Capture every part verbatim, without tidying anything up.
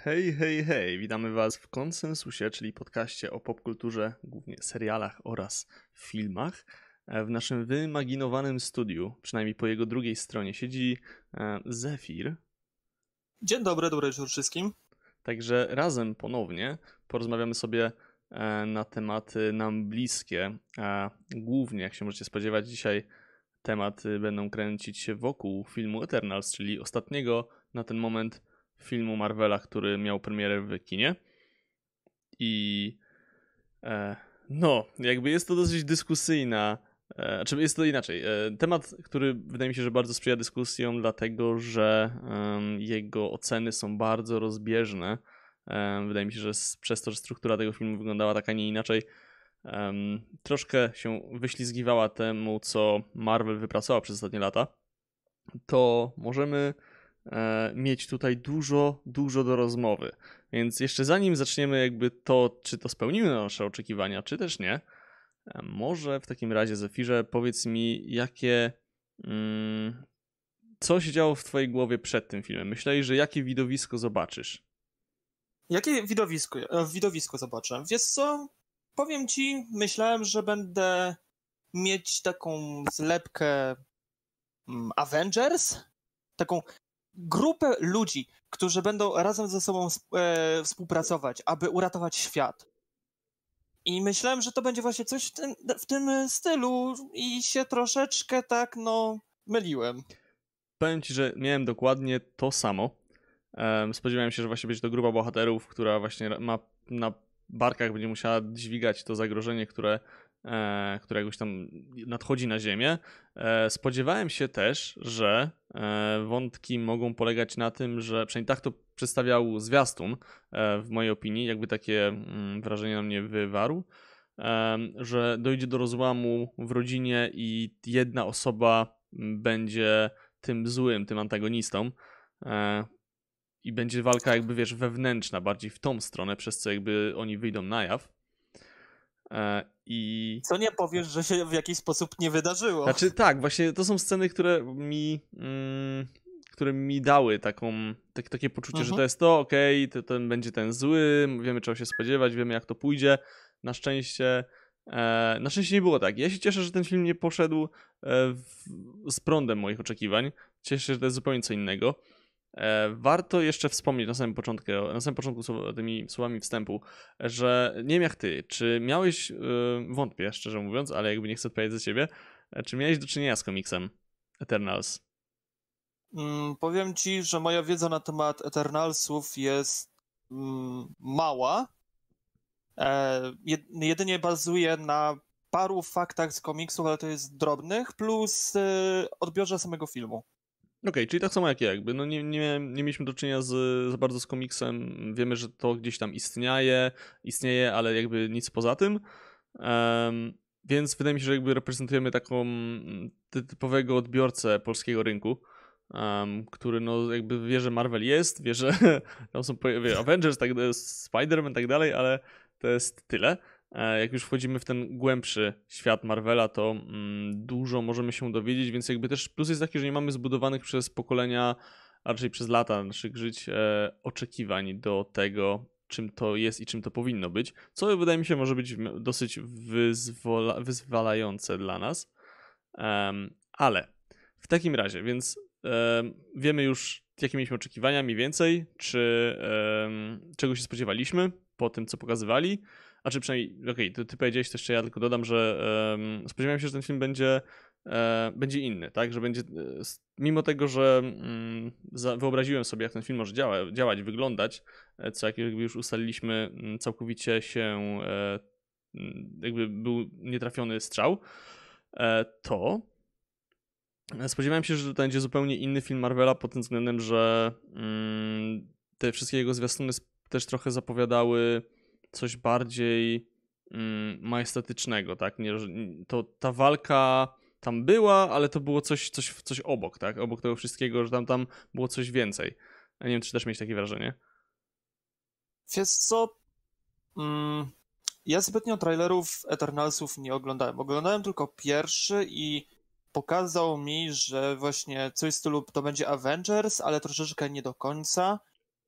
Hej, hej, hej, witamy Was w Konsensusie, czyli podcaście o popkulturze, głównie serialach oraz filmach. W naszym wyimaginowanym studiu, przynajmniej po jego drugiej stronie, siedzi e, Zefir. Dzień dobry, dobry wieczór wszystkim. Także razem ponownie porozmawiamy sobie e, na tematy nam bliskie. A głównie, jak się możecie spodziewać, dzisiaj tematy będą kręcić się wokół filmu Eternals, czyli ostatniego na ten moment filmu Marvela, który miał premierę w kinie. I e, no, jakby jest to dosyć dyskusyjna, e, znaczy jest to inaczej. E, temat, który wydaje mi się, że bardzo sprzyja dyskusjom, dlatego że e, jego oceny są bardzo rozbieżne. E, wydaje mi się, że z, przez to, że struktura tego filmu wyglądała tak, a nie inaczej, e, troszkę się wyślizgiwała temu, co Marvel wypracował przez ostatnie lata, to możemy e, mieć tutaj dużo, dużo do rozmowy. Więc jeszcze zanim zaczniemy jakby to, czy to spełniły nasze oczekiwania, czy też nie, e, może w takim razie, Zefirze, powiedz mi, jakie... Mm, co się działo w twojej głowie przed tym filmem? Myślałeś, że jakie widowisko zobaczysz? Jakie widowisko, e, widowisko zobaczę? Wiesz co, powiem ci, myślałem, że będę mieć taką zlepkę mm, Avengers, taką grupę ludzi, którzy będą razem ze sobą e, współpracować, aby uratować świat. I myślałem, że to będzie właśnie coś w tym, w tym stylu i się troszeczkę tak, no, myliłem. Powiem ci, że miałem dokładnie to samo. Um, spodziewałem się, że właśnie będzie to grupa bohaterów, która właśnie ma na barkach będzie musiała dźwigać to zagrożenie, które, e, które jakoś tam nadchodzi na ziemię. E, spodziewałem się też, że e, wątki mogą polegać na tym, że przynajmniej tak to przedstawiał zwiastun, e, w mojej opinii, jakby takie mm, wrażenie na mnie wywarł, e, że dojdzie do rozłamu w rodzinie i jedna osoba będzie tym złym, tym antagonistą. E, I będzie walka jakby, wiesz, wewnętrzna, bardziej w tą stronę, przez co jakby oni wyjdą na jaw. E, I... Co nie powiesz, że się w jakiś sposób nie wydarzyło. Znaczy tak, właśnie to są sceny, które mi... Mm, które mi dały taką, tak, takie poczucie, Mhm. że to jest to, okej, okay, to ten będzie ten zły, wiemy czego się spodziewać, wiemy jak to pójdzie. Na szczęście... E, na szczęście nie było tak. Ja się cieszę, że ten film nie poszedł e, w, z prądem moich oczekiwań. Cieszę się, że to jest zupełnie co innego. E, warto jeszcze wspomnieć na samym początku, na samym początku słow, tymi słowami wstępu, że nie wiem jak ty, czy miałeś, e, wątpię szczerze mówiąc, ale jakby nie chcę odpowiedzieć za ciebie, e, czy miałeś do czynienia z komiksem Eternals? Mm, powiem ci, że moja wiedza na temat Eternalsów jest mm, mała. E, jed, jedynie bazuje na paru faktach z komiksów, ale to jest drobnych, plus e, odbiorze samego filmu. Okej, okay, czyli tak samo jak ja, jakby, no nie, nie, nie mieliśmy do czynienia z, za bardzo z komiksem, wiemy, że to gdzieś tam istnieje, istnieje, ale jakby nic poza tym, um, więc wydaje mi się, że jakby reprezentujemy taką typowego odbiorcę polskiego rynku, um, który no jakby wie, że Marvel jest, wie, że tam są wie, Avengers, tak, Spider-Man i tak dalej, ale to jest tyle. Jak już wchodzimy w ten głębszy świat Marvela, to mm, dużo możemy się dowiedzieć, więc jakby też plus jest taki, że nie mamy zbudowanych przez pokolenia, a raczej przez lata naszych żyć e, oczekiwań do tego, czym to jest i czym to powinno być, co wydaje mi się może być dosyć wyzwola, wyzwalające dla nas. Um, ale w takim razie, więc um, wiemy już, jakie mieliśmy oczekiwania mniej więcej, czy um, czego się spodziewaliśmy po tym, co pokazywali. A czy przynajmniej, okej, okay, ty, ty powiedziałeś, to jeszcze ja tylko dodam, że um, spodziewałem się, że ten film będzie, e, będzie inny, tak? Że będzie, e, mimo tego, że mm, za, wyobraziłem sobie, jak ten film może działa, działać, wyglądać, e, co jak już ustaliliśmy, całkowicie się e, jakby był nietrafiony strzał, e, to spodziewałem się, że to będzie zupełnie inny film Marvela pod tym względem, że mm, te wszystkie jego zwiastuny też trochę zapowiadały coś bardziej mm, majestatycznego, tak? Nie, to ta walka tam była, ale to było coś, coś, coś obok, tak? Obok tego wszystkiego, że tam, tam było coś więcej. Ja nie wiem, czy też mieć takie wrażenie. Wiesz co? Mm, ja zbytnio trailerów Eternalsów nie oglądałem. Oglądałem tylko pierwszy i pokazał mi, że właśnie coś w stylu to będzie Avengers, ale troszeczkę nie do końca.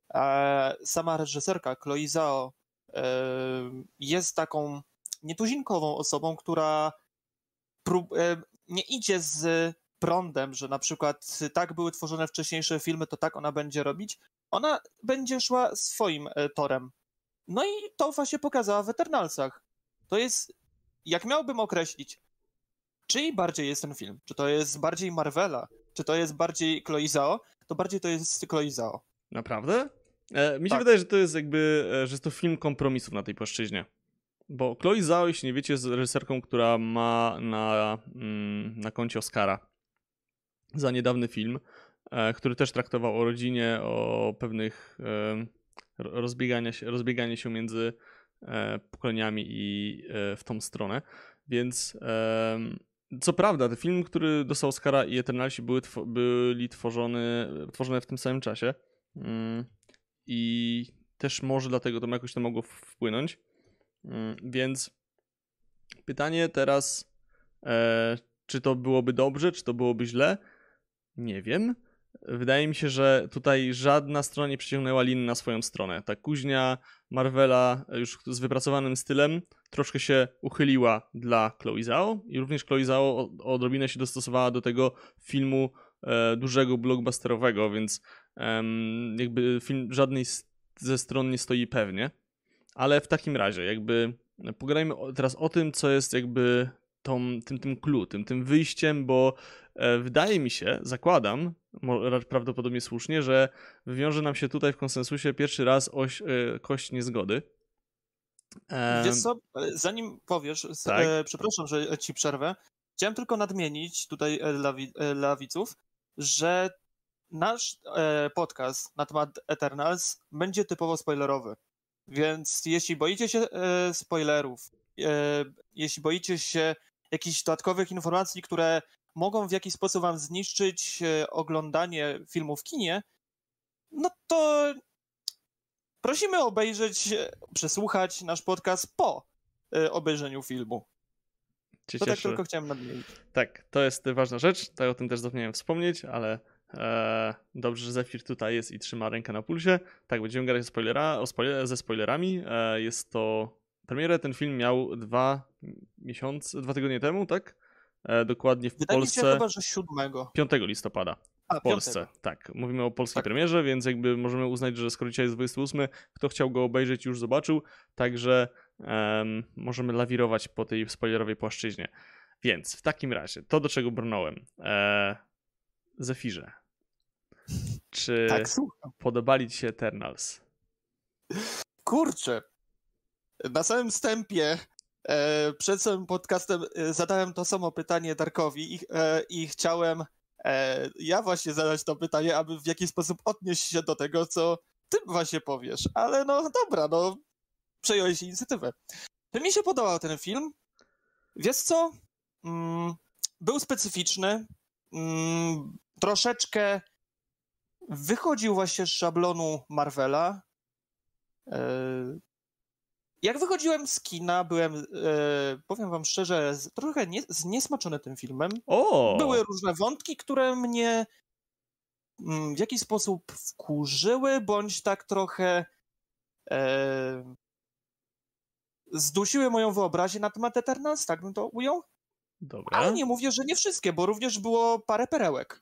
E, sama reżyserka Chloe Zhao e, jest taką nietuzinkową osobą, która prób, e, nie idzie z prądem, że na przykład tak były tworzone wcześniejsze filmy, to tak ona będzie robić. Ona będzie szła swoim e, torem. No i to właśnie pokazała w Eternalsach. To jest, jak miałbym określić, czyj bardziej jest ten film? Czy to jest bardziej Marvela? Czy to jest bardziej Chloe Zhao? To bardziej to jest Chloe Zhao. Naprawdę? E, mi się Tak. wydaje, że to jest jakby, e, że jest to film kompromisów na tej płaszczyźnie. Bo Chloe Zhao, jeśli nie wiecie, jest reżyserką, która ma na, mm, na koncie Oscara za niedawny film, e, który też traktował o rodzinie, o pewnych e, rozbiegania się, rozbieganie się między e, pokoleniami i e, w tą stronę. Więc e, co prawda, ten film, który dostał Oscara i Eternalsi były tw- byli tworzone, tworzone w tym samym czasie. Mm, I też może dlatego to jakoś to mogło wpłynąć. Mm, Więc pytanie teraz, e, czy to byłoby dobrze, czy to byłoby źle? Nie wiem. Wydaje mi się, że tutaj żadna strona nie przyciągnęła lin na swoją stronę. Ta kuźnia Marvela już z wypracowanym stylem troszkę się uchyliła dla Chloe Zhao i również Chloe Zhao o- odrobinę się dostosowała do tego filmu e, dużego, blockbusterowego, więc em, jakby film żadnej z, ze stron nie stoi pewnie. Ale w takim razie jakby pogadajmy o, teraz o tym, co jest jakby tą, tym, tym clue, tym, tym wyjściem, bo e, wydaje mi się, zakładam, mo- prawdopodobnie słusznie, że wywiąże nam się tutaj w konsensusie pierwszy raz oś, e, kość niezgody. E, Wiesz co, zanim powiesz, s- tak. e, przepraszam, że ci przerwę, chciałem tylko nadmienić tutaj e, dla, wi- e, dla widzów, że nasz e, podcast na temat Eternals będzie typowo spoilerowy. Więc jeśli boicie się e, spoilerów, e, jeśli boicie się jakichś dodatkowych informacji, które mogą w jakiś sposób wam zniszczyć e, oglądanie filmu w kinie, no to prosimy obejrzeć, e, przesłuchać nasz podcast po e, obejrzeniu filmu. Cię To tak cieszę. tylko chciałem nadmienić. Tak, to jest ważna rzecz, tak o tym też zapomniałem wspomnieć, ale e, dobrze, że Zephyr tutaj jest i trzyma rękę na pulsie. Tak, będziemy gadać o spoilera, o spoiler, ze spoilerami. E, jest to... Premierę ten film miał dwa miesiące, dwa tygodnie temu, tak? E, dokładnie w Wydaje mi Polsce się chyba, że siódmego. piątego listopada. A, W Polsce, piątego. tak. Mówimy o polskiej Tak. premierze, więc jakby możemy uznać, że skoro dzisiaj jest dwudziesty ósmy, kto chciał go obejrzeć już zobaczył, także em, możemy lawirować po tej spoilerowej płaszczyźnie. Więc w takim razie, to do czego brnąłem. E, Zefirze, czy Tak, słucham. podobali ci się Eternals? Kurczę, na samym wstępie e, przed samym podcastem e, zadałem to samo pytanie Darkowi i, e, i chciałem e, ja właśnie zadać to pytanie, aby w jakiś sposób odnieść się do tego, co ty właśnie powiesz. Ale no dobra, no przejąłeś inicjatywę. Mi się podobał ten film. Wiesz co? Mm, był specyficzny. Mm, troszeczkę wychodził właśnie z szablonu Marvela. E, Jak wychodziłem z kina, byłem, e, powiem wam szczerze, z, trochę nie, zniesmaczony tym filmem. O! Były różne wątki, które mnie mm, w jakiś sposób wkurzyły, bądź tak trochę e, zdusiły moją wyobraźnię na temat Eternals, tak bym to ujął. Dobra, Ale nie mówię, że nie wszystkie, bo również było parę perełek.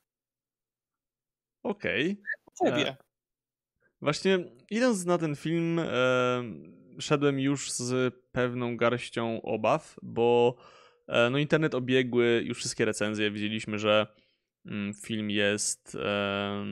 okej. U ciebie. E, Właśnie idąc na ten film, e, szedłem już z pewną garścią obaw, bo e, no internet obiegły już wszystkie recenzje. Widzieliśmy, że mm, film jest e,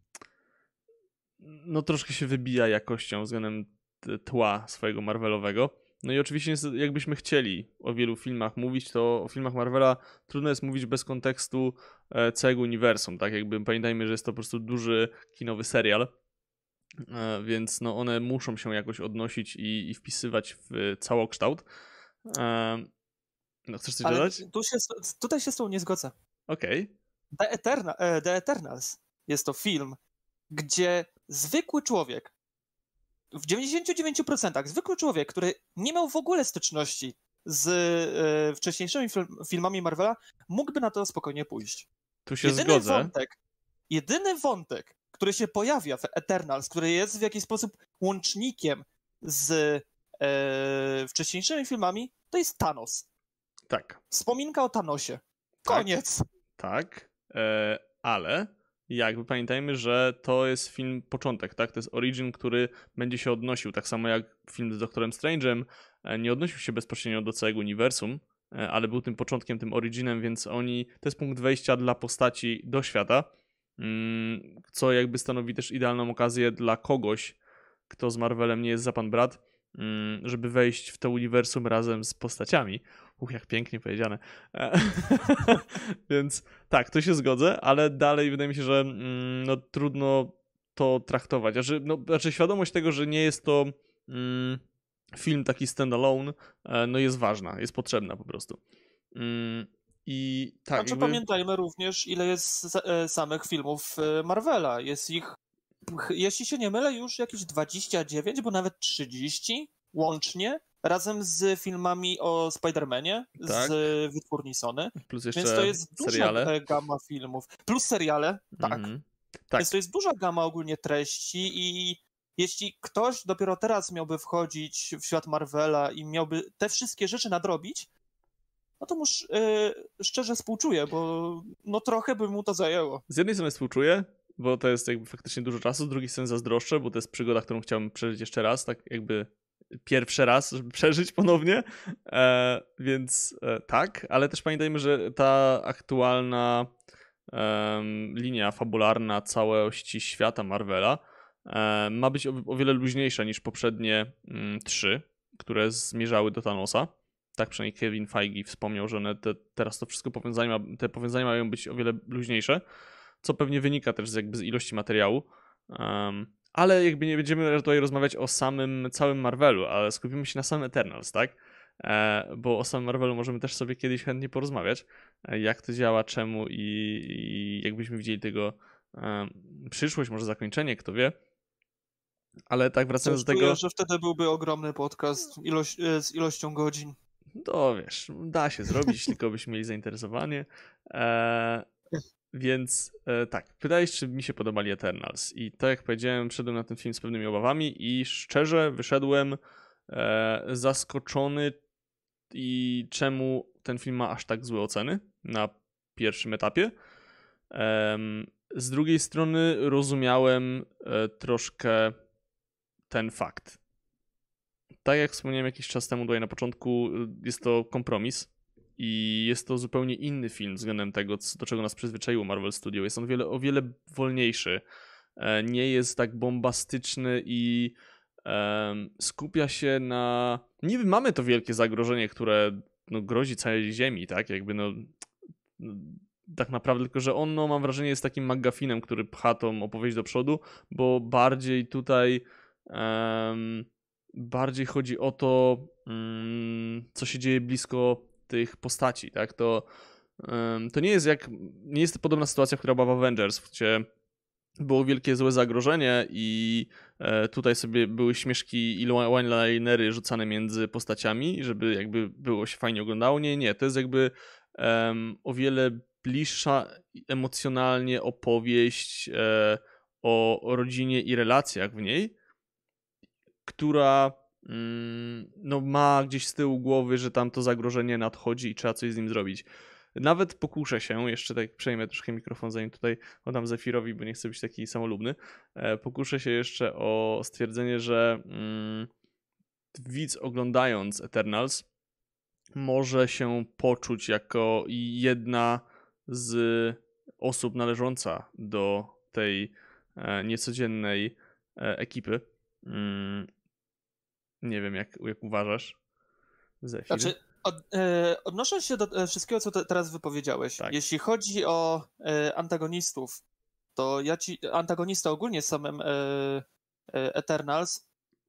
no troszkę się wybija jakością względem t- tła swojego Marvelowego. No i oczywiście niestety, jakbyśmy chcieli o wielu filmach mówić, to o filmach Marvela trudno jest mówić bez kontekstu e, całego uniwersum, tak jakby pamiętajmy, że jest to po prostu duży kinowy serial. E, Więc no one muszą się jakoś odnosić i, i wpisywać w całokształt. E, No chcesz coś Ale dodać? tu się, tutaj się z tą nie zgodzę. Okej. The, Eterna, e, The Eternals jest to film, gdzie zwykły człowiek, w dziewięćdziesięciu dziewięciu procentach zwykły człowiek, który nie miał w ogóle styczności z e, wcześniejszymi film, filmami Marvela, mógłby na to spokojnie pójść. Tu się Jedyny zgodzę. wątek, jedyny wątek, który się pojawia w Eternals, który jest w jakiś sposób łącznikiem z e, wcześniejszymi filmami, to jest Thanos. Tak. Wspominka o Thanosie. Koniec. Tak, tak e, ale jakby pamiętajmy, że to jest film początek, tak? To jest origin, który będzie się odnosił, tak samo jak film z Doktorem Strange'em e, nie odnosił się bezpośrednio do całego uniwersum, e, ale był tym początkiem, tym originem, więc oni, to jest punkt wejścia dla postaci do świata, mm, co jakby stanowi też idealną okazję dla kogoś, kto z Marvelem nie jest za pan brat, mm, żeby wejść w to uniwersum razem z postaciami. Uch, jak pięknie powiedziane. Więc tak, to się zgodzę, ale dalej wydaje mi się, że mm, no, trudno to traktować. Znaczy, no, znaczy świadomość tego, że nie jest to mm, film taki standalone, e, no jest ważna, jest potrzebna po prostu. Mm, I tak, Znaczy jakby... pamiętajmy również, ile jest e, samych filmów e, Marvela. Jest ich, jeśli się nie mylę, już jakieś dwadzieścia dziewięć, bo nawet trzydzieści łącznie, razem z filmami o Spider-Manie, Tak. z wytwórni Sony. Plus jeszcze Więc to jest seriale. duża gama filmów. Plus seriale, tak. Mhm. Tak. Więc to jest duża gama ogólnie treści i jeśli ktoś dopiero teraz miałby wchodzić w świat Marvela i miałby te wszystkie rzeczy nadrobić, no to mu yy, szczerze współczuję, bo no trochę by mu to zajęło. Z jednej strony współczuję, bo to jest jakby faktycznie dużo czasu, z drugiej strony zazdroszczę, bo to jest przygoda, którą chciałbym przeżyć jeszcze raz, tak jakby pierwszy raz, żeby przeżyć ponownie, e, więc e, tak, ale też pamiętajmy, że ta aktualna e, linia fabularna całości świata Marvela e, ma być o, o wiele luźniejsza niż poprzednie m, trzy, które zmierzały do Thanosa. Tak przynajmniej Kevin Feige wspomniał, że one te, teraz to wszystko powiązania, te powiązania mają być o wiele luźniejsze, co pewnie wynika też z, jakby z ilości materiału. Um, ale jakby nie będziemy tutaj rozmawiać o samym całym Marvelu, ale skupimy się na samym Eternals, tak? E, bo o samym Marvelu możemy też sobie kiedyś chętnie porozmawiać, e, jak to działa, czemu i, i jakbyśmy widzieli tego e, przyszłość, może zakończenie, kto wie. Ale tak wracając Coś do tego... Czuję, że wtedy byłby ogromny podcast ilość, z ilością godzin. To wiesz, da się zrobić, tylko byśmy mieli zainteresowanie. E, więc e, tak, pytałeś, czy mi się podobali Eternals. I tak jak powiedziałem, wszedłem na ten film z pewnymi obawami i szczerze wyszedłem e, zaskoczony i czemu ten film ma aż tak złe oceny na pierwszym etapie. E, z drugiej strony rozumiałem e, troszkę ten fakt. Tak jak wspomniałem jakiś czas temu tutaj na początku, jest to kompromis i jest to zupełnie inny film względem tego, do czego nas przyzwyczaiło Marvel Studio. Jest on wiele, o wiele wolniejszy, nie jest tak bombastyczny i um, skupia się na... Niby mamy to wielkie zagrożenie, które no, grozi całej ziemi, tak? Jakby no... no tak naprawdę, tylko że on, no, mam wrażenie, jest takim McGuffinem, który pcha tą opowieść do przodu, bo bardziej tutaj... Um, bardziej chodzi o to, co się dzieje blisko tych postaci, tak? To, to nie jest jak, nie jest to podobna sytuacja, która była w Avengers, gdzie było wielkie złe zagrożenie i tutaj sobie były śmieszki i one-linery rzucane między postaciami, żeby jakby było się fajnie oglądało. Nie, nie, to jest jakby um, o wiele bliższa emocjonalnie opowieść e, o, o rodzinie i relacjach w niej, która mm, no, ma gdzieś z tyłu głowy, że tam to zagrożenie nadchodzi i trzeba coś z nim zrobić. Nawet pokuszę się, jeszcze tak przejmę troszkę mikrofon, zanim tutaj oddam Zefirowi, bo nie chcę być taki samolubny, e, pokuszę się jeszcze o stwierdzenie, że mm, widz oglądając Eternals może się poczuć jako jedna z osób należąca do tej e, niecodziennej e, ekipy. Mm, nie wiem, jak, jak uważasz, Zefir. Znaczy, od, e, odnosząc się do e, wszystkiego, co te, teraz wypowiedziałeś, Tak. jeśli chodzi o e, antagonistów, to ja ci, antagonista ogólnie z samym e, e, Eternals,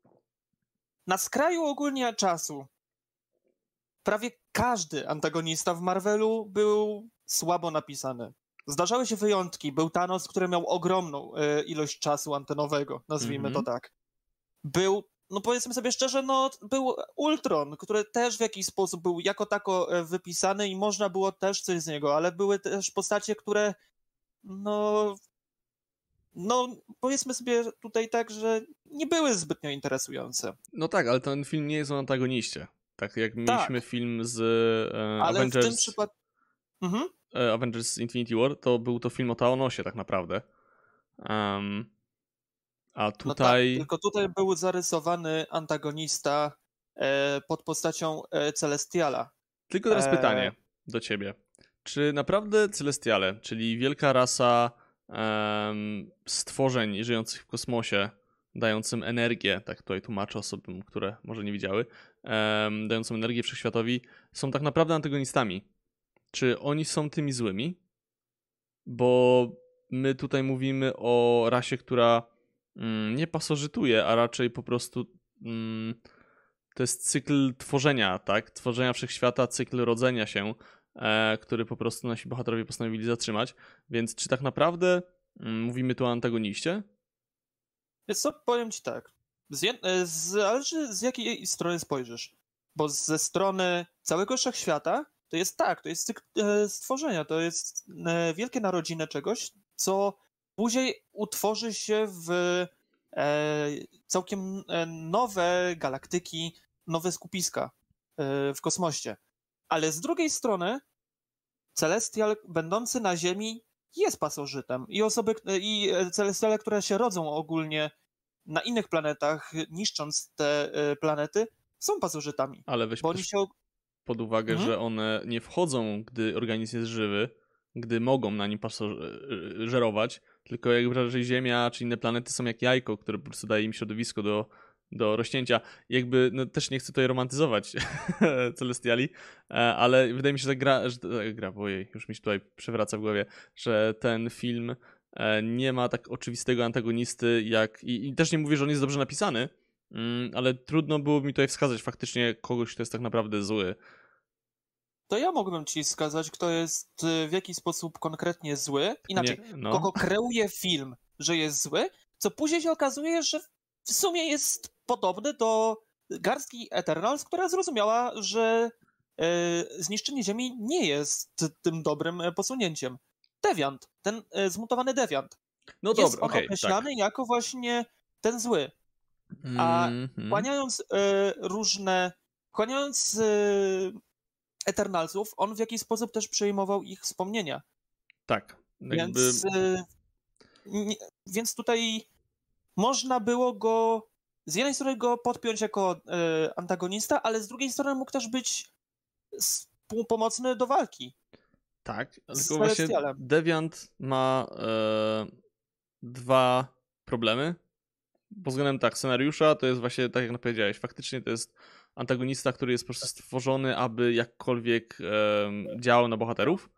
na skraju ogólnie czasu, prawie każdy antagonista w Marvelu był słabo napisany. Zdarzały się wyjątki. Był Thanos, który miał ogromną e, ilość czasu antenowego, nazwijmy Mhm. to tak. Był, no powiedzmy sobie szczerze, no był Ultron, który też w jakiś sposób był jako tako e, wypisany i można było też coś z niego, ale były też postacie, które no no powiedzmy sobie tutaj tak, że nie były zbytnio interesujące. No tak, ale ten film nie jest o antagoniście. Tak jak mieliśmy Tak, film z e, ale Avengers, w tym przypadku... Mhm. e, Avengers Infinity War, to był to film o Thaanosie tak naprawdę. Um, a No tak, tutaj... tylko tutaj był zarysowany antagonista e, pod postacią e, Celestiala. Tylko teraz E, pytanie do ciebie. Czy naprawdę Celestiale, czyli wielka rasa um, stworzeń żyjących w kosmosie, dającym energię, tak tutaj tłumaczę osobom, które może nie widziały, um, dającą energię wszechświatowi, są tak naprawdę antagonistami? Czy oni są tymi złymi? Bo my tutaj mówimy o rasie, która mm, nie pasożytuje, a raczej po prostu mm, to jest cykl tworzenia, tak? Tworzenia wszechświata, cykl rodzenia się, e, który po prostu nasi bohaterowie postanowili zatrzymać. Więc czy tak naprawdę mm, mówimy tu o antagoniście? Więc co, powiem ci tak, z, jed- e, zależy z jakiej strony spojrzysz, bo ze strony całego wszechświata to jest tak, to jest cykl e, stworzenia, to jest e, wielkie narodziny czegoś, co później utworzy się w e, całkiem e, nowe galaktyki, nowe skupiska e, w kosmosie. Ale z drugiej strony Celestial będący na Ziemi jest pasożytem i osoby, i Celestiale, które się rodzą ogólnie na innych planetach, niszcząc te e, planety, są pasożytami. Ale weź Bo oni też się... pod uwagę, Mhm. że one nie wchodzą, gdy organizm jest żywy, gdy mogą na nim żerować, tylko jakby raczej Ziemia czy inne planety są jak jajko, które po prostu daje im środowisko do, do rozcięcia. I jakby, no też nie chcę tutaj romantyzować Celestiali, ale wydaje mi się, że gra, że gra, ojej, już mi się tutaj przewraca w głowie, że ten film nie ma tak oczywistego antagonisty jak, i, i też nie mówię, że on jest dobrze napisany, ale trudno byłoby mi tutaj wskazać faktycznie kogoś, kto jest tak naprawdę zły. To ja mógłbym ci wskazać, kto jest w jaki sposób konkretnie zły. Inaczej, Nie, no. kogo kreuje film, że jest zły, co później się okazuje, że w sumie jest podobny do garstki Eternals, która zrozumiała, że e, zniszczenie Ziemi nie jest tym dobrym posunięciem. Deviant, ten e, zmutowany Deviant. No Jest dobra, on okej, określany tak. jako właśnie ten zły. A Mm-hmm. wchłaniając e, różne, wchłaniając e, Eternalsów, on w jakiś sposób też przejmował ich wspomnienia. Tak. Jakby... Więc, e, nie, więc tutaj można było go z jednej strony go podpiąć jako e, antagonista, ale z drugiej strony mógł też być współpomocny do walki. Tak, z tylko właśnie Celestialem. Deviant ma e, dwa problemy. Pod względem tak, scenariusza to jest właśnie, tak jak powiedziałeś, faktycznie to jest antagonista, który jest po prostu stworzony, aby jakkolwiek e, działał na bohaterów,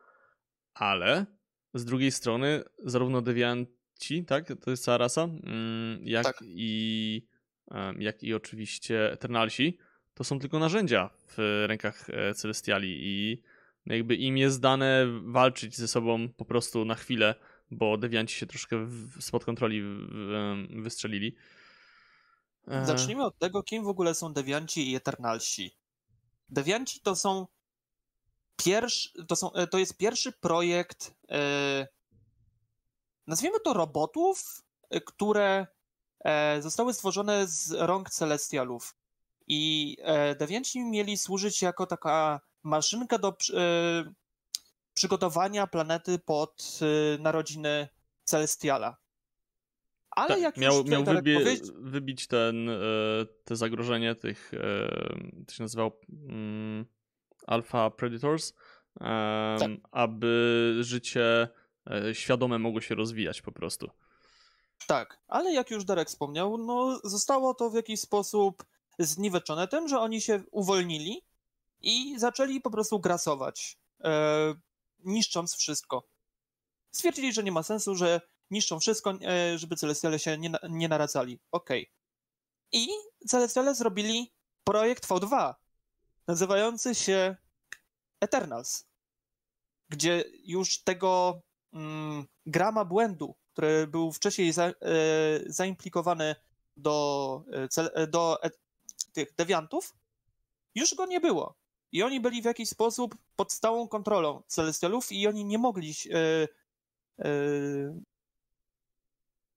ale z drugiej strony zarówno Devianci, tak, to jest cała rasa, mm, jak, Tak. i, e, jak i oczywiście Eternalsi, to są tylko narzędzia w rękach e, Celestiali i jakby im jest dane walczyć ze sobą po prostu na chwilę, bo dewianci się troszkę w, spod kontroli w, w, wystrzelili. E... Zacznijmy od tego, kim w ogóle są dewianci i eternalsi. Dewianci to są pierwszy, to, są, to jest pierwszy projekt, e, nazwijmy to robotów, które e, zostały stworzone z rąk Celestialów. I e, dewianci mieli służyć jako taka maszynka do e, przygotowania planety pod e, narodziny Celestiala. Ale tak, jak miał, już miał tak wybie, powiedzieć... wybić ten, e, te zagrożenie tych, e, to się nazywało um, Alpha Predators, e, tak. aby życie e, świadome mogło się rozwijać po prostu. Tak, ale jak już Darek wspomniał, no zostało to w jakiś sposób zniweczone tym, że oni się uwolnili i zaczęli po prostu grasować, e, niszcząc wszystko. Stwierdzili, że nie ma sensu, że niszczą wszystko, e, żeby Celestiale się nie, nie naradzali. Okej. Okay. I Celestiale zrobili projekt V dwa, nazywający się Eternals, gdzie już tego mm, grama błędu, który był wcześniej za, e, zaimplikowany do, e, do e, tych dewiantów, już go nie było. I oni byli w jakiś sposób pod stałą kontrolą Celestialów i oni nie mogli e, e,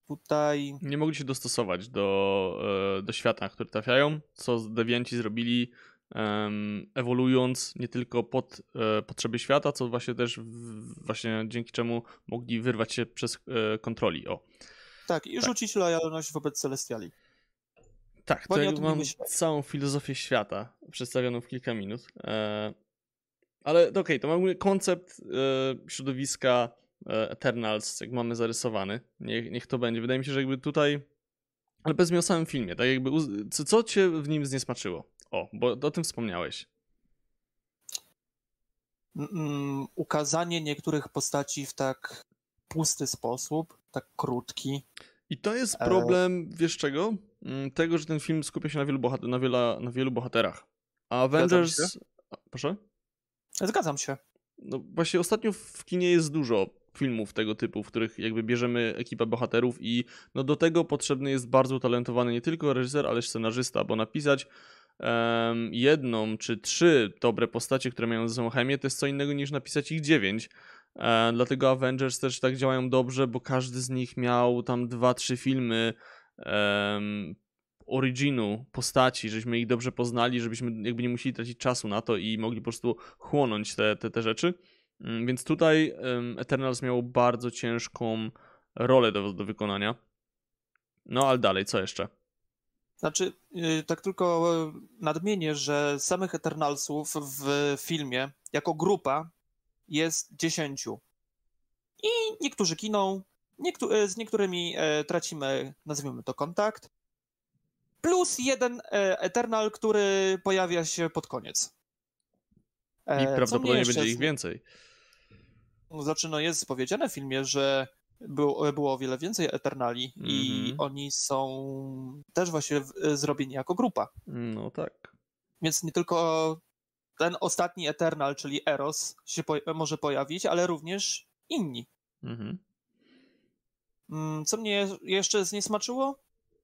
tutaj... Nie mogli się dostosować do, do świata, na który trafiają, co dewianci zrobili, um, ewoluując nie tylko pod e, potrzeby świata, co właśnie też w, właśnie dzięki czemu mogli wyrwać się przez e, kontroli. O. Tak, i tak. rzucić lojalność wobec Celestiali. Tak, to ja mam całą filozofię świata przedstawioną w kilka minut. E, ale okej, okay, to mamy koncept e, środowiska e, Eternals, jak mamy zarysowany. Niech, niech to będzie. Wydaje mi się, że jakby tutaj, ale powiedzmy o samym filmie, tak jakby, co, co cię w nim zniesmaczyło? O, bo o tym wspomniałeś. Mm, ukazanie niektórych postaci w tak pusty sposób, tak krótki. I to jest problem, e... wiesz czego? Tego, że ten film skupia się na wielu, bohater- na wielu, na wielu bohaterach. A Avengers... Proszę? Zgadzam się. No właśnie ostatnio w kinie jest dużo filmów tego typu, w których jakby bierzemy ekipę bohaterów i no do tego potrzebny jest bardzo utalentowany nie tylko reżyser, ale też scenarzysta, bo napisać um, jedną czy trzy dobre postacie, które mają ze sobą chemię, to jest co innego niż napisać ich dziewięć. E, dlatego Avengers też tak działają dobrze, bo każdy z nich miał tam dwa, trzy filmy um, originu postaci, żebyśmy ich dobrze poznali, żebyśmy jakby nie musieli tracić czasu na to i mogli po prostu chłonąć te, te, te rzeczy. Więc tutaj um, Eternals miało bardzo ciężką rolę do, do wykonania. No ale dalej, co jeszcze? Znaczy, yy, tak tylko nadmienię, że samych Eternalsów w filmie jako grupa jest dziesięciu. I niektórzy giną, niektó- z niektórymi e, tracimy, nazwijmy to, kontakt. Plus jeden e, Eternal, który pojawia się pod koniec. E, I prawdopodobnie będzie ich więcej. Znaczy, no jest powiedziane w filmie, że było, było o wiele więcej Eternali mm-hmm. i oni są też właśnie zrobieni jako grupa. No tak. Więc nie tylko ten ostatni Eternal, czyli Eros, się po- może pojawić, ale również inni. Mm-hmm. Co mnie jeszcze zniesmaczyło?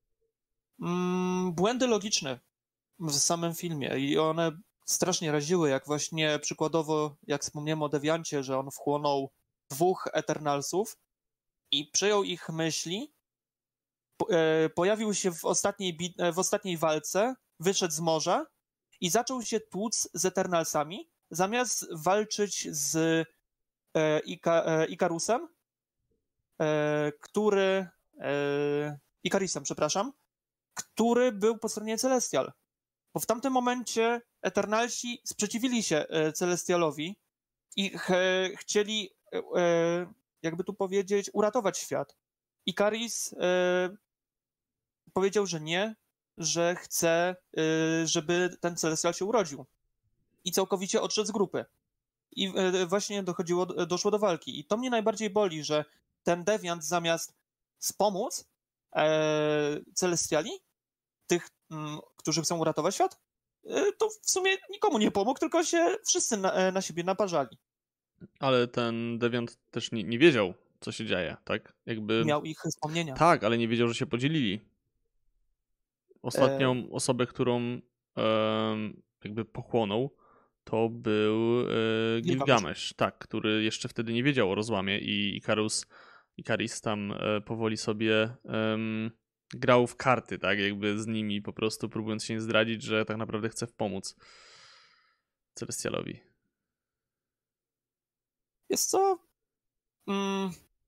Błędy logiczne w samym filmie i one strasznie raziły, jak właśnie przykładowo, jak wspomniałem o Deviancie, że on wchłonął dwóch Eternalsów i przejął ich myśli, po, e, pojawił się w ostatniej, w ostatniej walce, wyszedł z morza i zaczął się tłuc z Eternalsami, zamiast walczyć z e, Ika, e, Ikarusem, e, który... E, Ikarisem, przepraszam, który był po stronie Celestial. Bo w tamtym momencie Eternalsi sprzeciwili się Celestialowi i ch- chcieli, e, jakby tu powiedzieć, uratować świat. Ikaris e, powiedział, że nie, że chce, e, żeby ten Celestial się urodził. I całkowicie odszedł z grupy. I e, właśnie dochodziło, doszło do walki. I to mnie najbardziej boli, że ten Deviant zamiast wspomóc e, Celestiali, tych, m, którzy chcą uratować świat, e, to w sumie nikomu nie pomógł, tylko się wszyscy na, na siebie naparzali. Ale ten Deviant też nie, nie wiedział, co się dzieje, tak? Jakby... Miał ich wspomnienia. Tak, ale nie wiedział, że się podzielili. Ostatnią e... osobę, którą e, jakby pochłonął, to był e, Gilgamesz, tak, który jeszcze wtedy nie wiedział o rozłamie i Ikarus, Ikaris tam e, powoli sobie e, grał w karty, tak, jakby z nimi po prostu próbując się nie zdradzić, że tak naprawdę chce pomóc Celestialowi. Jest co? Mm.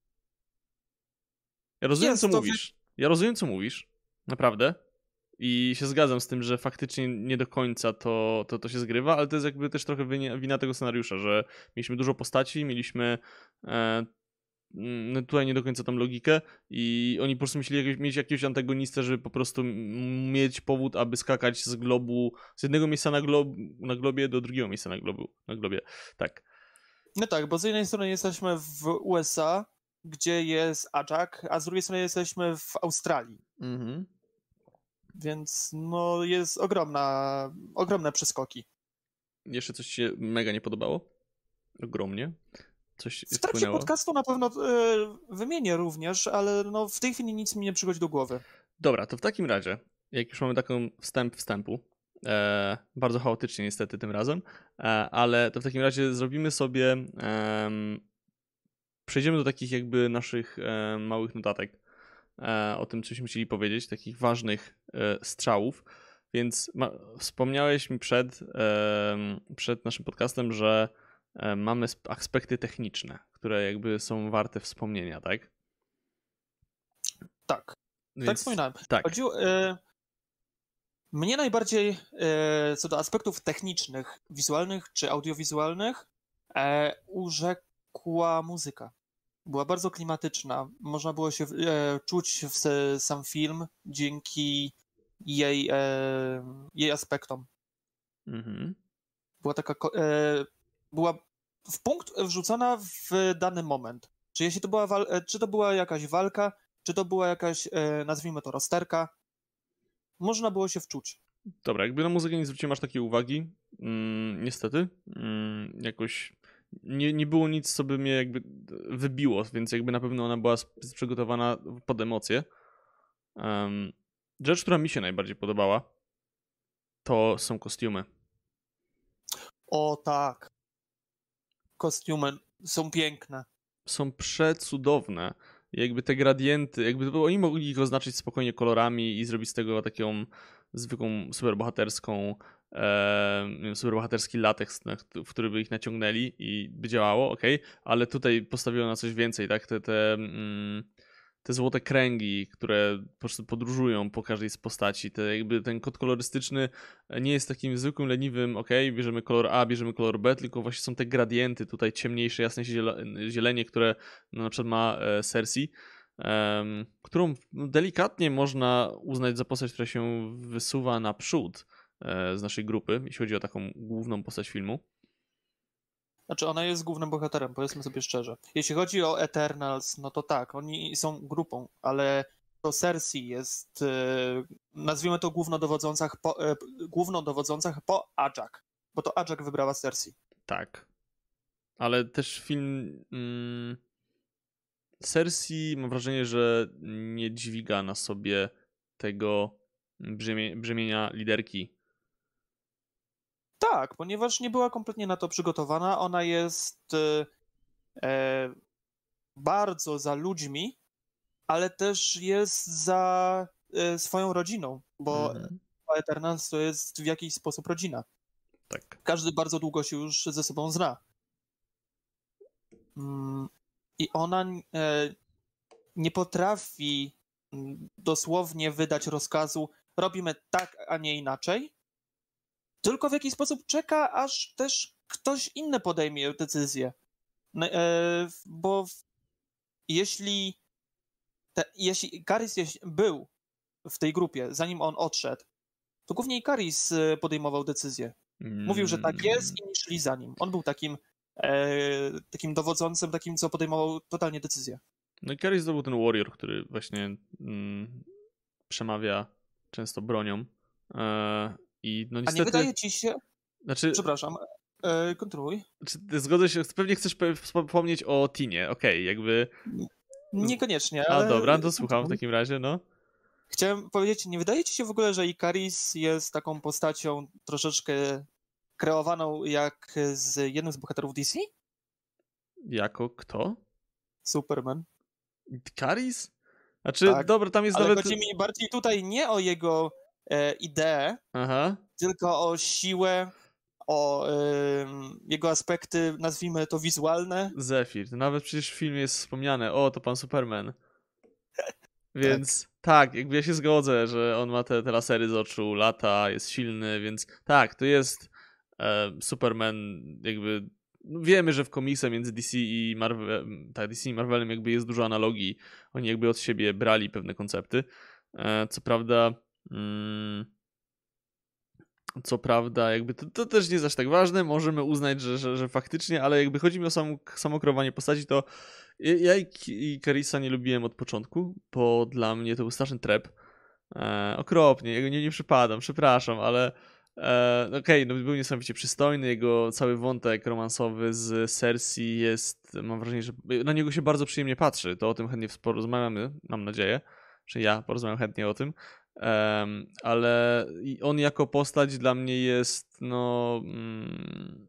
Ja rozumiem, Jest co to... mówisz. Ja rozumiem, co mówisz. Naprawdę. I się zgadzam z tym, że faktycznie nie do końca to, to, to się zgrywa, ale to jest jakby też trochę wina, wina tego scenariusza, że mieliśmy dużo postaci, mieliśmy e, no tutaj nie do końca tam logikę i oni po prostu musieli jakieś, mieć jakiegoś antagonistę, żeby po prostu mieć powód, aby skakać z globu, z jednego miejsca na, glob, na globie do drugiego miejsca na, globu, na globie. Tak. No tak, bo z jednej strony jesteśmy w U S A, gdzie jest Ajak, a z drugiej strony jesteśmy w Australii. Mhm. Więc no jest ogromna, ogromne przeskoki. Jeszcze coś ci się mega nie podobało? Ogromnie? Coś w trakcie wpłynęło? podcastu na pewno y, wymienię również, ale no w tej chwili nic mi nie przychodzi do głowy. Dobra, to w takim razie, jak już mamy taką wstęp wstępu, e, bardzo chaotycznie niestety tym razem, e, ale to w takim razie zrobimy sobie, e, przejdziemy do takich jakby naszych e, małych notatek. e, o tym, cośmy chcieli powiedzieć, takich ważnych e, strzałów. Więc ma, wspomniałeś mi przed, e, przed naszym podcastem, że e, mamy aspekty techniczne, które jakby są warte wspomnienia, tak? Tak, Więc, tak wspominałem. Tak. Chodziło, e, mnie najbardziej e, co do aspektów technicznych, wizualnych czy audiowizualnych e, urzekła muzyka. Była bardzo klimatyczna. Można było się e, czuć w se, sam film dzięki jej, e, jej aspektom. Mhm. Była taka, ko- e, była w punkt wrzucona w dany moment. Czy jeśli to była, wal- e, czy to była jakaś walka, czy to była jakaś, e, nazwijmy to, rozterka, można było się wczuć. Dobra, jakby na muzykę nie zwróciłem aż takiej uwagi, mm, niestety. Mm, jakoś nie, nie było nic, co by mnie jakby wybiło, więc jakby na pewno ona była sp- przygotowana pod emocje. Um, rzecz, która mi się najbardziej podobała, to są kostiumy. O tak, kostiumy są piękne. Są przecudowne. Jakby te gradienty, jakby to, oni mogli ich oznaczyć spokojnie kolorami i zrobić z tego taką zwykłą superbohaterską, e, nie wiem, superbohaterski lateks, na, w który by ich naciągnęli i by działało, ok, ale tutaj postawiono na coś więcej, tak, te, te, mm, te złote kręgi, które po prostu podróżują po każdej z postaci, te, jakby ten kod kolorystyczny nie jest takim zwykłym, leniwym, ok, bierzemy kolor A, bierzemy kolor B, tylko właśnie są te gradienty, tutaj ciemniejsze, jasne ziele- zielenie, które no, na przykład ma e, Cersei, um, którą delikatnie można uznać za postać, która się wysuwa naprzód e, z naszej grupy, jeśli chodzi o taką główną postać filmu. Znaczy, ona jest głównym bohaterem, powiedzmy sobie szczerze. Jeśli chodzi o Eternals, no to tak, oni są grupą, ale to Cersei jest, e, nazwijmy to głównodowodzących po, e, głównodowodzących po Ajak, bo to Ajak wybrała Cersei. Tak. Ale też film mm, Cersei, mam wrażenie, że nie dźwiga na sobie tego brzemie, brzemienia liderki. Tak, ponieważ nie była kompletnie na to przygotowana. Ona jest e, e, bardzo za ludźmi, ale też jest za e, swoją rodziną, bo Mhm. Eternals to jest w jakiś sposób rodzina. Tak. Każdy bardzo długo się już ze sobą zna. Mm, I ona e, nie potrafi mm, dosłownie wydać rozkazu robimy tak, a nie inaczej, tylko w jakiś sposób czeka, aż też ktoś inny podejmie decyzję. No, e, bo w, jeśli, te, jeśli Karis jeś- był w tej grupie, zanim on odszedł, to głównie Karis e, podejmował decyzję. Mówił, że tak jest Mm, i nie szli za nim. On był takim, e, takim dowodzącym, takim, co podejmował totalnie decyzję. No i Karis to był ten warrior, który właśnie mm, przemawia często bronią. E, I no A nie niestety... wydaje ci się... Znaczy, Przepraszam, e, kontynuuj. znaczy, zgodzę się, pewnie chcesz pe- wspomnieć o Tinie, okej, jakby... Niekoniecznie, A ale... dobra, to słucham w kontynuuj. takim razie, no. Chciałem powiedzieć, nie wydaje ci się w ogóle, że Ikaris jest taką postacią troszeczkę kreowaną jak z jednym z bohaterów D C? Jako kto? Superman. Karis? Znaczy, Tak. dobra, tam jest Ale nawet... chodzi mi bardziej tutaj nie o jego e, ideę, Aha. tylko o siłę, o em, jego aspekty, nazwijmy to wizualne. Zephyr. To nawet przecież w filmie jest wspomniane, o, to pan Superman. Tak. Więc tak, jakby ja się zgodzę, że on ma te, te lasery z oczu, lata, jest silny, więc tak, to jest e, Superman, jakby no wiemy, że w komiksach między D C i Marvel, tak, D C i Marvelem jakby jest dużo analogii, oni jakby od siebie brali pewne koncepty. E, co prawda mm, co prawda, jakby to, to też nie jest aż tak ważne, możemy uznać, że, że, że faktycznie, ale jakby chodzi mi o sam, samo kreowanie postaci, to ja i, i Karisa nie lubiłem od początku, bo dla mnie to był straszny trap. E, okropnie, jego nie, nie przypadam, przepraszam, ale e, okej, okay, no był niesamowicie przystojny, jego cały wątek romansowy z Cersei jest, mam wrażenie, że na niego się bardzo przyjemnie patrzy, to o tym chętnie porozmawiamy, mam nadzieję, że ja porozmawiam chętnie o tym. Um, ale on jako postać dla mnie jest no mm,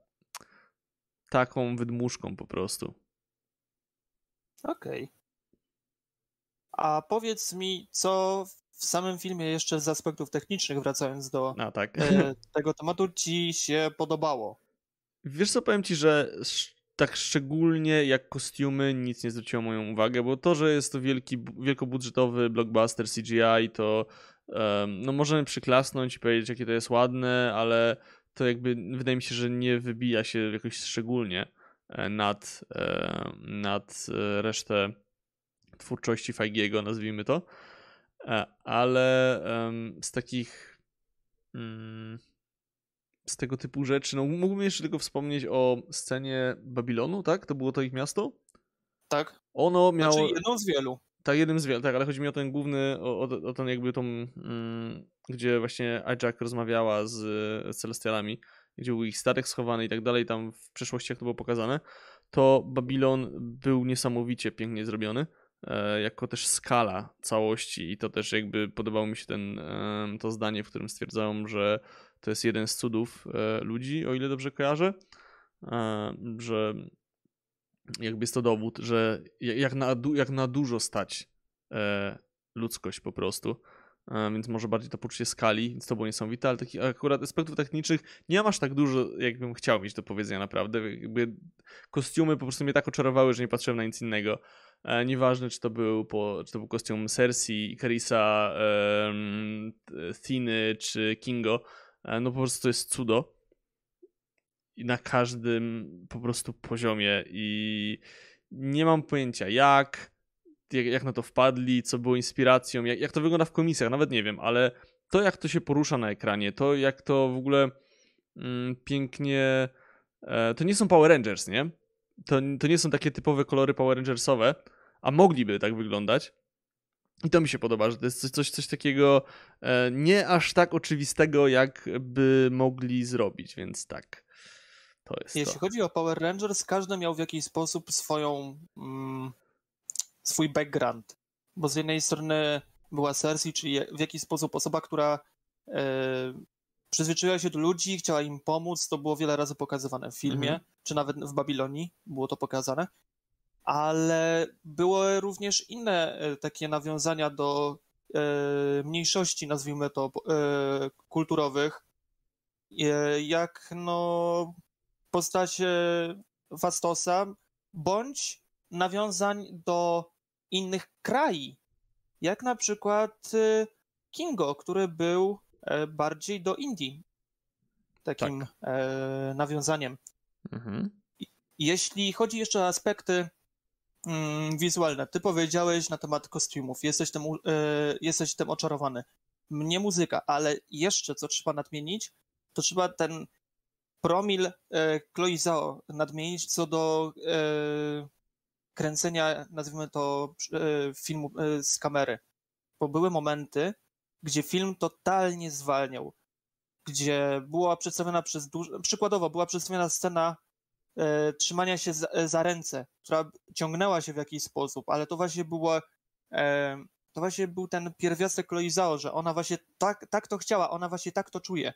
taką wydmuszką po prostu. Okej. Okay. A powiedz mi, co w samym filmie jeszcze z aspektów technicznych, wracając do A tak. e, tego tematu, ci się podobało? Wiesz co, powiem ci, że sz- tak szczególnie jak kostiumy nic nie zwróciło moją uwagę, bo to, że jest to wielki, bu- wielkobudżetowy blockbuster C G I, to em, no możemy przyklasnąć i powiedzieć, jakie to jest ładne, ale to jakby wydaje mi się, że nie wybija się jakoś szczególnie e, nad, e, nad e, resztę twórczości Feigiego, nazwijmy to. E, Ale em, z takich mm, z tego typu rzeczy, no mógłbym jeszcze tylko wspomnieć o scenie Babilonu, tak? To było to ich miasto? Tak? Ono Znaczy miało, jedną z wielu. tak, jednym z wielu, tak, ale chodzi mi o ten główny, o, o, o ten jakby tą, mm, gdzie właśnie Ajak rozmawiała z, z Celestialami, gdzie był ich statek schowany i tak dalej, tam w przeszłości jak to było pokazane, to Babilon był niesamowicie pięknie zrobiony, e, jako też skala całości i to też jakby podobało mi się ten, e, to zdanie, w którym stwierdzają, że to jest jeden z cudów e, ludzi, o ile dobrze kojarzę, e, że jakby jest to dowód, że jak na, du- jak na dużo stać e, ludzkość po prostu. E, więc może bardziej to poczucie skali, więc to było niesamowite, ale takich akurat aspektów technicznych nie mam aż tak dużo, jakbym chciał mieć do powiedzenia naprawdę. Jakby kostiumy po prostu mnie tak oczarowały, że nie patrzyłem na nic innego. E, nieważne, czy to był, po, czy to był kostium Cersei, Carissa, e, Thiny czy Kingo, e, no po prostu to jest cudo. I na każdym po prostu poziomie i nie mam pojęcia jak, jak, jak na to wpadli, co było inspiracją, jak, jak to wygląda w komisjach, nawet nie wiem, ale to jak to się porusza na ekranie, to jak to w ogóle mm, pięknie, e, to nie są Power Rangers, nie? To, to nie są takie typowe kolory Power Rangersowe, a mogliby tak wyglądać. I to mi się podoba, że to jest coś, coś, coś takiego e, nie aż tak oczywistego, jak by mogli zrobić, więc tak. To jest Jeśli to. chodzi o Power Rangers, każdy miał w jakiś sposób swoją, mm, swój background. Bo z jednej strony była Cersei, czyli w jakiś sposób osoba, która e, przyzwyczaiła się do ludzi, chciała im pomóc. To było wiele razy pokazywane w filmie, Mhm. czy nawet w Babilonii było to pokazane. Ale były również inne e, takie nawiązania do e, mniejszości, nazwijmy to, e, kulturowych, e, jak no postać e, Fastosa, bądź nawiązań do innych krajów, jak na przykład e, Kingo, który był e, bardziej do Indii takim Tak. e, nawiązaniem. Mhm. Jeśli chodzi jeszcze o aspekty mm, wizualne, ty powiedziałeś na temat kostiumów, jesteś tym, u- e, jesteś tym oczarowany. Mnie muzyka, ale jeszcze co trzeba nadmienić, to trzeba ten promil e, Chloe Zhao nadmienić co do e, kręcenia, nazwijmy to, e, filmu e, z kamery. Bo były momenty, gdzie film totalnie zwalniał, gdzie była przedstawiona przez duż... przykładowo była przedstawiona scena e, trzymania się za, za ręce, która ciągnęła się w jakiś sposób, ale to właśnie było e, to właśnie był ten pierwiastek Chloe Zhao, że ona właśnie tak, tak to chciała, ona właśnie tak to czuje.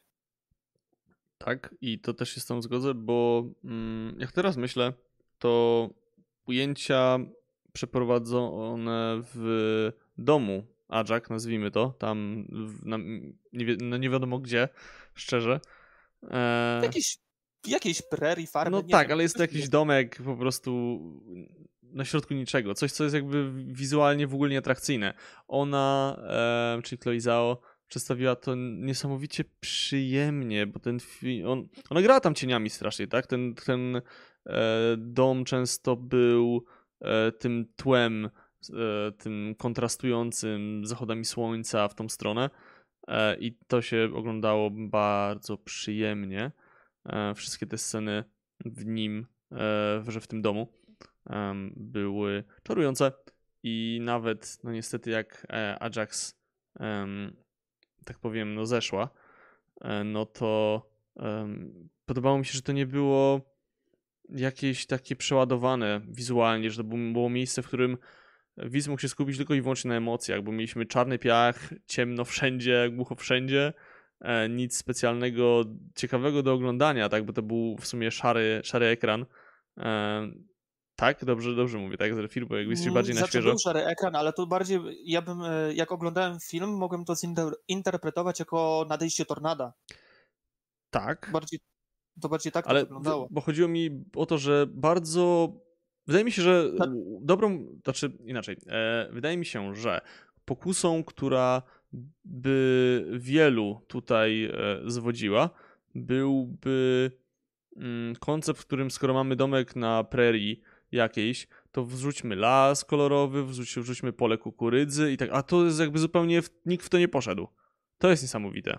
Tak, i to też się z tą zgodzę, bo mm, jak teraz myślę, to ujęcia przeprowadzone w domu Ajak, nazwijmy to, tam w, na, nie, wi- no nie wiadomo gdzie, szczerze. E, Jakieś, jakieś prairie farmy, no nie tak, wiem. ale jest to coś jakiś domek po prostu na środku niczego, coś co jest jakby wizualnie w ogóle nieatrakcyjne. Ona, e, czyli Chloe Zhao, przedstawiła to niesamowicie przyjemnie, bo ten film, on, ona grała tam cieniami strasznie, tak? Ten, ten e, dom często był e, tym tłem, e, tym kontrastującym zachodami słońca w tą stronę e, i to się oglądało bardzo przyjemnie. E, wszystkie te sceny w nim, e, że w tym domu em, były czarujące i nawet, no niestety jak e, Ajax, em, tak powiem, no zeszła, e, no to em, podobało mi się, że to nie było jakieś takie przeładowane wizualnie, że to było było miejsce, w którym widz mógł się skupić tylko i wyłącznie na emocjach, bo mieliśmy czarny piach, ciemno wszędzie, głucho wszędzie, e, nic specjalnego, ciekawego do oglądania, tak, bo to był w sumie szary, szary ekran. E, Tak? Dobrze, dobrze mówię, tak? Zerfil, bo jakbyś się bardziej na Znaczy świeżo. był szary ekran, ale to bardziej, ja bym, e, jak oglądałem film, mogłem to zinterpretować jako nadejście tornada. Tak, Bardziej, to bardziej tak to ale wyglądało. bo chodziło mi o to, że bardzo... Wydaje mi się, że Tak. dobrą, znaczy inaczej, e, wydaje mi się, że pokusą, która by wielu tutaj e, zwodziła, byłby mm, koncept, w którym skoro mamy domek na prerii jakiejś, to wrzućmy las kolorowy, wrzuć, wrzućmy pole kukurydzy i tak, a to jest jakby zupełnie, w, nikt w to nie poszedł. To jest niesamowite.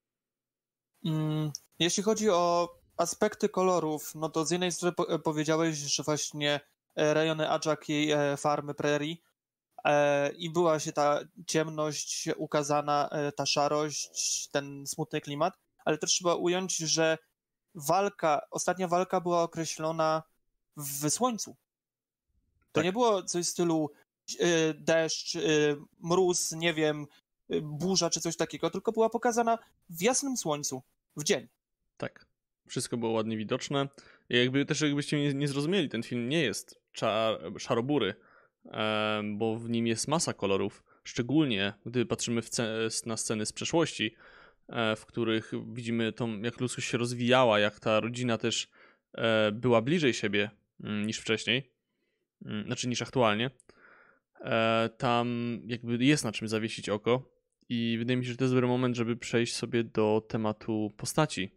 Mm, jeśli chodzi o aspekty kolorów, no to z jednej strony po, powiedziałeś, że właśnie e, rejony Ajak i e, farmy prerii e, i była się ta ciemność ukazana, e, ta szarość, ten smutny klimat, ale też trzeba ująć, że walka, ostatnia walka była określona w słońcu. To Tak. nie było coś w stylu e, deszcz, e, mróz, nie wiem, e, burza czy coś takiego, tylko była pokazana w jasnym słońcu, w dzień. Tak. Wszystko było ładnie widoczne. I jakby też jakbyście nie, nie zrozumieli, ten film nie jest czar, szarobury, e, bo w nim jest masa kolorów. Szczególnie gdy patrzymy w ce, na sceny z przeszłości, e, w których widzimy tą, jak ludzkość się rozwijała, jak ta rodzina też e, była bliżej siebie m, niż wcześniej, m, znaczy niż aktualnie. E, tam jakby jest na czym zawiesić oko i wydaje mi się, że to jest dobry moment, żeby przejść sobie do tematu postaci.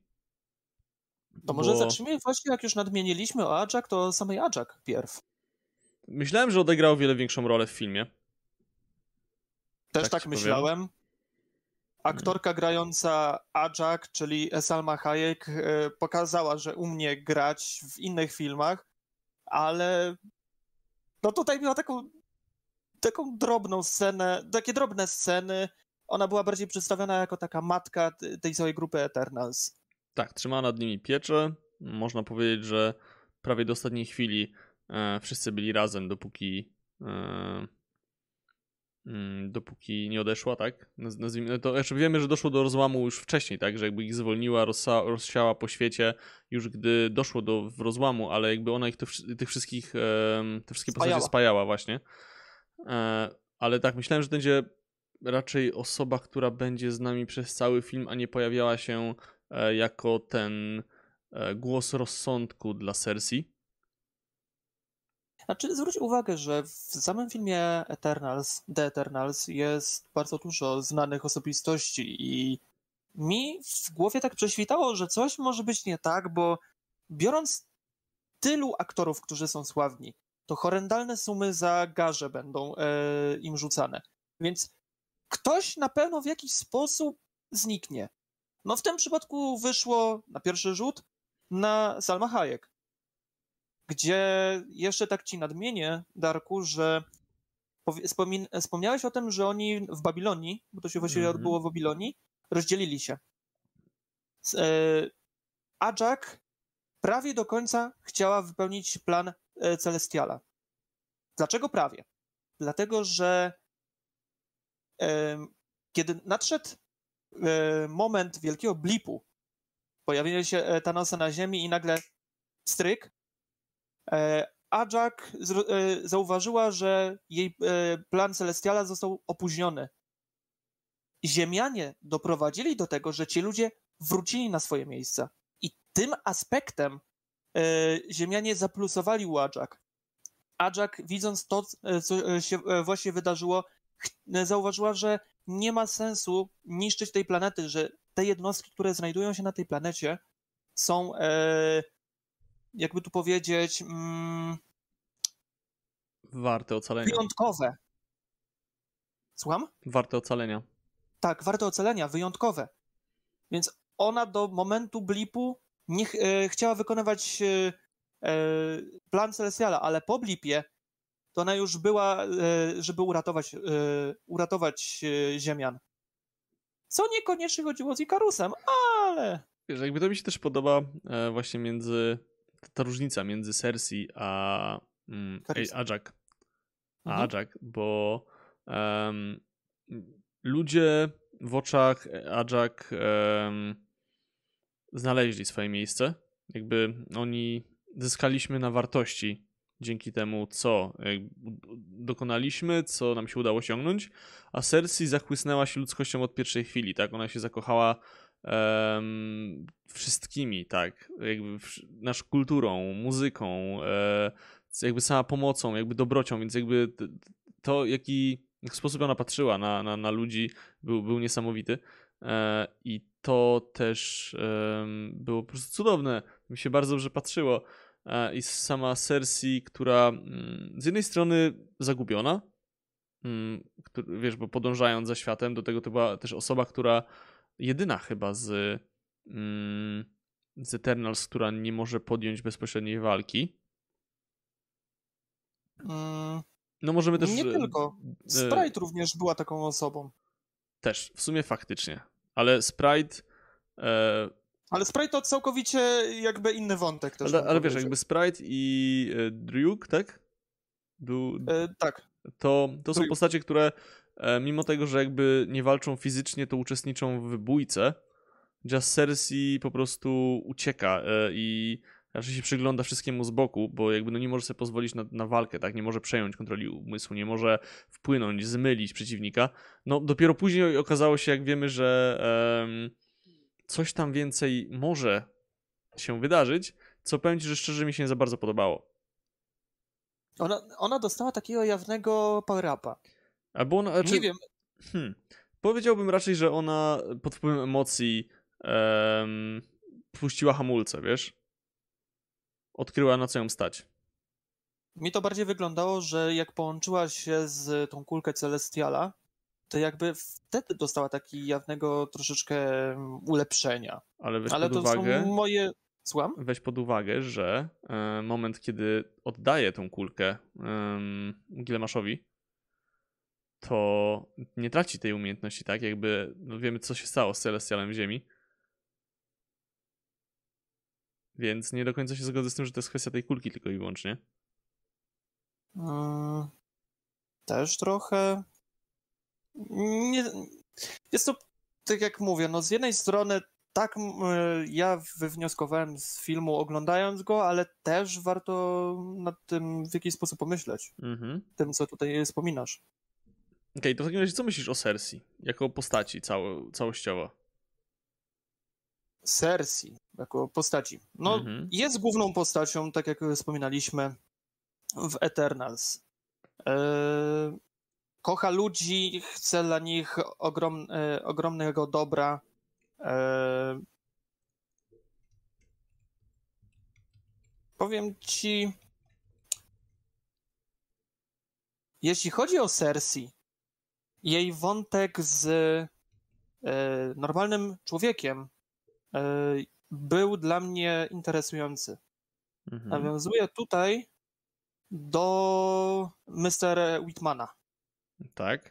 To może Bo zacznijmy właśnie, jak już nadmieniliśmy o Ajak, to o samej Ajak pierw. myślałem, że odegrał o wiele większą rolę w filmie. Też Tak tak, ci myślałem. Aktorka grająca Ajak, czyli Salma Hayek, e, pokazała, że umie grać w innych filmach, ale no tutaj miała taką, taką drobną scenę, takie drobne sceny. Ona była bardziej przedstawiona jako taka matka t- tej całej grupy Eternals. Tak, trzymała nad nimi pieczę. Można powiedzieć, że prawie do ostatniej chwili e, wszyscy byli razem, dopóki e, mm, dopóki nie odeszła, tak? Naz- Nazwijmy to, znaczy wiemy, że doszło do rozłamu już wcześniej, tak? Że jakby ich zwolniła, rozsa- rozsiała po świecie, już gdy doszło do rozłamu, ale jakby ona ich to, wszy- tych wszystkich, e, te wszystkie postacie Spajała. spajała właśnie. E, ale tak, myślałem, że to będzie raczej osoba, która będzie z nami przez cały film, a nie pojawiała się e, jako ten e, głos rozsądku dla Cersei. Znaczy, zwróć uwagę, że w samym filmie Eternals, The Eternals jest bardzo dużo znanych osobistości i mi w głowie tak prześwitało, że coś może być nie tak, bo biorąc tylu aktorów, którzy są sławni, to horrendalne sumy za garze będą e, im rzucane. Więc ktoś na pewno w jakiś sposób zniknie. No w tym przypadku wyszło na pierwszy rzut na Salma Hayek, gdzie jeszcze tak ci nadmienię, Darku, że powie- wspomin- wspomniałeś o tym, że oni w Babilonii, bo to się właściwie Mhm. odbyło w Babilonii, rozdzielili się. S- e, Ajak prawie do końca chciała wypełnić plan e, Celestiala. Dlaczego prawie? Dlatego, że e, kiedy nadszedł e, moment wielkiego blipu, pojawienia się e, Thanosa na ziemi i nagle stryk, e, Ajak zro- e, zauważyła, że jej e, plan Celestiala został opóźniony. Ziemianie doprowadzili do tego, że ci ludzie wrócili na swoje miejsca. I tym aspektem e, Ziemianie zaplusowali u Ajak. Ajak, widząc to, e, co e, się e, właśnie wydarzyło, ch- e, zauważyła, że nie ma sensu niszczyć tej planety, że te jednostki, które znajdują się na tej planecie, są, e, jakby tu powiedzieć, mm, Warte ocalenia. wyjątkowe. Słucham? Warte ocalenia. Tak, warte ocalenia, wyjątkowe. Więc ona do momentu blipu nie ch- e, chciała wykonywać e, e, plan Celestiala, ale po blipie to ona już była, e, żeby uratować, e, uratować e, Ziemian. Co niekoniecznie chodziło z Ikarusem, ale... Wiesz, jakby to mi się też podoba e, właśnie między, ta różnica między Cersei a mm, ej, Carissa. Ajak. A Mhm. Ajak, bo em, ludzie w oczach Ajak em, znaleźli swoje miejsce. Jakby oni zyskaliśmy na wartości dzięki temu, co dokonaliśmy, co nam się udało osiągnąć, a Cersei zachłysnęła się ludzkością od pierwszej chwili, tak? Ona się zakochała um, wszystkimi, tak? Jakby w, naszą kulturą, muzyką, e, jakby sama pomocą, jakby dobrocią, więc jakby to, jaki w sposób ona patrzyła na, na, na ludzi, był, był niesamowity. E, I to też e, było po prostu cudowne. Mi się bardzo dobrze patrzyło. E, I sama Cersei, która mm, z jednej strony zagubiona, mm, który, wiesz, bo podążając za światem, do tego to była też osoba, która jedyna chyba z, mm, z Eternals, która nie może podjąć bezpośredniej walki. Mm, no możemy też... nie tylko. E, Sprite również była taką osobą. Też, w sumie faktycznie. Ale Sprite... E, ale Sprite to całkowicie jakby inny wątek też. Ale, ale wiesz, jakby Sprite i e, Druk, tak? Był, e, tak. To, to są postacie, które e, mimo tego, że jakby nie walczą fizycznie, to uczestniczą w bójce. Just Cersei po prostu ucieka e, i raczej się przygląda wszystkiemu z boku, bo jakby no nie może sobie pozwolić na, na walkę, tak? Nie może przejąć kontroli umysłu, nie może wpłynąć, zmylić przeciwnika. No dopiero później okazało się, jak wiemy, że em, coś tam więcej może się wydarzyć, co powiem ci, że szczerze mi się nie za bardzo podobało. Ona, ona dostała takiego jawnego power-upa. Albo ona, znaczy, nie wiem. Hmm, powiedziałbym raczej, że ona pod wpływem emocji um, puściła hamulce, wiesz? Odkryła, na co ją stać. Mi to bardziej wyglądało, że jak połączyła się z tą kulkę Celestiala, to jakby wtedy dostała taki jawnego troszeczkę ulepszenia. Ale weź Ale pod to uwagę, są moje... Słucham? Weź pod uwagę, że e, moment, kiedy oddaje tą kulkę um, Gilgamaszowi, to nie traci tej umiejętności, tak? Jakby no wiemy, co się stało z Celestialem w Ziemi. Więc nie do końca się zgodzę z tym, że to jest kwestia tej kulki tylko i wyłącznie. Hmm, też trochę... Nie, jest to, tak jak mówię, no z jednej strony tak ja wywnioskowałem z filmu oglądając go, ale też warto nad tym w jakiś sposób pomyśleć. Mhm. Tym, co tutaj wspominasz. Okej, okay, to w takim razie co myślisz o Cersei? Jako postaci cało, całościowo? Cersei jako postaci. No, mhm. jest główną postacią, tak jak wspominaliśmy, w Eternals. Yy, kocha ludzi, chce dla nich ogrom, yy, ogromnego dobra. Yy, powiem ci, jeśli chodzi o Cersei, jej wątek z yy, normalnym człowiekiem yy, był dla mnie interesujący. Mhm. Nawiązuję tutaj do mistera Whitmana. Tak.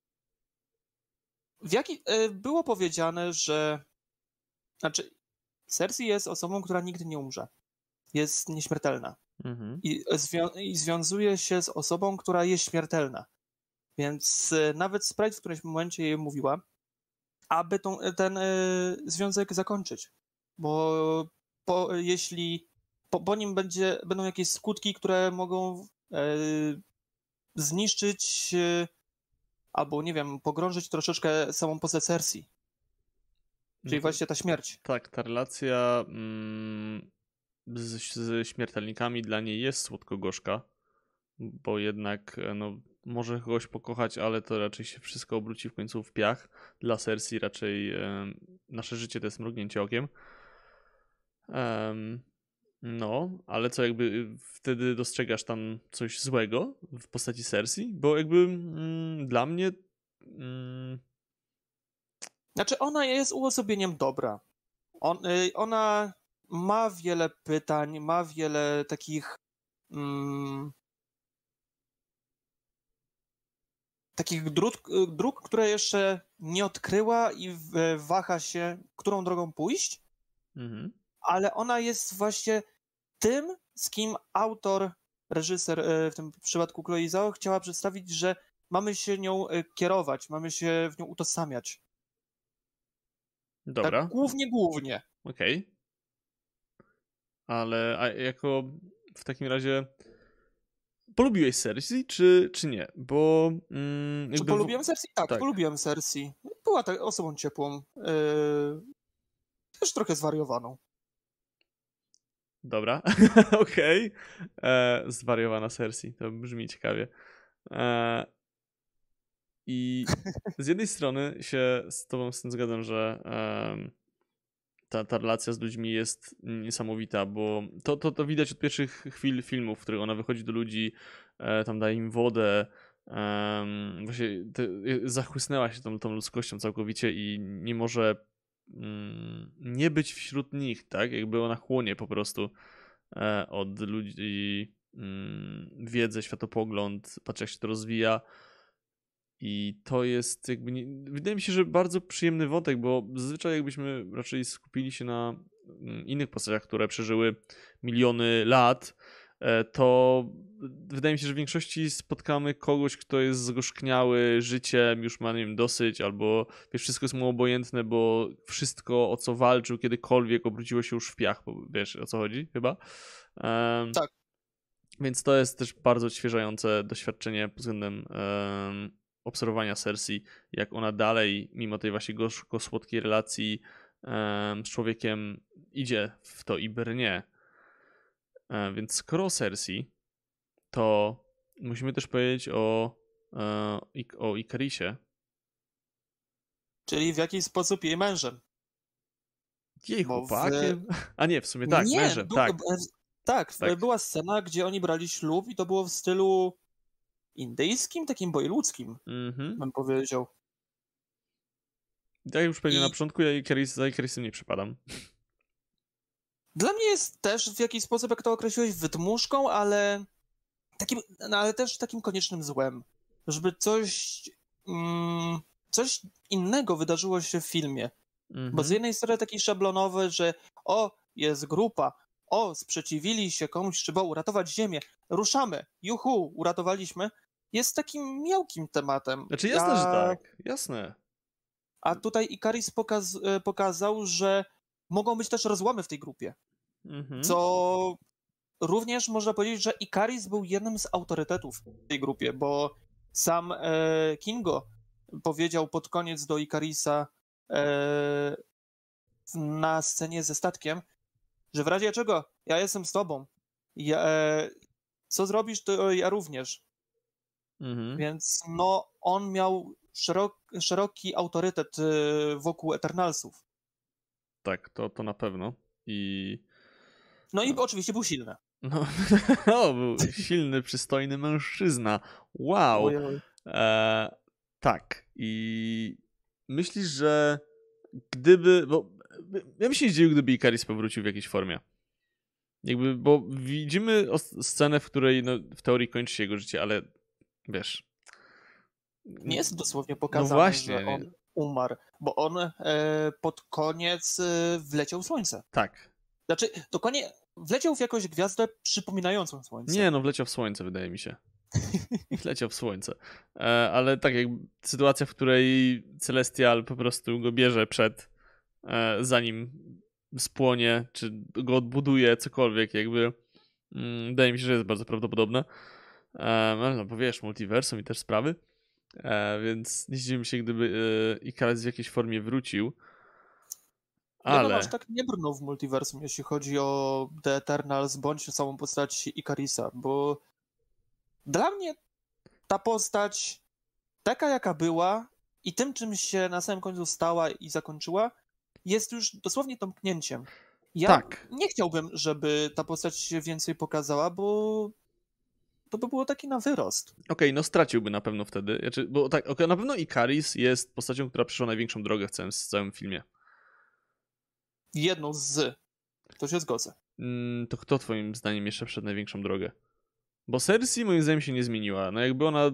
W jaki, było powiedziane, że znaczy Cersei jest osobą, która nigdy nie umrze. Jest nieśmiertelna. Mhm. I, zwią- I związuje się z osobą, która jest śmiertelna. Więc nawet Sprite w którymś momencie jej mówiła, aby tą, ten y, związek zakończyć. Bo po, jeśli po, po nim będzie, będą jakieś skutki, które mogą y, zniszczyć y, albo, nie wiem, pogrążyć troszeczkę samą postać Cersei. Czyli no to, właśnie ta śmierć. Tak, ta relacja mm, z, z śmiertelnikami dla niej jest słodko-gorzka, bo jednak no, może kogoś pokochać, ale to raczej się wszystko obróci w końcu w piach. Dla Cersei raczej e, nasze życie to jest mrugnięcie okiem. Um, no, ale co jakby wtedy dostrzegasz tam coś złego w postaci Cersei? Bo jakby mm, dla mnie... Mm... Znaczy ona jest uosobieniem dobra. On, y, ona ma wiele pytań, ma wiele takich mm, takich dróg, dróg, które jeszcze nie odkryła i waha się, którą drogą pójść, mhm. ale ona jest właśnie tym, z kim autor, reżyser, w tym przypadku Chloe Zhao, chciała przedstawić, że mamy się nią kierować, mamy się w nią utożsamiać. Dobra. Tak głównie, głównie. Okej. Okay. Ale a jako w takim razie polubiłeś Cersei, czy, czy nie? Bo... Mm, Czy jakby polubiłem Cersei? Tak, tak. polubiłem Cersei. Była tak osobą ciepłą. Yy... Też trochę zwariowaną. Dobra, okej. Okay. Zwariowana Cersei, to brzmi ciekawie. E, I z jednej strony się z tobą z tym zgadzam, że um, ta, ta relacja z ludźmi jest niesamowita, bo to, to, to widać od pierwszych chwil filmów, w których ona wychodzi do ludzi, e, tam daje im wodę, um, właśnie te, zachłysnęła się tą, tą ludzkością całkowicie i nie może mm, nie być wśród nich, tak? Jakby ona chłonie po prostu e, od ludzi mm, wiedzę, światopogląd, patrz jak się to rozwija. I to jest jakby, nie, wydaje mi się, że bardzo przyjemny wątek, bo zazwyczaj jakbyśmy raczej skupili się na innych postaciach, które przeżyły miliony lat, to wydaje mi się, że w większości spotkamy kogoś, kto jest zgorzkniały życiem, już ma, nie wiem, dosyć, albo wiesz, wszystko jest mu obojętne, bo wszystko, o co walczył kiedykolwiek, obróciło się już w piach, bo wiesz, o co chodzi chyba? Um, tak. Więc to jest też bardzo odświeżające doświadczenie pod względem um, obserwowania Cersei, jak ona dalej, mimo tej właśnie gorzko-słodkiej relacji um, z człowiekiem, idzie w to i brnie. Um, więc skoro o Cersei, to musimy też powiedzieć o, um, o Ikarisie. Czyli w jakiś sposób jej mężem. Jej Bo chłopakiem? w... A nie, w sumie tak, nie, mężem, był, tak. tak. Tak, była scena, gdzie oni brali ślub i to było w stylu indyjskim, takim bojludzkim, mhm. bym powiedział. Tak już pewnie I... na początku, ja Ikaris, za Ikarisem nie przepadam. Dla mnie jest też w jakiś sposób, jak to określiłeś, wydmuszką, ale takim, no, ale też takim koniecznym złem. Żeby coś, mm, coś innego wydarzyło się w filmie. Mhm. Bo z jednej strony taki szablonowy, że o, jest grupa, o, sprzeciwili się komuś, trzeba uratować ziemię, ruszamy, juhu, uratowaliśmy, jest takim miałkim tematem. Znaczy jasne, a, że tak, jasne. A tutaj Ikaris pokaz, pokazał, że mogą być też rozłamy w tej grupie. Mhm. Co również można powiedzieć, że Ikaris był jednym z autorytetów w tej grupie, bo sam e, Kingo powiedział pod koniec do Ikarisa e, na scenie ze statkiem, że w razie czego ja jestem z tobą. Ja, e, co zrobisz, to ja również. Mhm. Więc no, on miał szerok, szeroki autorytet e, wokół Eternalsów. Tak, to, to na pewno. I... No i oczywiście był silny. No, o, był silny, przystojny mężczyzna. Wow. Oj, oj. E, tak. I myślisz, że gdyby... Bo ja bym się nie zdziwił, gdyby Ikaris powrócił w jakiejś formie. Jakby, bo widzimy scenę, w której no, w teorii kończy się jego życie, ale wiesz... Nie jest dosłownie pokazane, no właśnie, że on nie. umarł, bo on e, pod koniec e, wleciał w słońce. Tak. Znaczy, dokładnie wleciał w jakąś gwiazdę przypominającą słońce. Nie, no wleciał w słońce, wydaje mi się. Wleciał w słońce. E, ale tak jak sytuacja, w której Celestial po prostu go bierze przed, e, zanim spłonie, czy go odbuduje, cokolwiek, jakby mm, wydaje mi się, że jest bardzo prawdopodobne. E, no bo wiesz, multiversum i też sprawy. E, więc nie zdziwię się, gdyby e, Ikaris w jakiejś formie wrócił. Ale... Ale... Ja aż tak nie brnął w multiversum, jeśli chodzi o The Eternals, bądź samą postać Ikarisa, bo dla mnie ta postać, taka jaka była i tym, czym się na samym końcu stała i zakończyła, jest już dosłownie tąpnięciem. Ja tak. nie chciałbym, żeby ta postać się więcej pokazała, bo to by było taki na wyrost. Okej, okay, no straciłby na pewno wtedy. Znaczy, bo tak, okay, na pewno Ikaris jest postacią, która przeszła największą drogę w całym, w całym filmie. Jedną z. To się zgodzę. Mm, to kto twoim zdaniem jeszcze przed największą drogę? Bo Cersei moim zdaniem się nie zmieniła. No jakby ona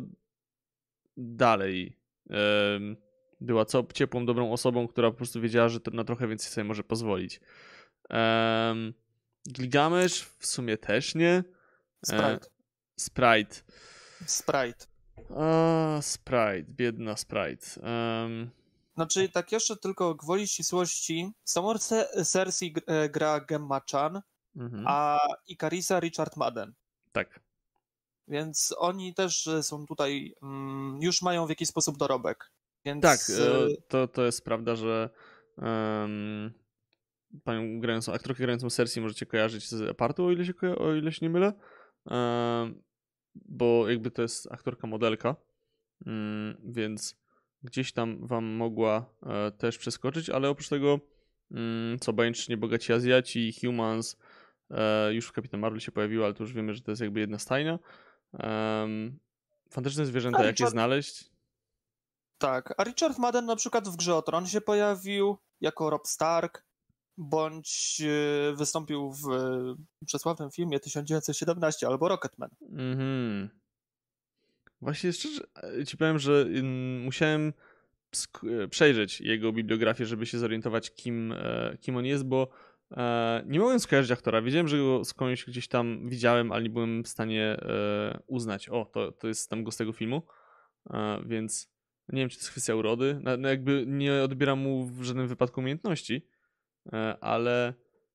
dalej um, była co ciepłą, dobrą osobą, która po prostu wiedziała, że na trochę więcej sobie może pozwolić. Um, Gilgamesz w sumie też nie. Sprite. E, Sprite. Sprite. A, Sprite, biedna Sprite. Um, Znaczy, tak jeszcze tylko gwoli ścisłości, samą Cersei gra Gemma Chan, mhm. a Ikarisa Richard Madden. Tak. więc oni też są tutaj, mm, już mają w jakiś sposób dorobek. Więc... Tak, to, to jest prawda, że um, panią grającą, aktorkę grającą Cersei możecie kojarzyć z Apartu, o ile się, o ile się nie mylę, um, bo jakby to jest aktorka modelka, um, więc gdzieś tam wam mogła e, też przeskoczyć, ale oprócz tego um, co bajęcznie bogaci Azjaci, Humans, e, już w Kapitan Marvel się pojawiło, ale to już wiemy, że to jest jakby jedna stajnia. Um, fantastyczne zwierzęta, A jak je Richard... znaleźć? Tak, a Richard Madden na przykład w Grze o Tron się pojawił jako Robb Stark, bądź wystąpił w przesławnym filmie tysiąc dziewięćset siedemnaście albo Rocketman. Mhm. Właśnie szczerze ci powiem, że musiałem przejrzeć jego bibliografię, żeby się zorientować, kim, kim on jest, bo nie mogłem skojarzyć aktora. Wiedziałem, że go skądś gdzieś tam widziałem, ale nie byłem w stanie uznać, o, to, to jest tam go z tego filmu, więc nie wiem, czy to jest kwestia urody. No jakby nie odbieram mu w żadnym wypadku umiejętności, ale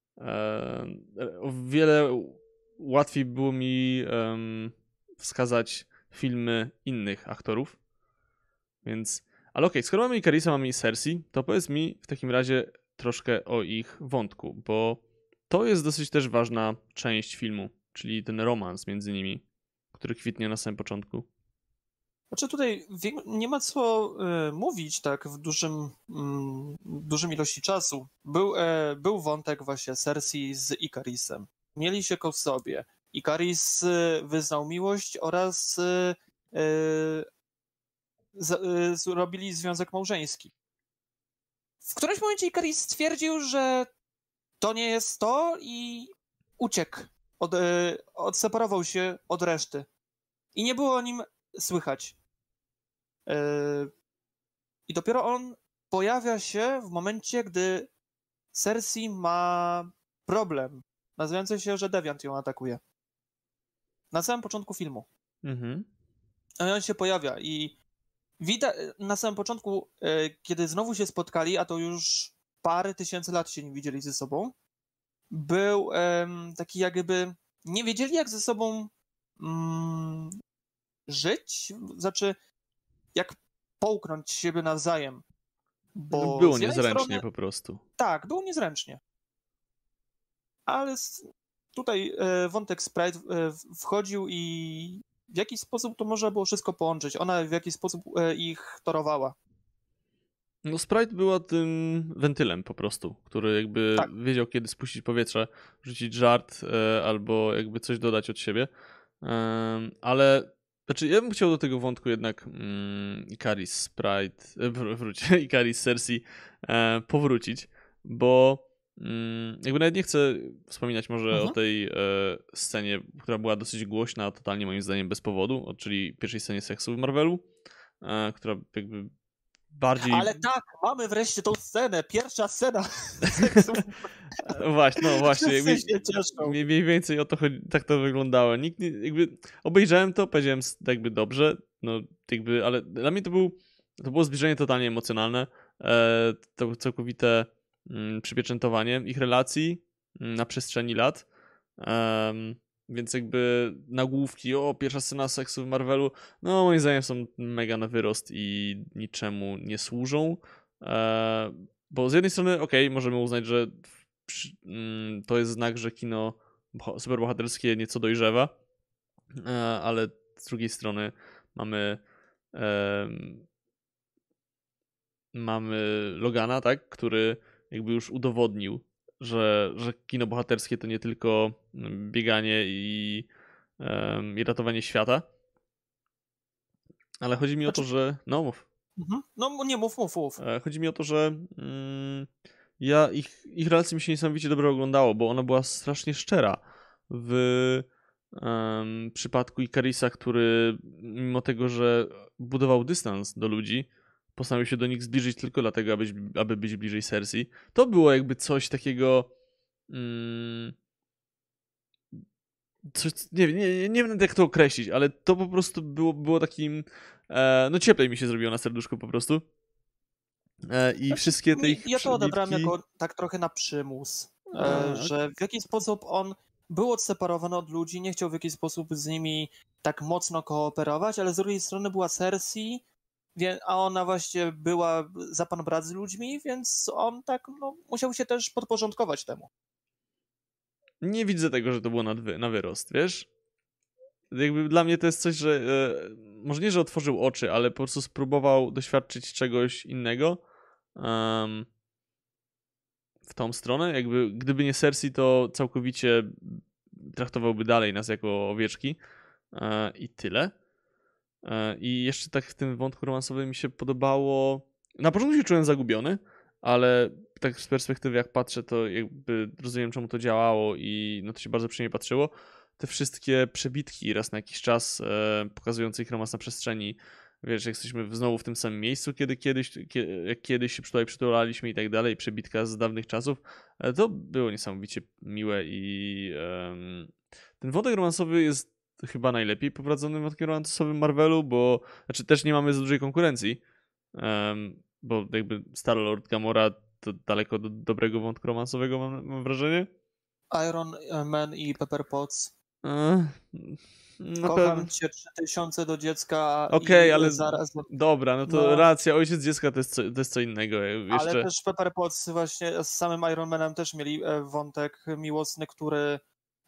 o wiele łatwiej było mi wskazać filmy innych aktorów, więc... Ale okej, okay, skoro mamy Icarisa, mamy i Cersei, to powiedz mi w takim razie troszkę o ich wątku, bo to jest dosyć też ważna część filmu, czyli ten romans między nimi, który kwitnie na samym początku. Znaczy tutaj nie ma co y, mówić tak w dużym, mm, dużym ilości czasu. Był, e, był wątek właśnie Cersei z Icarisem. Mieli się ku sobie. Icaris y, wyznał miłość oraz y, y, z, zrobili związek małżeński. W którymś momencie Icaris stwierdził, że to nie jest to i uciekł. Od, y, odseparował się od reszty. I nie było o nim słychać. Yy, I dopiero on pojawia się w momencie, gdy Cersei ma problem, nazywający się, że Deviant ją atakuje. Na samym początku filmu. Mhm. I on się pojawia i widać na samym początku, yy, kiedy znowu się spotkali, a to już parę tysięcy lat się nie widzieli ze sobą, był yy, taki jakby, nie wiedzieli jak ze sobą mm, żyć, znaczy jak połknąć siebie nawzajem. Bo było z jednej niezręcznie strony, po prostu. Tak, było niezręcznie. Ale tutaj e, wątek Sprite e, wchodził i w jakiś sposób to można było wszystko połączyć. Ona w jakiś sposób e, ich torowała. No Sprite była tym wentylem po prostu, który jakby Tak. wiedział, kiedy spuścić powietrze, rzucić żart e, albo jakby coś dodać od siebie. E, ale znaczy ja bym chciał do tego wątku jednak mm, Icaris, Sprite, e, wr- wróć, Icaris, Cersei e, powrócić, bo mm, jakby nawet nie chcę wspominać może Mhm. o tej e, scenie, która była dosyć głośna, totalnie moim zdaniem bez powodu, czyli pierwszej scenie seksu w Marvelu, e, która jakby bardziej... Ale tak, mamy wreszcie tą scenę, pierwsza scena. Właśnie, no właśnie. Wszyscy się cieszą. Mniej, mniej więcej o to chodzi, tak to wyglądało. Nikt nie, jakby obejrzałem to, powiedziałem jakby dobrze, no jakby, ale dla mnie to był, to było zbliżenie totalnie emocjonalne, e, to całkowite mm, przypieczętowanie ich relacji mm, na przestrzeni lat. Um, Więc jakby nagłówki, o, pierwsza scena seksu w Marvelu, no moim zdaniem są mega na wyrost i niczemu nie służą. E, bo z jednej strony, okej, okay, możemy uznać, że przy, mm, to jest znak, że kino superbohaterskie nieco dojrzewa, e, ale z drugiej strony mamy e, mamy Logana, tak, który jakby już udowodnił, że, że kino bohaterskie to nie tylko bieganie i, um, i ratowanie świata. Ale chodzi mi znaczy... o to, że... No mów. Mhm. No nie, mów, mów, mów. Chodzi mi o to, że mm, ja ich, ich relacje mi się niesamowicie dobrze oglądało, bo ona była strasznie szczera. W um, przypadku Icarisa, który mimo tego, że budował dystans do ludzi, postanowił się do nich zbliżyć tylko dlatego, aby, aby być bliżej Cersei. To było jakby coś takiego... Mm, coś, nie, nie, nie wiem jak to określić, ale to po prostu było, było takim... E, no cieplej mi się zrobiło na serduszku po prostu. E, I znaczy, wszystkie te ich Ja to odebrałem przebitki... jako tak trochę na przymus, e, że w jakiś sposób on był odseparowany od ludzi, nie chciał w jakiś sposób z nimi tak mocno kooperować, ale z drugiej strony była Cersei, a ona właśnie była za pan brat z ludźmi, więc on tak no, musiał się też podporządkować temu. Nie widzę tego, że to było na, wy, na wyrost, wiesz? Jakby dla mnie to jest coś, że e, może nie, że otworzył oczy, ale po prostu spróbował doświadczyć czegoś innego um, w tą stronę. Jakby gdyby nie Cersei, to całkowicie traktowałby dalej nas jako owieczki e, i tyle. E, I jeszcze tak w tym wątku romansowym mi się podobało. Na początku się czułem zagubiony, ale tak z perspektywy jak patrzę, to jakby rozumiem, czemu to działało i no to się bardzo przyjemnie patrzyło. Te wszystkie przebitki raz na jakiś czas e, pokazujące ich romans na przestrzeni, wiesz, jak jesteśmy znowu w tym samym miejscu, kiedy kiedyś, kiedy, jak kiedyś się tutaj przytulaliśmy i tak dalej, przebitka z dawnych czasów, e, to było niesamowicie miłe i e, ten wątek romansowy jest chyba najlepiej poprowadzonym wątkiem romansowym Marvelu, bo znaczy też nie mamy za dużej konkurencji, e, bo jakby Star-Lord, Gamora to daleko do dobrego wątku romansowego mam, mam wrażenie. Iron Man i Pepper Potts. No Kocham pewnie. cię trzy tysiące do dziecka. Okej, okay, ale zaraz. dobra, no to no. racja, ojciec dziecka to jest co, to jest co innego. Jeszcze... Ale też Pepper Potts właśnie z samym Iron Manem też mieli wątek miłosny, który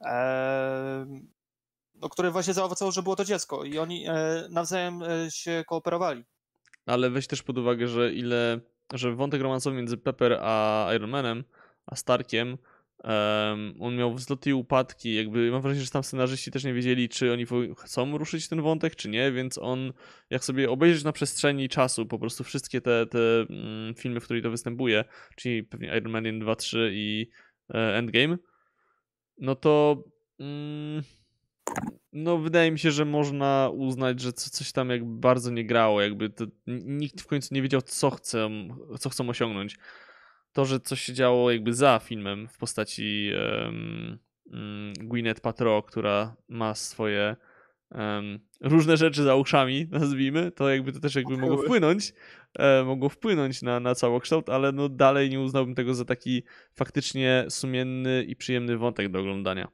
e, no, który właśnie zaowocował, że było to dziecko i oni e, nawzajem się kooperowali. Ale weź też pod uwagę, że ile, że wątek romansowy między Pepper a Iron Manem, a Starkiem, um, on miał wzloty i upadki, jakby mam wrażenie, że tam scenarzyści też nie wiedzieli, czy oni chcą ruszyć ten wątek, czy nie, więc on, jak sobie obejrzysz na przestrzeni czasu po prostu wszystkie te, te mm, filmy, w których to występuje, czyli pewnie Iron Man jeden, dwa, trzy i e, Endgame, no to mm, no wydaje mi się, że można uznać, że coś tam jakby bardzo nie grało, jakby to, nikt w końcu nie wiedział, co chcą, co chcą osiągnąć. To, że coś się działo jakby za filmem w postaci um, um, Gwyneth Paltrow, która ma swoje um, różne rzeczy za uszami, nazwijmy, to jakby to też jakby mogło wpłynąć, e, mogło wpłynąć na, na całokształt, ale no dalej nie uznałbym tego za taki faktycznie sumienny i przyjemny wątek do oglądania.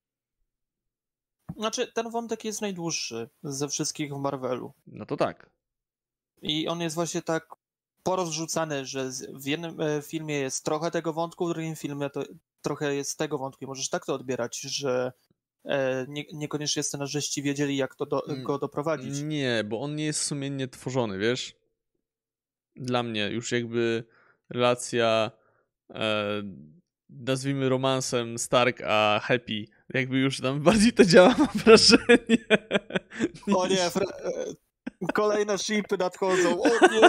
Znaczy, ten wątek jest najdłuższy ze wszystkich w Marvelu. No to tak. I on jest właśnie tak porozrzucany, że w jednym filmie jest trochę tego wątku, w drugim filmie to trochę jest tego wątku i możesz tak to odbierać, że nie, niekoniecznie scenarzyści wiedzieli, jak to do, go doprowadzić. Nie, bo on nie jest sumiennie tworzony, wiesz? Dla mnie już jakby relacja e, nazwijmy romansem Stark a Happy, jakby już tam bardziej to działa, mam wrażenie. O nie, Fre- kolejne shipy nadchodzą, o nie!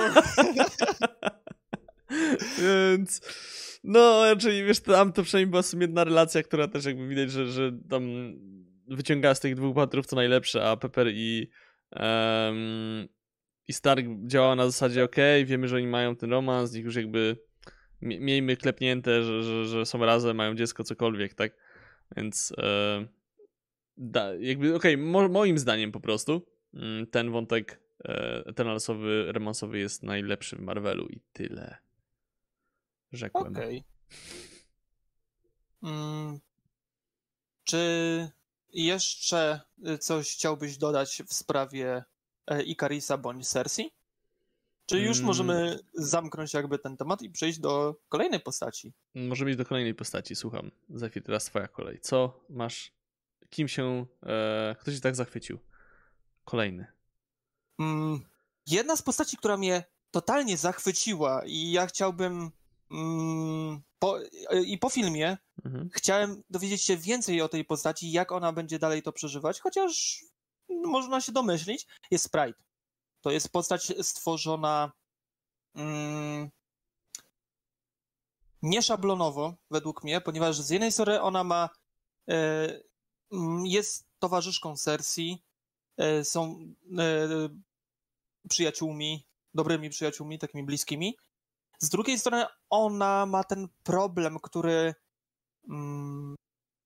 Więc no, raczej wiesz, tam to przynajmniej była sumienna relacja, która też jakby widać, że, że tam wyciągała z tych dwóch bohaterów co najlepsze, a Pepper i um, i Stark działała na zasadzie okej, okay, wiemy, że oni mają ten romans, niech już jakby miejmy klepnięte, że, że, że są razem, mają dziecko, cokolwiek, tak? Więc e, da, jakby okej, okay, mo, moim zdaniem po prostu ten wątek e, ten romansowy, romansowy jest najlepszy w Marvelu i tyle. Rzekłem. Okej. Okay. Mm, czy jeszcze coś chciałbyś dodać w sprawie Icarisa bądź Cersei? Czy już mm. możemy zamknąć jakby ten temat i przejść do kolejnej postaci? Możemy iść do kolejnej postaci, słucham. Za chwilę teraz twoja kolej. Co masz? Kim się... E, kto cię tak zachwycił? Kolejny. Mm, jedna z postaci, która mnie totalnie zachwyciła i ja chciałbym mm, po, i po filmie mhm. chciałem dowiedzieć się więcej o tej postaci, jak ona będzie dalej to przeżywać, chociaż można się domyślić, jest Sprite. To jest postać stworzona mm, nieszablonowo, według mnie, ponieważ z jednej strony ona ma e, jest towarzyszką Cersei, e, są e, przyjaciółmi, dobrymi przyjaciółmi, takimi bliskimi. Z drugiej strony ona ma ten problem, który, mm,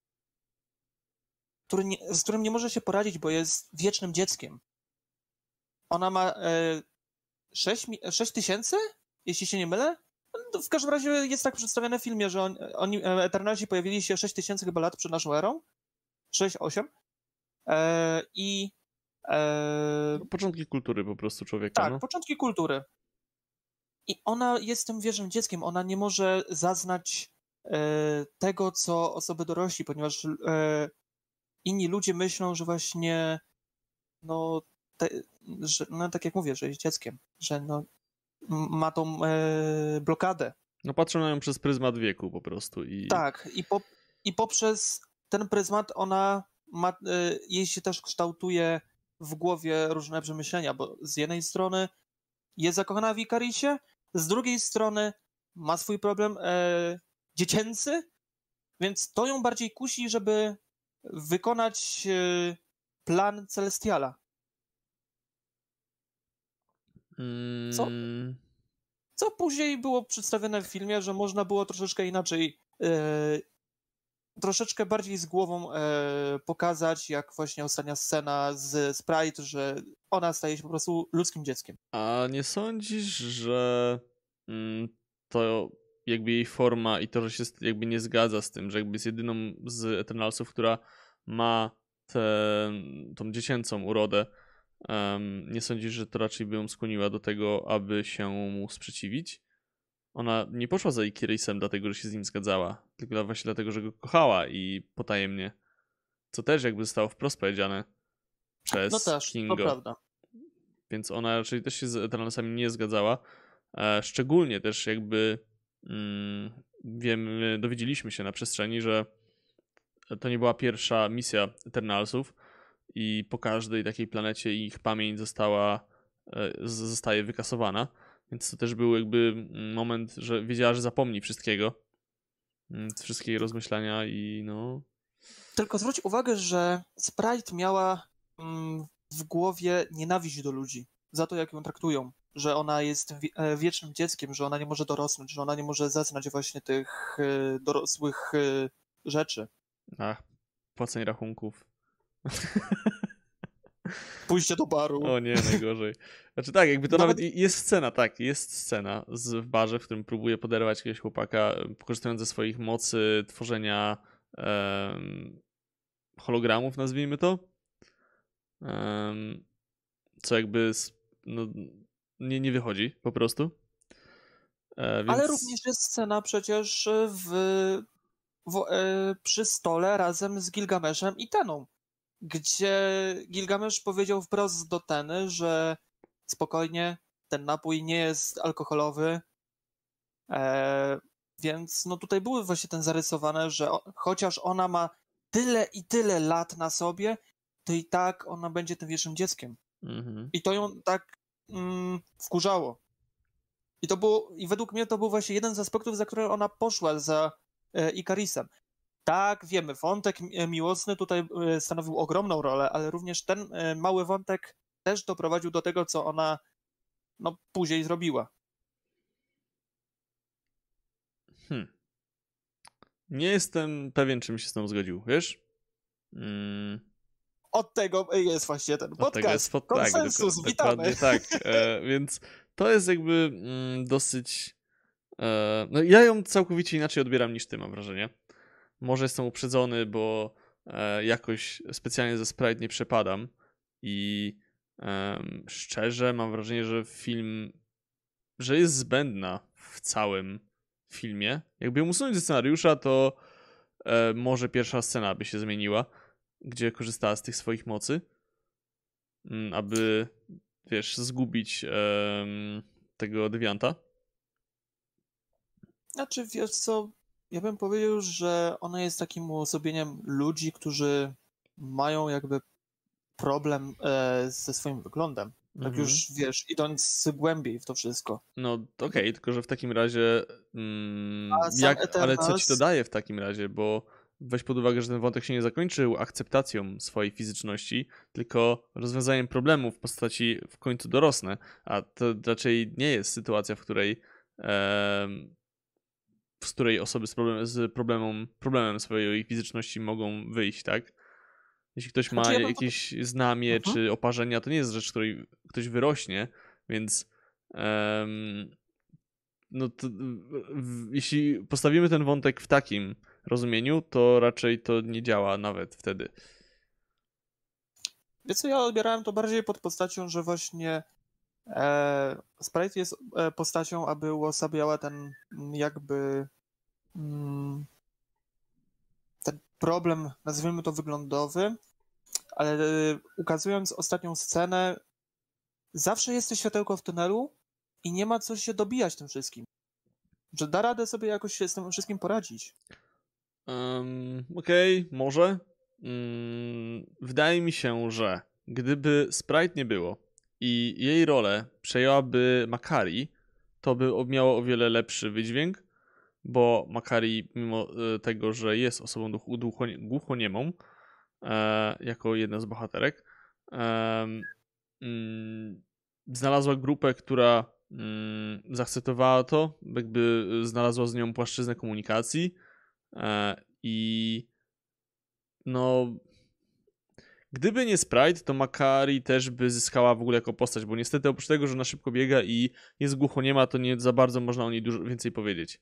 który nie, z którym nie może się poradzić, bo jest wiecznym dzieckiem. Ona ma e, sześć tysięcy, jeśli się nie mylę. No, w każdym razie jest tak przedstawione w filmie, że on, oni, Eternalsi pojawili się sześć tysięcy chyba lat przed naszą erą sześć osiem. E, I e, No, początki kultury po prostu człowieka, tak, no. początki kultury. I ona jest tym wierzchnym dzieckiem, ona nie może zaznać e, tego, co osoby dorośli, ponieważ e, inni ludzie myślą, że właśnie no, te, że, no tak jak mówię, że jest dzieckiem, że no, m- ma tą e, blokadę. No patrzą na nią przez pryzmat wieku po prostu i... Tak, i, po, i poprzez ten pryzmat ona ma, e, jej się też kształtuje w głowie różne przemyślenia, bo z jednej strony jest zakochana w Ikarisie, z drugiej strony ma swój problem e, dziecięcy, więc to ją bardziej kusi, żeby wykonać e, plan Celestiala. Co, Mm, co później było przedstawione w filmie, że można było troszeczkę inaczej, e, troszeczkę bardziej z głową e, pokazać, jak właśnie ostatnia scena z Sprite, że ona staje się po prostu ludzkim dzieckiem. a nie sądzisz, że mm, to jakby jej forma i to, że się z- jakby nie zgadza z tym, że jakby jest jedyną z Eternalsów, która ma tę tą dziecięcą urodę, em, nie sądzisz, że to raczej by ją skłoniła do tego, aby się mu sprzeciwić? Ona nie poszła za Ikirisem dlatego, że się z nim zgadzała, tylko właśnie dlatego, że go kochała i potajemnie. Co też jakby zostało wprost powiedziane przez No też, to Kingo. prawda. Więc ona raczej też się z Eternalsami nie zgadzała. E, szczególnie też jakby mm, wiemy, dowiedzieliśmy się na przestrzeni, że to nie była pierwsza misja Eternalsów i po każdej takiej planecie ich pamięć została e, z- zostaje wykasowana. Więc to też był jakby moment, że wiedziała, że zapomni wszystkiego. mm, Wszystkie jej rozmyślania i no... Tylko zwróć uwagę, że Sprite miała mm, w głowie nienawiść do ludzi za to, jak ją traktują, że ona jest wie- e, wiecznym dzieckiem, że ona nie może dorosnąć, że ona nie może zaznać właśnie tych e, dorosłych e, rzeczy. Ach, płacenie rachunków. Pójście do baru. O nie, najgorzej. Znaczy tak, jakby to Nawet- nawet, i- jest scena, tak, jest scena z, w barze, w którym próbuje poderwać jakiegoś chłopaka, korzystając ze swoich mocy tworzenia em, hologramów, nazwijmy to. Em, co jakby z, no, nie, nie wychodzi po prostu. E, więc... Ale również jest scena przecież w, w, e, przy stole razem z Gilgameszem i Teną, gdzie Gilgamesz powiedział wprost do Teny, że spokojnie, ten napój nie jest alkoholowy, e, więc no tutaj były właśnie ten zarysowane, że o, chociaż ona ma tyle i tyle lat na sobie, to i tak ona będzie tym wiecznym dzieckiem. Mhm. I to ją tak mm, wkurzało. I to było, i według mnie to był właśnie jeden z aspektów, za które ona poszła za e, Ikarisem. Tak, wiemy, wątek mi- e, miłosny tutaj e, stanowił ogromną rolę, ale również ten e, mały wątek też doprowadził do tego, co ona no, później zrobiła. Hmm. Nie jestem pewien, czym się z tą zgodził, wiesz? Mm. Od tego e, jest właśnie ten Od tego podcast. jest pod- tak, Konsensus, doko- witamy. dokładnie tak. E, więc to jest jakby mm, dosyć... E, no ja ją całkowicie inaczej odbieram niż ty, mam wrażenie. Może jestem uprzedzony, bo e, jakoś specjalnie ze Sprite nie przepadam i em, szczerze mam wrażenie, że film, że jest zbędna w całym filmie. Jakby ją usunąć ze scenariusza, to e, może pierwsza scena by się zmieniła, gdzie korzystała z tych swoich mocy, mm, aby, wiesz, zgubić em, tego dewianta. Znaczy, wiesz co, ja bym powiedział, że ona jest takim uosobieniem ludzi, którzy mają jakby problem e, ze swoim wyglądem. Tak Mhm. już, wiesz, idąc głębiej w to wszystko. No okej, tylko że w takim razie mm, A sam jak, ale co ci to Eternals- daje w takim razie, bo weź pod uwagę, że ten wątek się nie zakończył akceptacją swojej fizyczności, tylko rozwiązaniem problemów w postaci w końcu dorosnę, a to raczej nie jest sytuacja, w której em, z której osoby z, problem, z problemem, problemem swojej fizyczności mogą wyjść, tak? Jeśli ktoś ma Znaczy, ja bym jakieś znamie Mhm. czy oparzenia, to nie jest rzecz, której ktoś wyrośnie, więc em, no to, w, jeśli postawimy ten wątek w takim rozumieniu, to raczej to nie działa nawet wtedy. Wiesz co, ja odbierałem to bardziej pod postacią, że właśnie e, Sprite jest e, postacią, aby uosabiała ten jakby mm, ten problem, nazwijmy to wyglądowy, ale e, ukazując ostatnią scenę, zawsze jest to światełko w tunelu i nie ma co się dobijać tym wszystkim. Że da radę sobie jakoś się z tym wszystkim poradzić. Um, Okej, okay, może. Um, wydaje mi się, że gdyby Sprite nie było i jej rolę przejęłaby Makari, to by miało o wiele lepszy wydźwięk, bo Makari, mimo tego, że jest osobą głuchoniemą, e, jako jedna z bohaterek, e, mm, znalazła grupę, która mm, zaakceptowała to, jakby znalazła z nią płaszczyznę komunikacji e, i no gdyby nie Sprite, to Makari też by zyskała w ogóle jako postać, bo niestety oprócz tego, że ona szybko biega i jest głuchoniema, to nie za bardzo można o niej dużo więcej powiedzieć.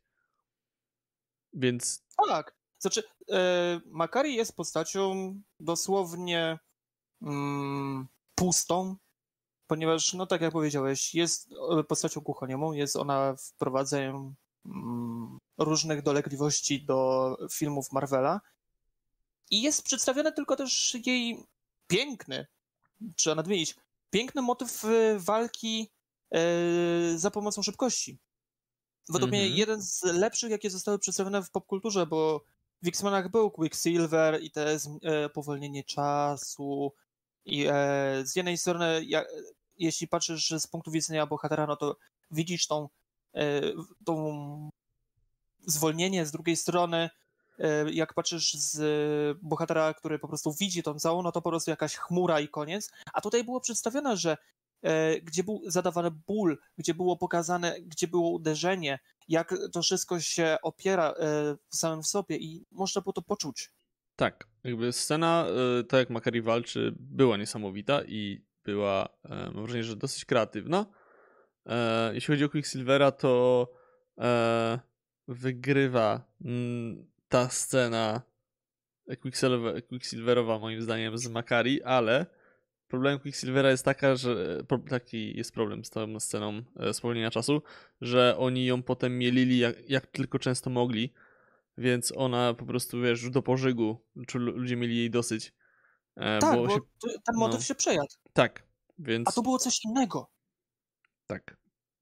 Więc... Tak, znaczy e, Makari jest postacią dosłownie mm, pustą, ponieważ, no tak jak powiedziałeś, jest postacią głuchoniemą, jest ona wprowadzeniem mm, różnych dolegliwości do filmów Marvela i jest przedstawiony tylko też jej piękny, trzeba nadmienić, piękny motyw walki e, za pomocą szybkości. Według mm-hmm. mnie jeden z lepszych, jakie zostały przedstawione w popkulturze, bo w X-Menach był Quicksilver i te e, powolnienie czasu i e, z jednej strony, ja, jeśli patrzysz z punktu widzenia bohatera, no to widzisz tą, e, tą zwolnienie, z drugiej strony e, jak patrzysz z bohatera, który po prostu widzi tą całą, no to po prostu jakaś chmura i koniec, a tutaj było przedstawione, że e, gdzie był zadawany ból, gdzie było pokazane, gdzie było uderzenie, jak to wszystko się opiera e, w samym w sobie i można było to poczuć. Tak, jakby scena, e, tak jak Makari walczy, była niesamowita i była, e, mam wrażenie, że dosyć kreatywna. E, jeśli chodzi o Quicksilvera, to e, wygrywa m, ta scena Quicksilver, Quicksilverowa moim zdaniem z Makari, ale problemem Quicksilvera jest taka, że taki jest problem z tą sceną e, spowolnienia czasu, że oni ją potem mielili jak, jak tylko często mogli, więc ona po prostu, wiesz, już do pożygu, czy ludzie mieli jej dosyć. E, tak, bo, bo się, ten motyw no, się przejadł. Tak, więc... A to było coś innego. Tak.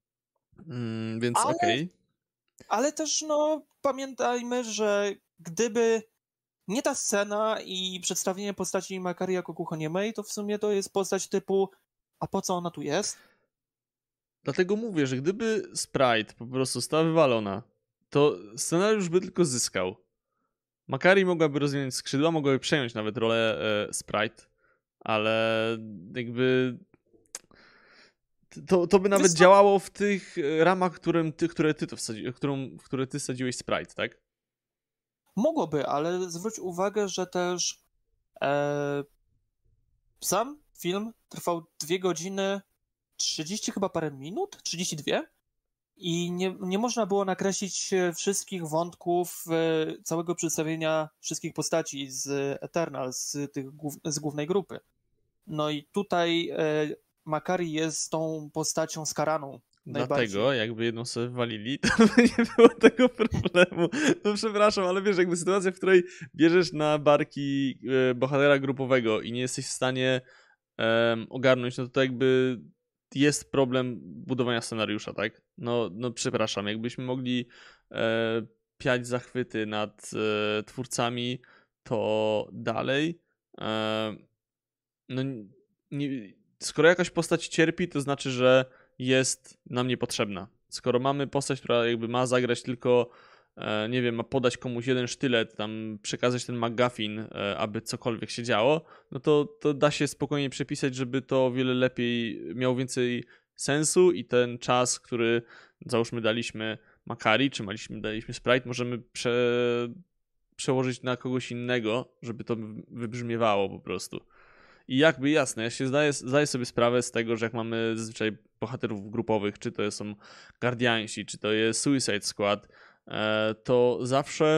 Mm, więc ale, okej. Okay. Ale też, no, pamiętajmy, że gdyby nie ta scena i przedstawienie postaci Makari jako głuchoniemej, to w sumie to jest postać typu, a po co ona tu jest? Dlatego mówię, że gdyby Sprite po prostu została wywalona, to scenariusz by tylko zyskał. Makari mogłaby rozwinąć skrzydła, mogłaby przejąć nawet rolę e, Sprite, ale jakby to, to by nawet Wysta- działało w tych ramach, którym ty, które ty to wsadzi, którą, w które ty wsadziłeś Sprite, tak? Mogłoby, ale zwróć uwagę, że też e, sam film trwał dwie godziny trzydzieści chyba parę minut, trzydzieści dwa i nie, nie można było nakreślić wszystkich wątków e, całego przedstawienia wszystkich postaci z Eternal, z, tych, z głównej grupy. No i tutaj e, Makari jest tą postacią skaraną. Dlatego jakby jedną sobie walili, to by nie było tego problemu. No przepraszam, ale wiesz, jakby sytuacja, w której bierzesz na barki e, bohatera grupowego i nie jesteś w stanie e, ogarnąć, no to, to jakby jest problem budowania scenariusza, tak? No, no przepraszam, jakbyśmy mogli e, piać zachwyty nad e, twórcami, to dalej e, no nie, skoro jakaś postać cierpi, to znaczy, że jest nam niepotrzebna. Skoro mamy postać, która jakby ma zagrać tylko, e, nie wiem, ma podać komuś jeden sztylet, tam przekazać ten McGuffin, e, aby cokolwiek się działo, no to, to da się spokojnie przepisać, żeby to o wiele lepiej miało więcej sensu i ten czas, który załóżmy daliśmy Makari, czy daliśmy, daliśmy Sprite, możemy prze, przełożyć na kogoś innego, żeby to wybrzmiewało po prostu. I jakby jasne, ja się zdaję, zdaję sobie sprawę z tego, że jak mamy zazwyczaj bohaterów grupowych, czy to są Guardiansi, czy to jest Suicide Squad, to zawsze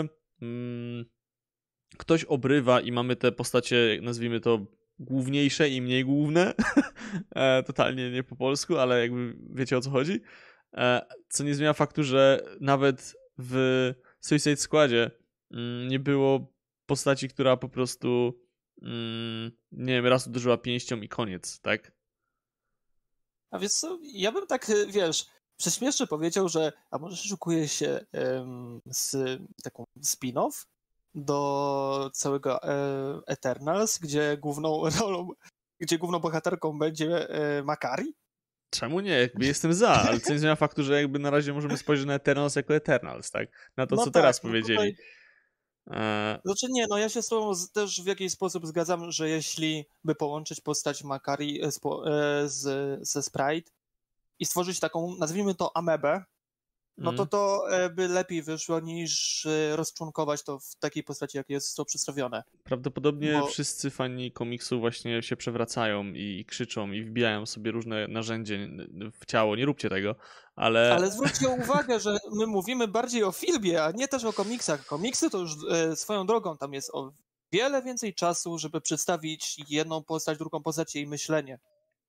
mm, ktoś obrywa i mamy te postacie, nazwijmy to główniejsze i mniej główne. e, totalnie nie po polsku, ale jakby wiecie o co chodzi. E, co nie zmienia faktu, że nawet w Suicide Squadzie mm, nie było postaci, która po prostu mm, nie wiem, raz uderzyła pięścią i koniec, tak? A wiesz co, ja bym tak, y, wiesz, prześmiesznie powiedział, że a może szykuje się em, z taką spin-off do całego e, Eternals, gdzie główną rolą, gdzie główną bohaterką będzie e, Makari? Czemu nie? Jakby jestem za, ale co nie zmienia faktu, że jakby na razie możemy spojrzeć na Eternals jako Eternals, tak? Na to, No co tak, teraz no powiedzieli. tutaj- E, Znaczy nie, no ja się z tobą z, też w jakiś sposób zgadzam, że jeśli by połączyć postać Makari e, z, po- e, z, ze Sprite i stworzyć taką, nazwijmy to amebę, no to mm. to e, by lepiej wyszło niż e, rozczłonkować to w takiej postaci, jak jest to przedstawione. Prawdopodobnie Bo- wszyscy fani komiksu właśnie się przewracają i krzyczą i wbijają sobie różne narzędzie w ciało. Nie róbcie tego, ale... Ale zwróćcie uwagę, że my mówimy bardziej o filmie, a nie też o komiksach. Komiksy to już e, swoją drogą, tam jest o wiele więcej czasu, żeby przedstawić jedną postać, drugą postać i jej myślenie.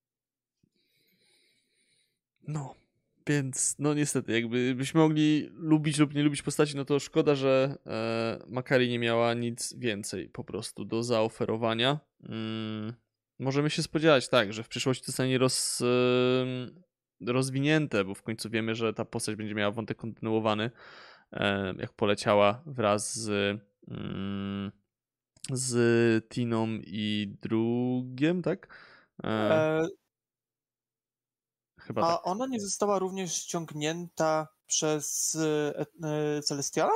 No, więc no niestety, jakby byśmy mogli lubić lub nie lubić postaci, no to szkoda, że e, Makari nie miała nic więcej po prostu do zaoferowania. Mm, możemy się spodziewać, tak, że w przyszłości to zostanie roz, e, rozwinięte, bo w końcu wiemy, że ta postać będzie miała wątek kontynuowany, e, jak poleciała wraz z, mm, z Tiną i Drugiem, tak? E, E, chyba a tak. ona nie została również ściągnięta przez e, e, Celestiala?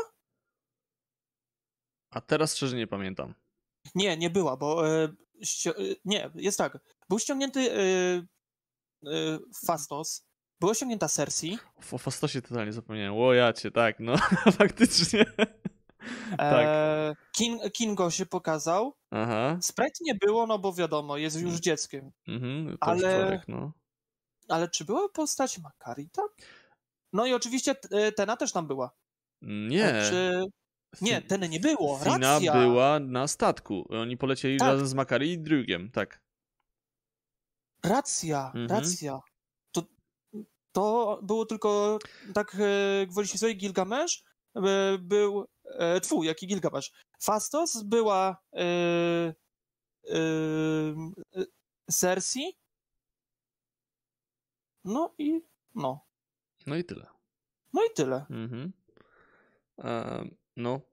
A teraz szczerze nie pamiętam. Nie, nie była, bo e, ści- e, nie, jest tak. Był ściągnięty e, e, Fastos, była ściągnięta Cersei, O Fastosie totalnie zapomniałem. O ja cię, tak, no faktycznie. Tak. e, King, Kingo się pokazał, Aha. Sprite nie było, no bo wiadomo, jest już Mm. dzieckiem. Mhm, to już Ale, człowiek, no. ale czy była postać Makarita? No i oczywiście e, Tena też tam była. Nie. E, Czy... Nie, Thi- Teny nie było, Thina racja. była na statku. Oni polecieli Tak. razem z Makari i Drugiem, tak. Racja, Mhm. racja. To, to było tylko tak e, gwoli ścisłej Gilgamesz e, był e, twój, jaki Gilgamesz. Fastos była e, e, e, Cersei. No i no. No i tyle. No i tyle. Mhm. Ehm, no.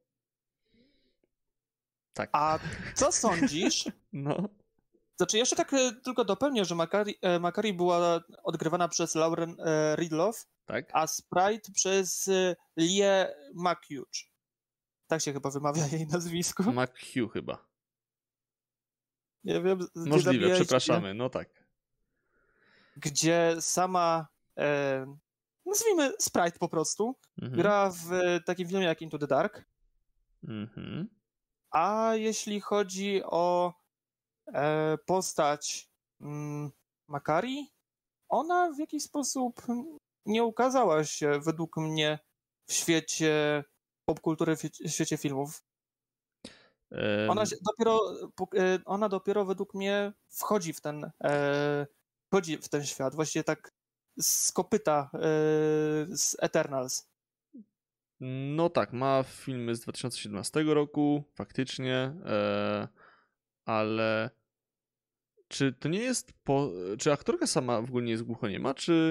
Tak. A co sądzisz? No. Znaczy, jeszcze tak e, tylko dopełnię, że Makari, e, Makari była odgrywana przez Lauren e, Ridloff, Tak. a Sprite przez e, Lie McHugh. Tak się chyba wymawia jej nazwisko. McHugh chyba. Nie wiem, nie Możliwe, zabijajcie przepraszamy, mnie. no tak. Gdzie sama, e, nazwijmy Sprite po prostu, Mhm. gra w e, takim filmie jak Into the Dark. Mhm. A jeśli chodzi o e, postać mm, Makari, ona w jakiś sposób nie ukazała się według mnie w świecie popkultury, w w świecie filmów. Em, Ona się dopiero, po- e, ona dopiero według mnie wchodzi w ten, e, wchodzi w ten świat, właściwie tak z kopyta e, z Eternals. No tak, ma filmy z dwa tysiące siedemnastego roku, faktycznie, e, ale czy to nie jest po... Czy aktorka sama w ogóle nie jest głuchoniema, czy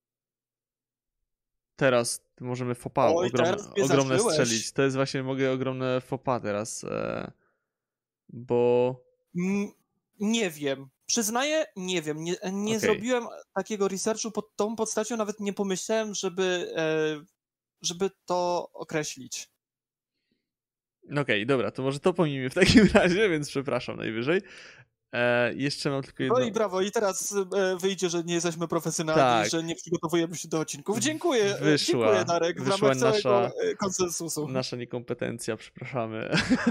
teraz możemy fopa Oj, ogromne, teraz mnie ogromne zacząłeś. strzelić? To jest właśnie, mogę ogromne fopa teraz, e, bo... Mm, Nie wiem. Przyznaję, nie wiem. Nie, nie Okej. zrobiłem takiego researchu pod tą postacią, nawet nie pomyślałem, żeby, e, żeby to określić. No okej, dobra, to może to pomijmy w takim razie, więc przepraszam najwyżej. E, jeszcze mam tylko jedno... No i brawo, i teraz e, wyjdzie, że nie jesteśmy profesjonalni, Tak. że nie przygotowujemy się do odcinków. Dziękuję, e, Wyszła- dziękuję Darek, w wyszła ramach całego nasza- e, konsensusu. Nasza niekompetencja, przepraszamy.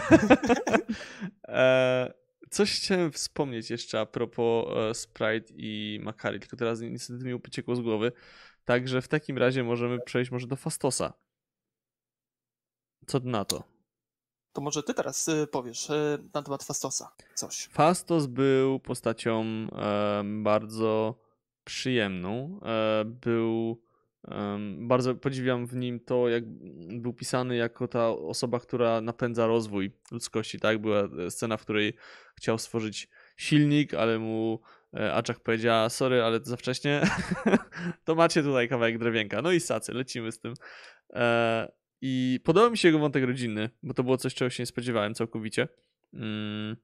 e, coś chciałem wspomnieć jeszcze a propos e, Sprite i Makari, tylko teraz niestety mi uciekło z głowy. Także w takim razie możemy przejść może do Fastosa. Co ty na to? to może ty teraz y, powiesz y, na temat Fastosa coś. Fastos był postacią e, bardzo przyjemną. E, był e, bardzo podziwiam w nim to, jak był pisany jako ta osoba, która napędza rozwój ludzkości. Tak, była scena, w której chciał stworzyć silnik, ale mu e, Aczak powiedziała: sorry, ale to za wcześnie. To macie tutaj kawałek drewienka. No i sacy, lecimy z tym. E, I podobał mi się jego wątek rodzinny, bo to było coś, czego się nie spodziewałem całkowicie. Mm.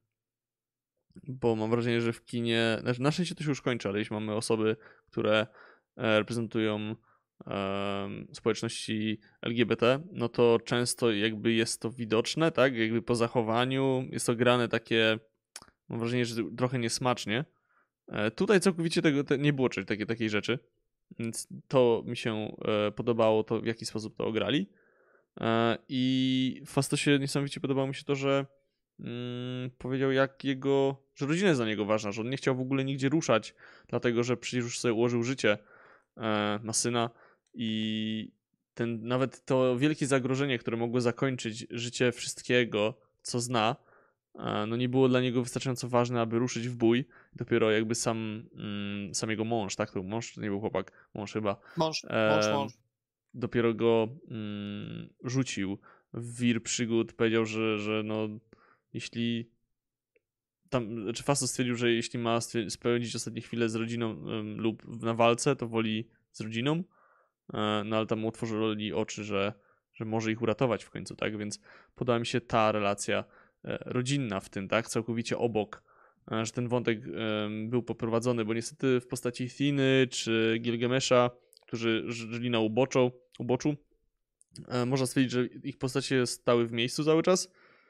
Bo mam wrażenie, że w kinie, znaczy na szczęście to się już kończy, ale jeśli mamy osoby, które e, reprezentują e, społeczności L G B T, no to często jakby jest to widoczne, tak, jakby po zachowaniu jest to grane takie, mam wrażenie, że trochę niesmacznie. E, tutaj całkowicie tego te, nie było czegoś takie, takiej rzeczy, więc to mi się e, podobało, to w jaki sposób to ograli. E, I w Fastosie niesamowicie podobało mi się to, że Mm, powiedział, jak jego, że rodzina jest dla niego ważna, że on nie chciał w ogóle nigdzie ruszać, dlatego że przecież już sobie ułożył życie e, na syna i ten, nawet to wielkie zagrożenie, które mogło zakończyć życie wszystkiego, co zna, e, no nie było dla niego wystarczająco ważne, aby ruszyć w bój. Dopiero jakby sam, mm, sam jego mąż, tak, to był mąż, to nie był chłopak, mąż chyba. Mąż, e, mąż, mąż. Dopiero go mm, rzucił w wir przygód, powiedział, że, że no jeśli tam, czy Fastos stwierdził, że jeśli ma spędzić ostatnie chwile z rodziną ym, lub na walce, to woli z rodziną, e, no ale tam mu otworzyli oczy, że, że może ich uratować w końcu, tak, więc podoba mi się ta relacja e, rodzinna w tym, tak, całkowicie obok, e, że ten wątek ym, był poprowadzony, bo niestety w postaci Thiny czy Gilgamesha, którzy żyli na uboczu, uboczu e, można stwierdzić, że ich postacie stały w miejscu cały czas.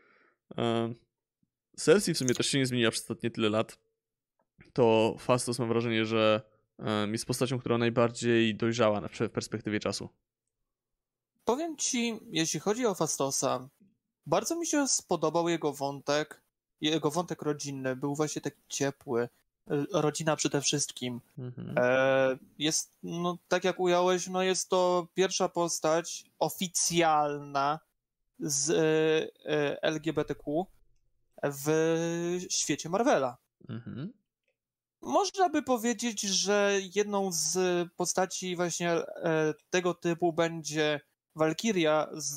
Cersei w sumie też się nie zmieniła przez ostatnie tyle lat. To Fastos mam wrażenie, że jest postacią, która najbardziej dojrzała w perspektywie czasu. Powiem ci, jeśli chodzi o Fastosa, bardzo mi się spodobał jego wątek, jego wątek rodzinny, był właśnie taki ciepły, rodzina przede wszystkim. Mhm. E, jest, no tak jak ująłeś, no jest to pierwsza postać oficjalna z e, L G B T Q w świecie Marvela. Mhm. Można by powiedzieć, że jedną z postaci właśnie e, tego typu będzie Walkiria z,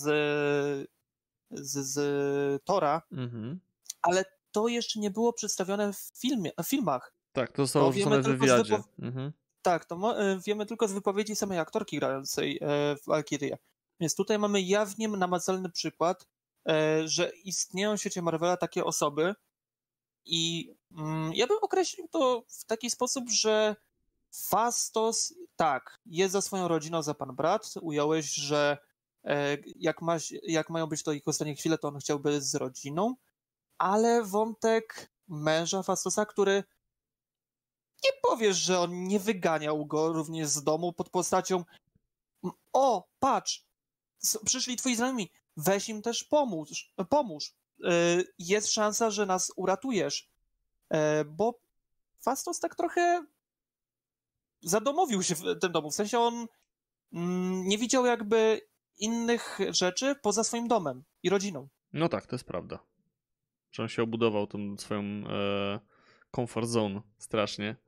z, z Tora, Mhm. ale to jeszcze nie było przedstawione w, filmie, w filmach. Tak, to zostało wrzucone w wywiadzie. Wypo... Mhm. Tak, to mo- wiemy tylko z wypowiedzi samej aktorki grającej e, w Walkirię. Więc tutaj mamy jawnie namacalny przykład, e, że istnieją w świecie Marvela takie osoby i mm, ja bym określił to w taki sposób, że Fastos, tak, jest za swoją rodziną, za pan brat. Ująłeś, że e, jak, ma, jak mają być to ich ostatnie chwile, to on chciałby z rodziną, ale wątek męża Fastosa, który nie powiesz, że on nie wyganiał go również z domu pod postacią o, patrz, przyszli twoi znajomi, weź im też pomóż, pomóż. Jest szansa, że nas uratujesz. Bo Fastos tak trochę zadomowił się w tym domu. W sensie on nie widział jakby innych rzeczy poza swoim domem i rodziną. No tak, to jest prawda. Że on się obudował tą swoją e, comfort zone strasznie.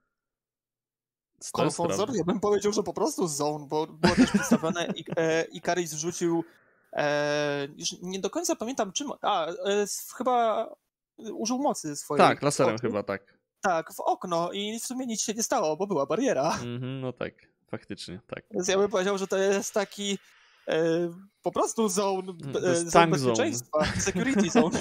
Comfort zone? Ja bym powiedział, że po prostu zone, bo było też przedstawione i e, Ikaris wrzucił e, już nie do końca pamiętam czym, a e, chyba użył mocy swojej. Tak, laserem chyba, tak. Tak, w okno i w sumie nic się nie stało, bo była bariera. Mm-hmm, no tak, faktycznie, tak. Więc ja bym powiedział, że to jest taki e, po prostu zone, e, zone bezpieczeństwa, zone. security zone.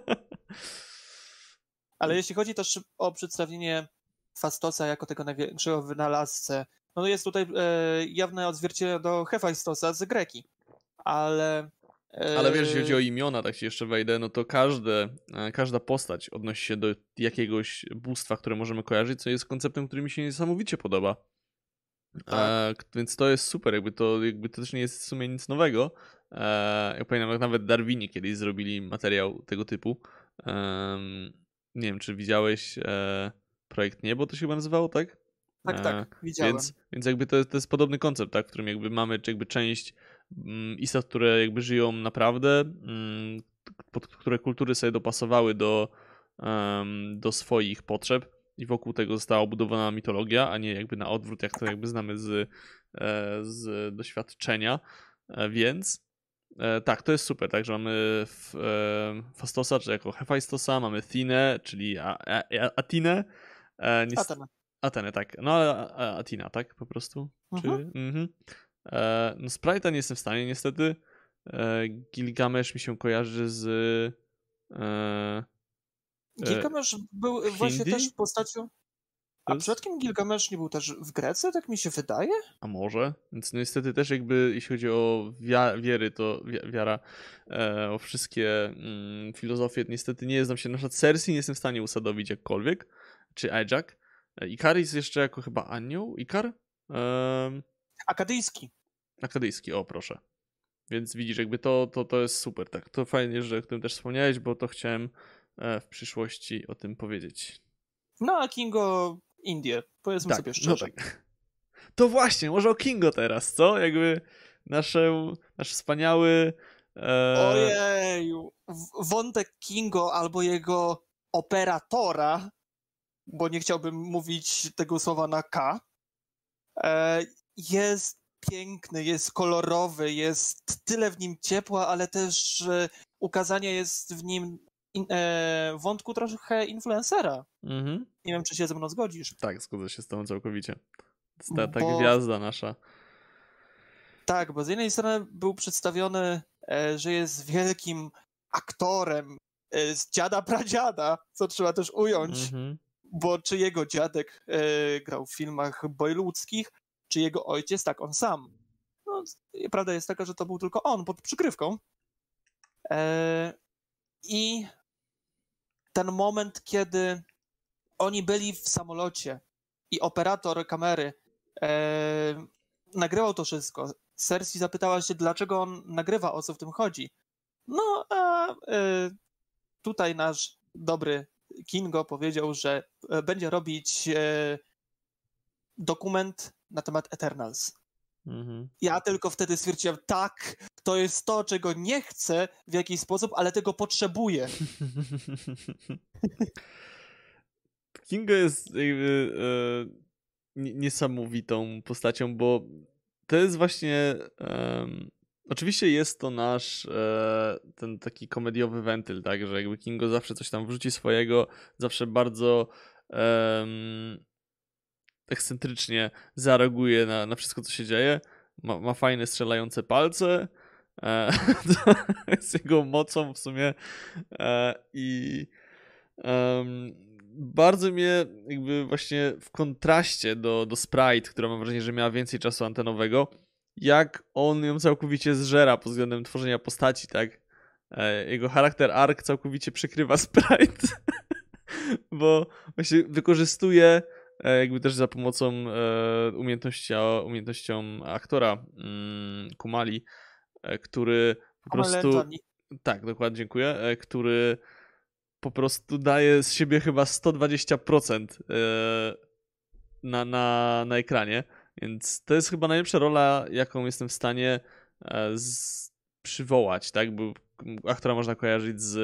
Ale jeśli chodzi też o przedstawienie Fastosa jako tego największego wynalazcę, no jest tutaj e, jawne odzwierciedlenie do Hefajstosa z Greki, ale... E... Ale wiesz, jeśli chodzi o imiona, tak się jeszcze wejdę, no to każde, każda postać odnosi się do jakiegoś bóstwa, które możemy kojarzyć, co jest konceptem, który mi się niesamowicie podoba. Tak. E, więc to jest super, jakby to, jakby to też nie jest w sumie nic nowego. E, ja pamiętam, jak nawet Darwini kiedyś zrobili materiał tego typu. E, nie wiem, czy widziałeś e, Projekt Niebo, to się chyba nazywało, tak? Tak, e, tak, widziałem. Więc, więc jakby to, to jest podobny koncept, tak, w którym jakby mamy jakby część mm, istot, które jakby żyją naprawdę, mm, pod które kultury sobie dopasowały do, um, do swoich potrzeb i wokół tego została obudowana mitologia, a nie jakby na odwrót, jak to jakby znamy z, z doświadczenia. Więc tak, to jest super, także mamy Fastosa, czyli jako Hefajstosa, mamy Thinę, czyli Atinę. Atenę. Atenę, tak. No ale Atina, tak? Po prostu? Mhm. Czy... Mhm. No Sprite'a nie jestem w stanie niestety. Gilgamesz mi się kojarzy z... Gilgamesz był Hindi? właśnie też postacią... A przypadkiem Gilgamesz nie był też w Grecji? Tak mi się wydaje? A może? Więc no niestety też jakby jeśli chodzi o wia- wiery, to wi- wiara, e, o wszystkie mm, filozofie, niestety nie znam się. Na przykład Cersei nie jestem w stanie usadowić jakkolwiek. Czy Ajax. Ikaris jeszcze jako chyba anioł? Ikar? Um, Akadyjski. Akadyjski, o proszę. Więc widzisz, jakby to, to, to jest super. Tak, to fajnie, że o tym też wspomniałeś, bo to chciałem e, w przyszłości o tym powiedzieć. No a Kingo Indie, powiedzmy tak, sobie szczerze. No tak. To właśnie, może o Kingo teraz, co? Jakby nasze, nasz wspaniały... E... Ojeju, wątek Kingo albo jego operatora, bo nie chciałbym mówić tego słowa na K, e, jest piękny, jest kolorowy, jest tyle w nim ciepła, ale też e, ukazanie jest w nim in, e, wątku trochę influencera. Mhm. Nie wiem, czy się ze mną zgodzisz. Tak, zgodzę się z tobą całkowicie. Ta, ta bo... gwiazda nasza. Tak, bo z jednej strony był przedstawiony, e, że jest wielkim aktorem e, z dziada pradziada, co trzeba też ująć, mm-hmm. bo czy jego dziadek e, grał w filmach bollywoodzkich, czy jego ojciec, tak, on sam. No, prawda jest taka, że to był tylko on pod przykrywką. E, I ten moment, kiedy oni byli w samolocie i operator kamery e, nagrywał to wszystko. Cersei zapytała się, dlaczego on nagrywa, o co w tym chodzi. No, a e, tutaj nasz dobry Kingo powiedział, że e, będzie robić e, dokument na temat Eternals. Mhm. Ja tylko wtedy stwierdziłem, tak, to jest to, czego nie chcę w jakiś sposób, ale tego potrzebuję. Kingo jest jakby e, niesamowitą postacią, bo to jest właśnie um, oczywiście jest to nasz e, ten taki komediowy wentyl, tak, że jakby Kingo zawsze coś tam wrzuci swojego, zawsze bardzo um, ekscentrycznie zareaguje na, na wszystko, co się dzieje. Ma, ma fajne strzelające palce. E, to jest jego mocą w sumie e, i um, bardzo mnie jakby właśnie w kontraście do, do Sprite, która mam wrażenie, że miała więcej czasu antenowego, jak on ją całkowicie zżera pod względem tworzenia postaci, tak? Jego charakter arc całkowicie przykrywa Sprite, bo właśnie wykorzystuje jakby też za pomocą umiejętności, umiejętnością aktora Kumali, który po prostu... Tak, dokładnie, dziękuję. Który po prostu daje z siebie chyba sto dwadzieścia procent na, na, na ekranie. Więc to jest chyba najlepsza rola, jaką jestem w stanie z, przywołać, tak? Bo aktora można kojarzyć z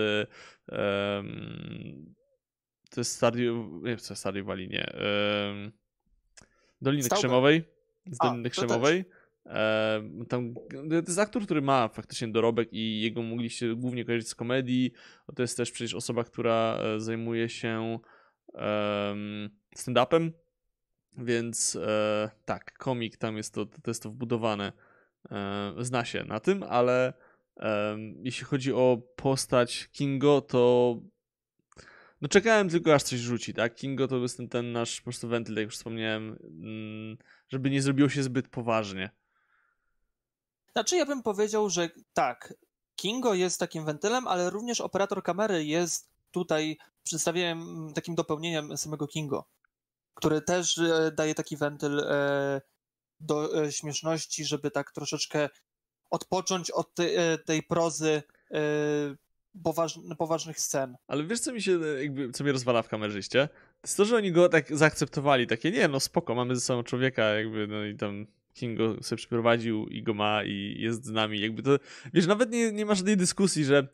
um, to jest Stardew, nie wiem co Stardew Valley, nie. Um, Doliny Stałby. Krzemowej. Z Doliny A, Krzemowej. Um, tam, to jest aktor, który ma faktycznie dorobek i jego mogliście głównie kojarzyć z komedii. To jest też przecież osoba, która zajmuje się um, stand-upem. Więc e, tak, komik tam jest to, to jest to wbudowane, e, zna się na tym, ale e, jeśli chodzi o postać Kingo, to no czekałem tylko aż coś rzuci, tak? Kingo to jest ten, ten nasz po prostu wentyl, jak już wspomniałem, mm, żeby nie zrobiło się zbyt poważnie. Znaczy ja bym powiedział, że tak, Kingo jest takim wentylem, ale również operator kamery jest tutaj przedstawieniem, takim dopełnieniem samego Kingo, który też daje taki wentyl do śmieszności, żeby tak troszeczkę odpocząć od tej, tej prozy poważ, poważnych scen. Ale wiesz, co mi się jakby, co mnie rozwala w kamerzyście? To jest to, że oni go tak zaakceptowali, takie nie, no spoko, mamy ze sobą człowieka, jakby, no i tam Kingo sobie przyprowadził i go ma i jest z nami, jakby to, wiesz, nawet nie, nie ma żadnej dyskusji, że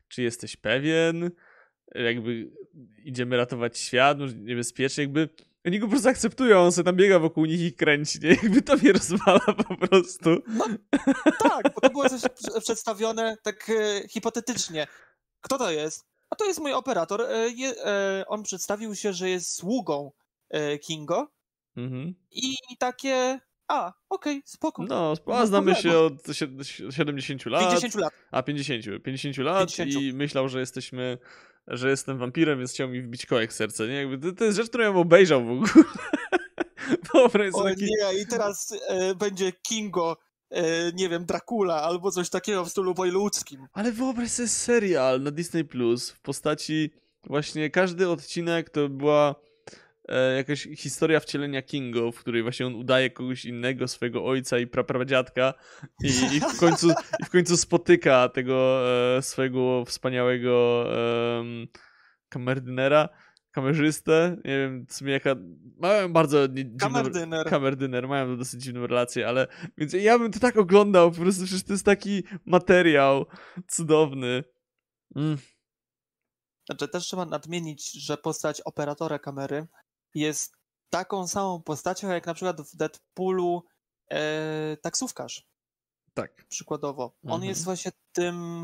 czy jesteś pewien, jakby idziemy ratować świat, może niebezpiecznie, jakby oni go po prostu akceptują, on sobie tam biega wokół nich i kręci, nie? Jakby to mnie rozwala po prostu. No tak, bo to było coś przedstawione tak e, hipotetycznie. Kto to jest? A to jest mój operator. E, je, e, on przedstawił się, że jest sługą e, Kingo Mhm. i takie... A, okej, okay, spoko. No, a znamy się od siedemdziesięciu lat. pięćdziesięciu lat. A, pięćdziesięciu. pięćdziesięciu lat pięćdziesięciu. I myślał, że jesteśmy, że jestem wampirem, więc chciał mi wbić kołek w serce, nie? Jakby to, to jest rzecz, którą ja bym obejrzał w ogóle. Wyobraź o taki... nie, i teraz e, będzie Kingo, e, nie wiem, Dracula albo coś takiego w stylu boyludzkim. Ale wyobraź sobie serial na Disney Plus w postaci właśnie każdy odcinek to była e, jakaś historia wcielenia Kingo, w której właśnie on udaje kogoś innego, swojego ojca i prapradziadka i, i, w, końcu, i w końcu spotyka tego e, swojego wspaniałego e, kamerdynera, kamerzystę, nie wiem, w sumie jaka, mają bardzo dziwną, Kamerdyner. kamerdyner, mają dosyć dziwną relację, ale, więc ja bym to tak oglądał, po prostu przecież to jest taki materiał cudowny. Mm. Znaczy też trzeba nadmienić, że postać operatora kamery jest taką samą postacią, jak na przykład w Deadpoolu e, taksówkarz. Tak. Przykładowo. On Mhm. jest właśnie tym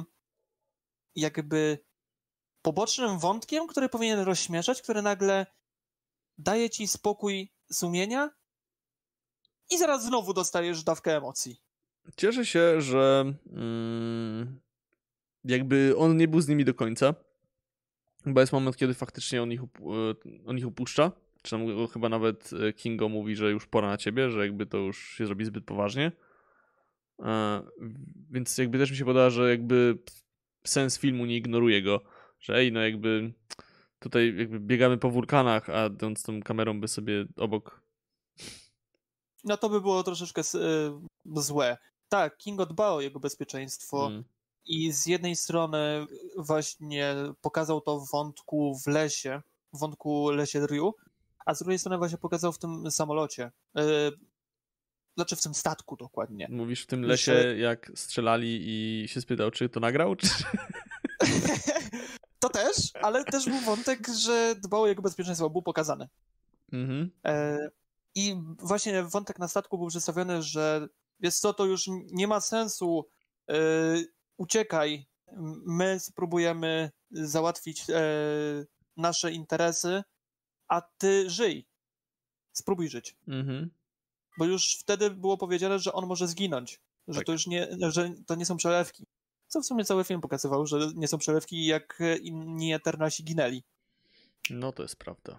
jakby pobocznym wątkiem, który powinien rozśmieszać, który nagle daje ci spokój sumienia i zaraz znowu dostajesz dawkę emocji. Cieszę się, że mm, jakby on nie był z nimi do końca, bo jest moment, kiedy faktycznie on ich, on ich opuszcza, czy tam chyba nawet Kingo mówi, że już pora na ciebie, że jakby to już się zrobi zbyt poważnie. E, więc jakby też mi się podoba, że jakby sens filmu nie ignoruje go, że ej, no jakby tutaj jakby biegamy po wulkanach, a on z tą kamerą by sobie obok... No to by było troszeczkę y, złe. Tak, Kingo dba o jego bezpieczeństwo mm. i z jednej strony właśnie pokazał to w wątku w lesie, w wątku lesie Ryu, a z drugiej strony właśnie pokazał w tym samolocie. Y, znaczy w tym statku dokładnie. Mówisz w tym lesie, że... jak strzelali i się spytał, czy to nagrał, czy... To też, ale też był wątek, że dbał o jego bezpieczeństwo, był pokazany. Mhm. E, I właśnie wątek na statku był przedstawiony, że wiesz co, to już nie ma sensu, e, uciekaj, my spróbujemy załatwić e, nasze interesy, a ty żyj. Spróbuj żyć. Mhm. Bo już wtedy było powiedziane, że on może zginąć, że tak. to już nie, że to nie są przelewki. Co w sumie cały film pokazywał, że nie są przelewki, jak inni Eternasi ginęli. No to jest prawda.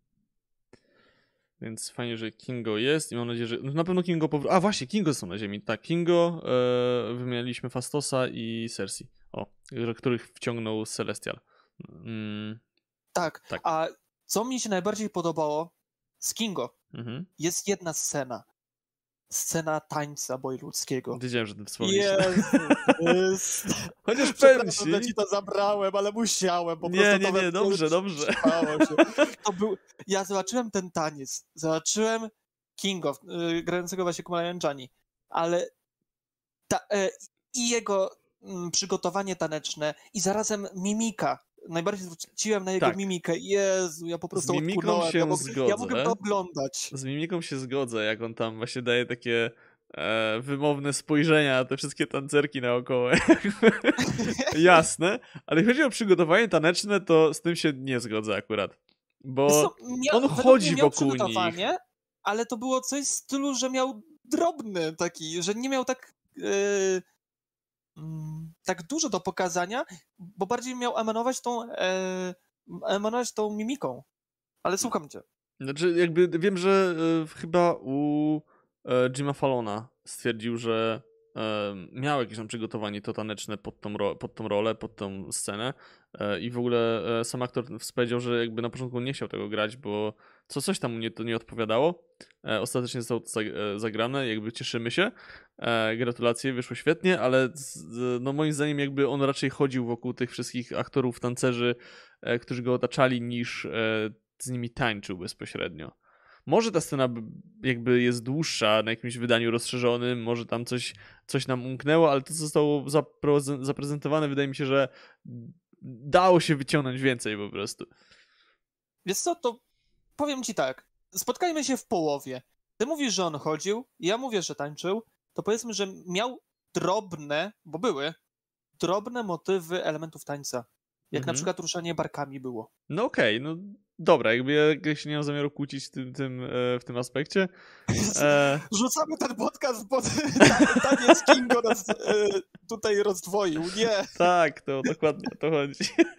Więc fajnie, że Kingo jest i mam nadzieję, że... No na pewno Kingo powróci... A właśnie, Kingo są na ziemi. Tak, Kingo, e, wymienialiśmy Fastosa i Cersei. O, których wciągnął Celestial. Mm. Tak, tak, a co mi się najbardziej podobało z Kingo, mhm. jest jedna scena. Scena tańca boyludzkiego. Wiedziałem, że ty wspomnisz. Jezu, chociaż powiem ci... że ci to zabrałem, ale musiałem. Po nie, prostu nie, nie, dobrze, dobrze. To był... Ja zobaczyłem ten taniec, zobaczyłem Kingo, yy, grającego właśnie Kumaila Nanjiani, ale ta, yy, i jego yy, przygotowanie taneczne i zarazem mimika. Najbardziej zwróciłem na jego tak. mimikę. Jezu, ja po prostu z mimiką się ja, mog- zgodzę. ja mogę to oglądać. Z mimiką się zgodzę, jak on tam właśnie daje takie e, wymowne spojrzenia na te wszystkie tancerki naokoło. Jasne, ale jeśli chodzi o przygotowanie taneczne, to z tym się nie zgodzę akurat. Bo co, miał, on chodzi miał wokół nich. Ale to było coś w stylu, że miał drobny taki, że nie miał tak... Yy... tak dużo do pokazania, bo bardziej miał emanować tą, e, emanować tą mimiką. Ale słucham cię. Znaczy, jakby wiem, że e, chyba u e, Jima Fallona stwierdził, że e, miał jakieś tam przygotowanie to taneczne pod tą, ro- pod tą rolę, pod tą scenę e, i w ogóle e, sam aktor powiedział, że jakby na początku nie chciał tego grać, bo co coś tam mu nie, to nie odpowiadało. E, ostatecznie zostało to zagrane, jakby cieszymy się. E, gratulacje, wyszło świetnie, ale z, no moim zdaniem jakby on raczej chodził wokół tych wszystkich aktorów, tancerzy, e, którzy go otaczali, niż e, z nimi tańczył bezpośrednio. Może ta scena jakby jest dłuższa, na jakimś wydaniu rozszerzonym, może tam coś, coś nam umknęło, ale to, co zostało zaprezentowane, wydaje mi się, że dało się wyciągnąć więcej po prostu. Wiesz co, to powiem ci tak, spotkajmy się w połowie. Ty mówisz, że on chodził, ja mówię, że tańczył, to powiedzmy, że miał drobne, bo były, drobne motywy elementów tańca. Jak Mhm. na przykład ruszanie barkami było. No okej, okay, no dobra, jakby ja, ja się nie mam zamiaru kłócić w tym, tym, e, w tym aspekcie. E... Rzucamy ten podcast, bo taniec Kingo nas e, tutaj rozdwoił, nie. Tak, to dokładnie o to chodzi.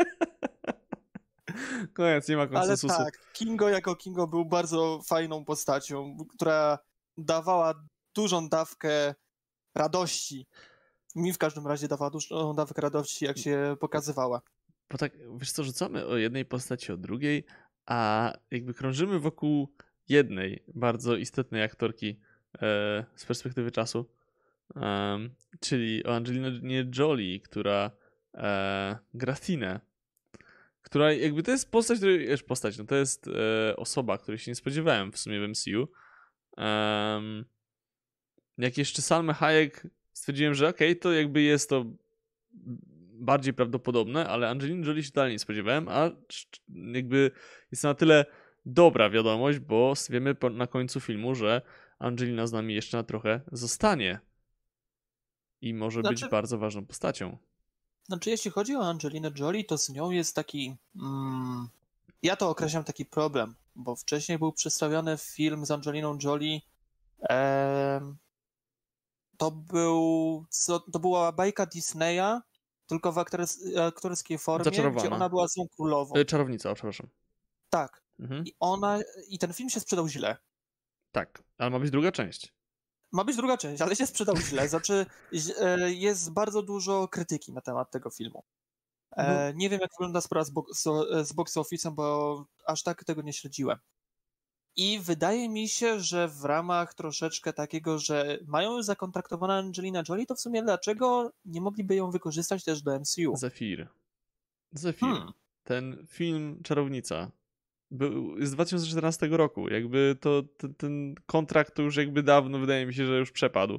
Koniec, nie ma konsensusu. Ale tak, Kingo jako Kingo był bardzo fajną postacią, która dawała dużą dawkę radości. Mi w każdym razie dawała dużą dawkę radości, jak się pokazywała. Bo tak, wiesz co, rzucamy o jednej postaci, o drugiej, a jakby krążymy wokół jednej bardzo istotnej aktorki e, z perspektywy czasu, um, czyli o Angelinie Jolie, która e, gra Thinę, która jakby to jest postać, której, wiesz, postać, no to jest e, osoba, której się nie spodziewałem w sumie w M C U. Um, jak jeszcze Salma Hayek stwierdziłem, że okej, okay, to jakby jest to bardziej prawdopodobne, ale Angeliny Jolie się totalnie nie spodziewałem, a jakby jest na tyle dobra wiadomość, bo wiemy na końcu filmu, że Angelina z nami jeszcze na trochę zostanie i może znaczy, być bardzo ważną postacią. Znaczy, jeśli chodzi o Angelinę Jolie, to z nią jest taki... Mm, ja to określam taki problem, bo wcześniej był przedstawiony film z Angeliną Jolie. E, to był... Co, to była bajka Disneya, tylko w aktors, aktorskiej formie, gdzie ona była złą królową. E, czarownica, przepraszam. Tak. Mhm. I ona... I ten film się sprzedał źle. Tak, ale ma być druga część. Ma być druga część, ale się sprzedał źle. Znaczy, jest bardzo dużo krytyki na temat tego filmu. No. Nie wiem, jak wygląda sprawa z, box, z box office'em, bo aż tak tego nie śledziłem. I wydaje mi się, że w ramach troszeczkę takiego, że mają już zakontraktowaną Angelina Jolie, to w sumie dlaczego nie mogliby ją wykorzystać też do M C U? Zafir. Zafir. Hmm. Ten film Czarownica był z dwa tysiące czternastego roku. Jakby to ten, ten kontrakt to już jakby dawno, wydaje mi się, że już przepadł.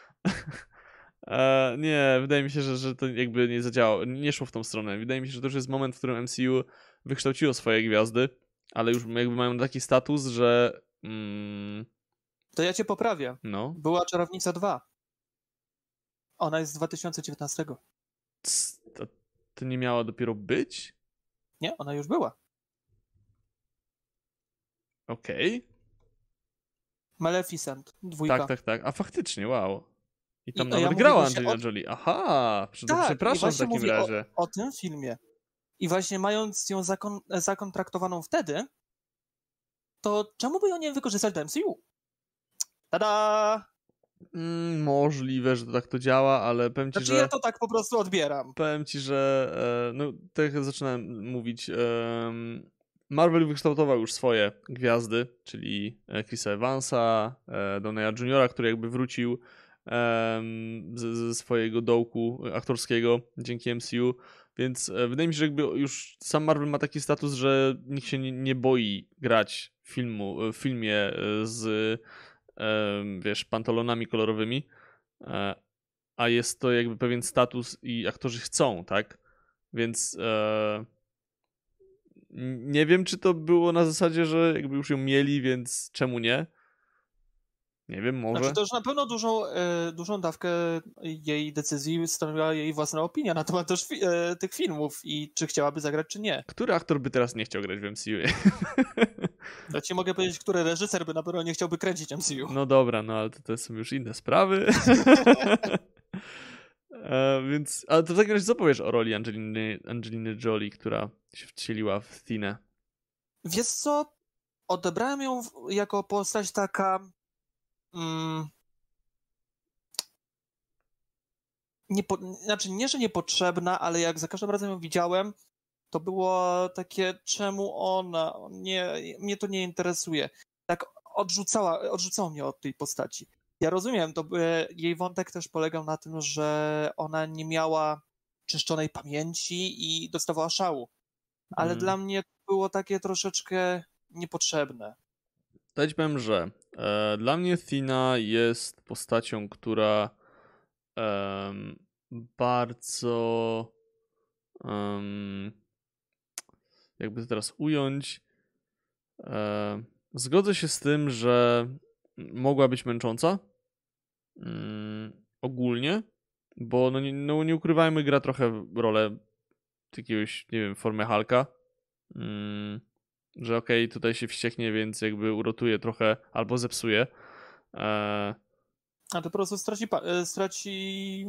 e, nie, wydaje mi się, że, że to jakby nie zadziałało, nie szło w tą stronę. Wydaje mi się, że to już jest moment, w którym M C U wykształciło swoje gwiazdy, ale już jakby mają taki status, że... Mm, to ja cię poprawię. No. Była Czarownica dwa. Ona jest z dwa tysiące dziewiętnastego. To, to nie miała dopiero być? Nie, ona już była. Okej. Okay. Maleficent, dwójka. Tak, tak, tak. A faktycznie, wow. I tam I, nawet ja grała Angelina o... Jolie. Aha, tak, przepraszam w takim razie. O, o tym filmie. I właśnie mając ją zakon zakontraktowaną wtedy, to czemu by ją nie wykorzystać do M C U? Tada! Mm, możliwe, że to tak to działa, ale powiem ci, znaczy, że... ja to tak po prostu odbieram. Powiem ci, że e, no tak jak zaczynałem mówić, e, Marvel wykształtował już swoje gwiazdy, czyli Chrisa Evansa, e, Downey'a juniora, który jakby wrócił e, ze, ze swojego dołku aktorskiego dzięki M C U, więc e, wydaje mi się, że jakby już sam Marvel ma taki status, że nikt się nie, nie boi grać filmu, w filmie z e, wiesz, pantalonami kolorowymi, e, a jest to jakby pewien status i aktorzy chcą, tak? Więc e, nie wiem, czy to było na zasadzie, że jakby już ją mieli, więc czemu nie? Nie wiem, może. Znaczy to już na pewno dużą, e, dużą dawkę jej decyzji stanowiła jej własna opinia na temat też fi e, tych filmów i czy chciałaby zagrać, czy nie. Który aktor by teraz nie chciał grać w M C U? Ja ci mogę powiedzieć, który reżyser by na pewno nie chciałby kręcić M C U. No dobra, no ale to, to są już inne sprawy. E, więc, ale to w takim razie co powiesz o roli Angeliny, Angeliny Jolie, która się wcieliła w Thinę? Wiesz co? Odebrałem ją w, jako postać taka... Mm, niepo, znaczy nie, że niepotrzebna, ale jak za każdym razem ją widziałem, to było takie, czemu ona? Nie, mnie to nie interesuje. Tak odrzucała, odrzucało mnie od tej postaci. Ja rozumiem, to by, jej wątek też polegał na tym, że ona nie miała czyszczonej pamięci i dostawała szału. Ale Hmm. dla mnie było takie troszeczkę niepotrzebne. To ja ci powiem, że e, dla mnie Thina jest postacią, która em, bardzo em, jakby to teraz ująć, e, zgodzę się z tym, że mogła być męcząca mm, ogólnie, bo no nie, no nie ukrywajmy, gra trochę rolę jakiegoś, nie wiem, formę Hulka, mm, że okej, okay, tutaj się wścieknie, więc jakby uratuje trochę albo zepsuje. E... A to po prostu straci, straci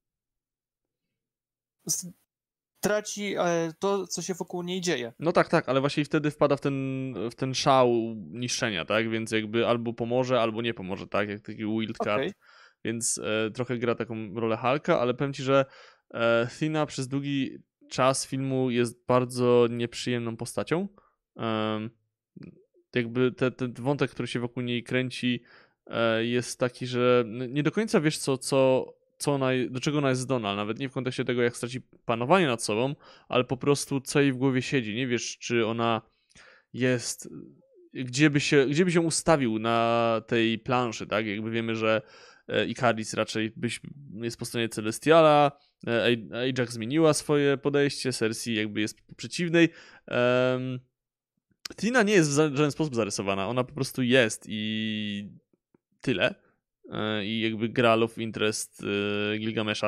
traci to, co się wokół niej dzieje. No tak, tak, ale właśnie wtedy wpada w ten, w ten szał niszczenia, tak? Więc jakby albo pomoże, albo nie pomoże, tak? Jak taki wildcard. Okay. Więc e, trochę gra taką rolę Hulka, ale powiem ci, że e, Thina przez długi czas filmu jest bardzo nieprzyjemną postacią. E, jakby te, ten wątek, który się wokół niej kręci, e, jest taki, że nie do końca wiesz, co, co, co ona, do czego ona jest zdolna. Nawet nie w kontekście tego, jak straci panowanie nad sobą, ale po prostu co jej w głowie siedzi. Nie wiesz, czy ona jest... Gdzie by się, gdzie by się ustawił na tej planszy, tak? Jakby wiemy, że Ikaris raczej byś, jest po stronie Celestiala, Ajax zmieniła swoje podejście, Cersei jakby jest po przeciwnej. Um, Thina nie jest w żaden sposób zarysowana, ona po prostu jest i tyle. I jakby gra love interest Gilgamesha.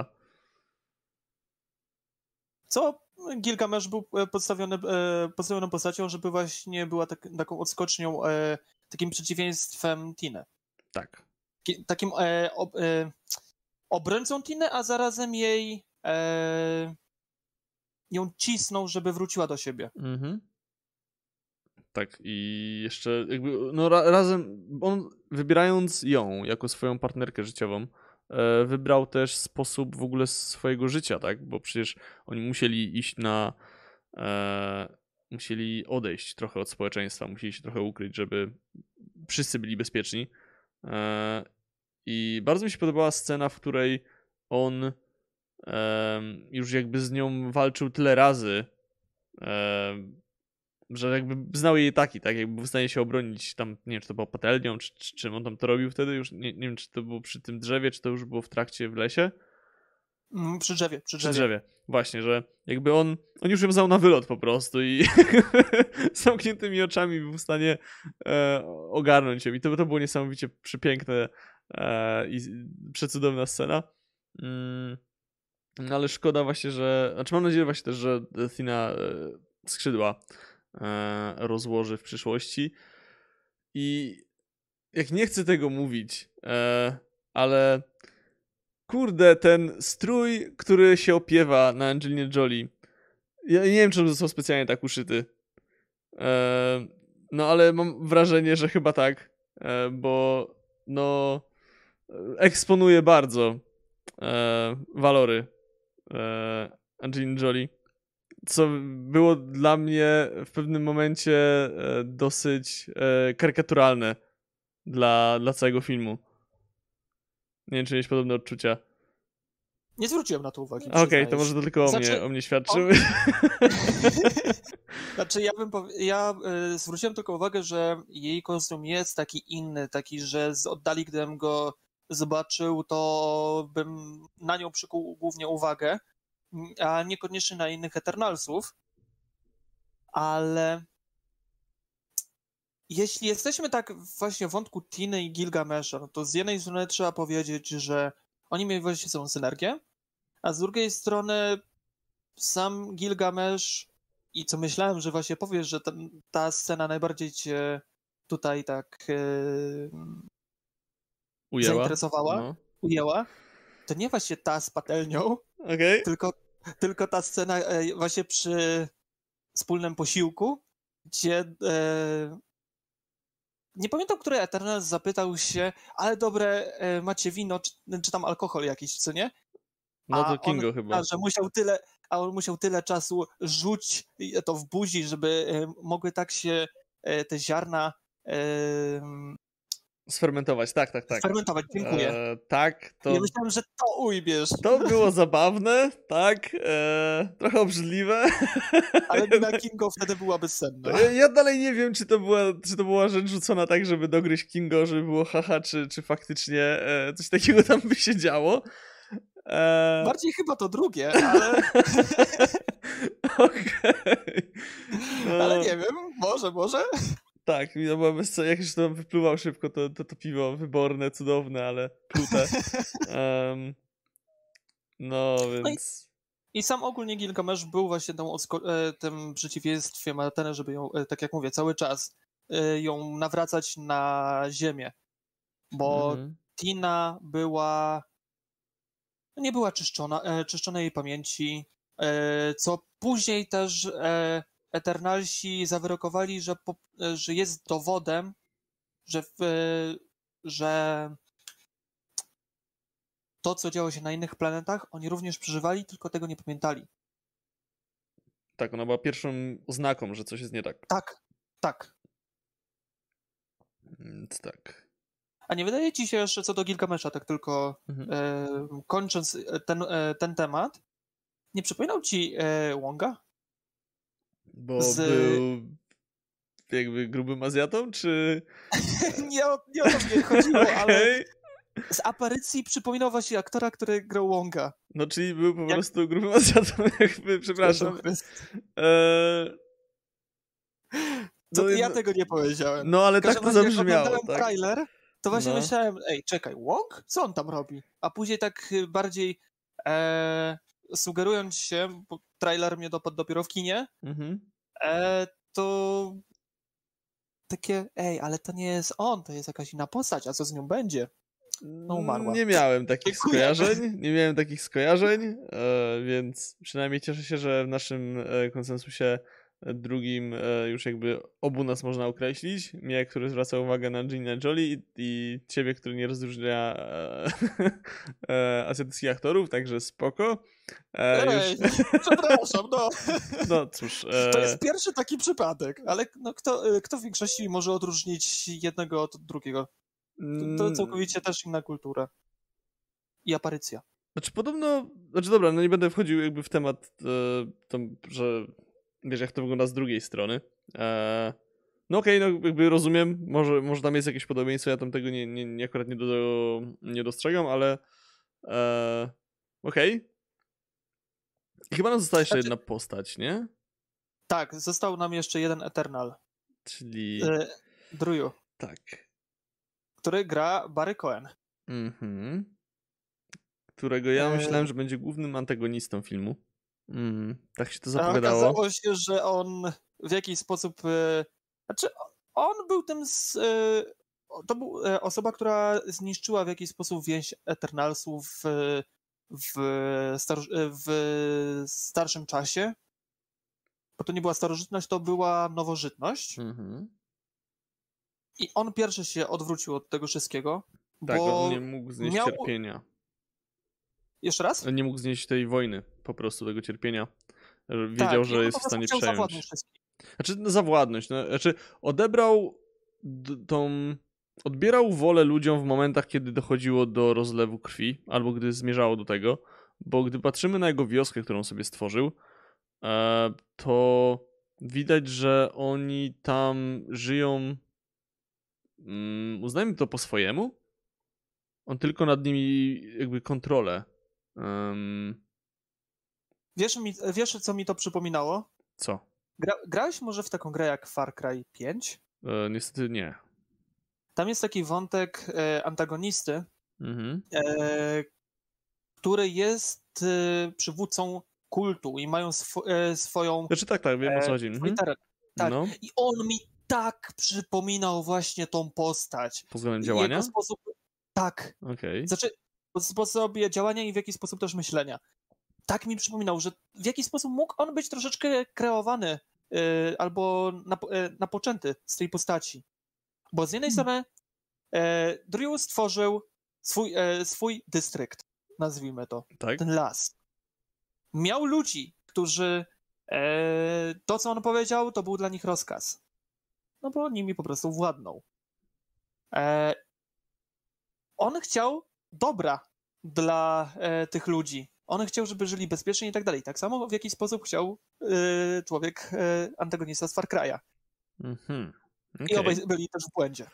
Co? Gilgamesz był podstawiony, podstawioną postacią, żeby właśnie była tak, taką odskocznią, takim przeciwieństwem Tiny. Tak. Takim e, ob, e, obrońcą Tiny, a zarazem jej e, ją cisnął, żeby wróciła do siebie. Mhm. Tak, i jeszcze jakby, no ra, razem, on wybierając ją jako swoją partnerkę życiową, e, wybrał też sposób w ogóle swojego życia, tak, bo przecież oni musieli iść na, e, musieli odejść trochę od społeczeństwa, musieli się trochę ukryć, żeby wszyscy byli bezpieczni. E, I bardzo mi się podobała scena, w której on e, już jakby z nią walczył tyle razy, e, że jakby znał jej taki, tak, jakby był w stanie się obronić tam, nie wiem, czy to było patelnią, czy, czy czym on tam to robił wtedy, już nie, nie wiem, czy to było przy tym drzewie, czy to już było w trakcie w lesie. Mm, przy drzewie, przy drzewie. Przy drzewie, właśnie, że jakby on, on już ją znał na wylot po prostu i z zamkniętymi oczami był w stanie e, ogarnąć ją i to, to było niesamowicie przepiękne e, i przecudowna scena. Mm, no ale szkoda właśnie, że, znaczy mam nadzieję właśnie też, że Thina e, skrzydła rozłoży w przyszłości i jak nie chcę tego mówić, ale kurde, ten strój, który się opiewa na Angelinie Jolie, ja nie wiem, czy on został specjalnie tak uszyty, no ale mam wrażenie, że chyba tak, bo no eksponuje bardzo walory Angeliny Jolie. Co było dla mnie w pewnym momencie dosyć karykaturalne dla, dla całego filmu. Nie wiem, czy miałeś podobne odczucia. Nie zwróciłem na to uwagi. Okej, okay, to może to tylko o, znaczy, mnie, o mnie świadczyły. On... znaczy ja bym powie... ja y, zwróciłem tylko uwagę, że jej kostium jest taki inny, taki, że z oddali, gdybym go zobaczył, to bym na nią przykuł głównie uwagę, a niekoniecznie na innych Eternalsów, ale jeśli jesteśmy tak właśnie w wątku Tiny i Gilgamesha, no to z jednej strony trzeba powiedzieć, że oni mieli właśnie sobą synergię, a z drugiej strony sam Gilgamesz i co myślałem, że właśnie powiesz, że ta, ta scena najbardziej cię tutaj tak yy, ujęła? zainteresowała, no. ujęła, to nie właśnie ta z patelnią, okay. tylko Tylko ta scena właśnie przy wspólnym posiłku, gdzie e, nie pamiętam, który Eternal zapytał się, ale dobre, e, macie wino, czy, czy tam alkohol jakiś, co nie? No to Kingo on, chyba. A, że musiał tyle, a on musiał tyle czasu rzuć to w buzi, żeby e, mogły tak się e, te ziarna e, Sfermentować, tak, tak, tak. Sfermentować, dziękuję. E, tak, to... Ja myślałem, że to ujmiesz. To było zabawne, tak, e, trochę obrzydliwe. Ale mina Kingo wtedy była bezsenna. Ja, ja dalej nie wiem, czy to, była, czy to była rzecz rzucona tak, żeby dogryźć Kingo, żeby było haha, czy, czy faktycznie e, coś takiego tam by się działo. E... Bardziej chyba to drugie, ale... Okej. No, ale nie wiem, może, może. tak, no bo bez co, jak już to wypluwał szybko, to, to, to piwo wyborne, cudowne, ale plute. Um, no, więc... I sam ogólnie Gilgamesz był właśnie tą odsko- e, tym przeciwieństwem Ateny, żeby ją, e, tak jak mówię, cały czas e, ją nawracać na ziemię. Bo Mhm. Tina była... nie była czyszczona, e, czyszczona jej pamięci, e, co później też e, Eternalsi zawyrokowali, że, po, e, że jest dowodem, że, w, e, że to, co działo się na innych planetach, oni również przeżywali, tylko tego nie pamiętali. Tak, ona była pierwszą oznaką, że coś jest nie tak. Tak, tak. Więc tak. A nie wydaje ci się jeszcze co do Gilgamesza, tak tylko Mhm. e, kończąc ten, e, ten temat, nie przypominał ci e, Wonga? Bo Z... był jakby grubym Azjatą, czy... nie, o, nie o to mnie chodziło, okay. ale z aparycji przypominał właśnie aktora, który grał Wonga. No, czyli był po Jak... prostu grubym Azjatą, jakby, przepraszam. Eee... Co, no, ja no, tego nie powiedziałem. No, ale tak to zabrzmiało. Jak tak. trailer, to właśnie no. myślałem, ej, czekaj, Wong? Co on tam robi? A później tak bardziej e, sugerując się, bo trailer mnie dopadł dopiero w kinie, Mhm. e, to takie, ej, ale to nie jest on, to jest jakaś inna postać, a co z nią będzie? No umarła. Nie miałem takich Dziękuję. skojarzeń, nie miałem takich skojarzeń, e, więc przynajmniej cieszę się, że w naszym e, konsensusie drugim e, już jakby obu nas można określić. Mnie, który zwraca uwagę na Angelina Jolie i, i ciebie, który nie rozróżnia e, e, azjatyckich aktorów, także spoko. E, Ej, już... przepraszam, no. No cóż. E... To jest pierwszy taki przypadek, ale no, kto, kto w większości może odróżnić jednego od drugiego? To, to całkowicie też inna kultura. I aparycja. Znaczy podobno, znaczy dobra, no nie będę wchodził jakby w temat, e, tam, że wiesz jak to wygląda z drugiej strony. E, no okej, okay, no jakby rozumiem, może, może tam jest jakieś podobieństwo, ja tam tego nie, nie, nie akurat nie, do, nie dostrzegam, ale e, okej. Okay. I chyba nam została jeszcze Znaczy... jedna postać, nie? Tak, został nam jeszcze jeden Eternal. Czyli... E, Druju. Tak. Który gra Barry Cohen. Mhm. Którego ja myślałem, że będzie głównym antagonistą filmu. Mm, tak się to zapowiadało. A okazało się, że on w jakiś sposób... E, znaczy, on był tym... Z, e, to był e, osoba, która zniszczyła w jakiś sposób więź Eternalsów w, w, star, w starszym czasie. Bo to nie była starożytność, to była nowożytność. Mhm. I on pierwszy się odwrócił od tego wszystkiego. Tak, bo on nie mógł znieść miał... cierpienia. Jeszcze raz? On nie mógł znieść tej wojny, po prostu tego cierpienia. Wiedział, tak, że jest w stanie przejąć. Znaczy, no, zawładnąć. No, znaczy, odebrał d- tą... Odbierał wolę ludziom w momentach, kiedy dochodziło do rozlewu krwi, albo gdy zmierzało do tego, bo gdy patrzymy na jego wioskę, którą sobie stworzył, e, to widać, że oni tam żyją, um, uznajmy to po swojemu, on tylko nad nimi jakby kontrolę. Um... Wiesz, mi, wiesz, co mi to przypominało? Co? Gra, grałeś może w taką grę jak Far Cry pięć? E, niestety nie. Tam jest taki wątek e, antagonisty, Mhm. e, który jest e, przywódcą kultu i mają swo, e, swoją... Znaczy tak, tak, wiem o co chodzi. Swój teren. Tak. No. I on mi tak przypominał właśnie tą postać. Pod względem działania? Jego sposób... Tak. Okej. Okay. Znaczy, po sposobie działania i w jakiś sposób też myślenia. Tak mi przypominał, że w jakiś sposób mógł on być troszeczkę kreowany yy, albo nap- yy, napoczęty z tej postaci. Bo z jednej Hmm. strony yy, Drew stworzył swój, yy, swój dystrykt, nazwijmy to, tak? ten las. Miał ludzi, którzy yy, to, co on powiedział, to był dla nich rozkaz. No bo nimi po prostu władnął. Yy, on chciał dobra dla e, tych ludzi. On chciał, żeby żyli bezpiecznie i tak dalej. Tak samo w jaki sposób chciał e, człowiek, e, antagonista z Far Cry'a. Mhm. Okay. I obaj byli też w błędzie.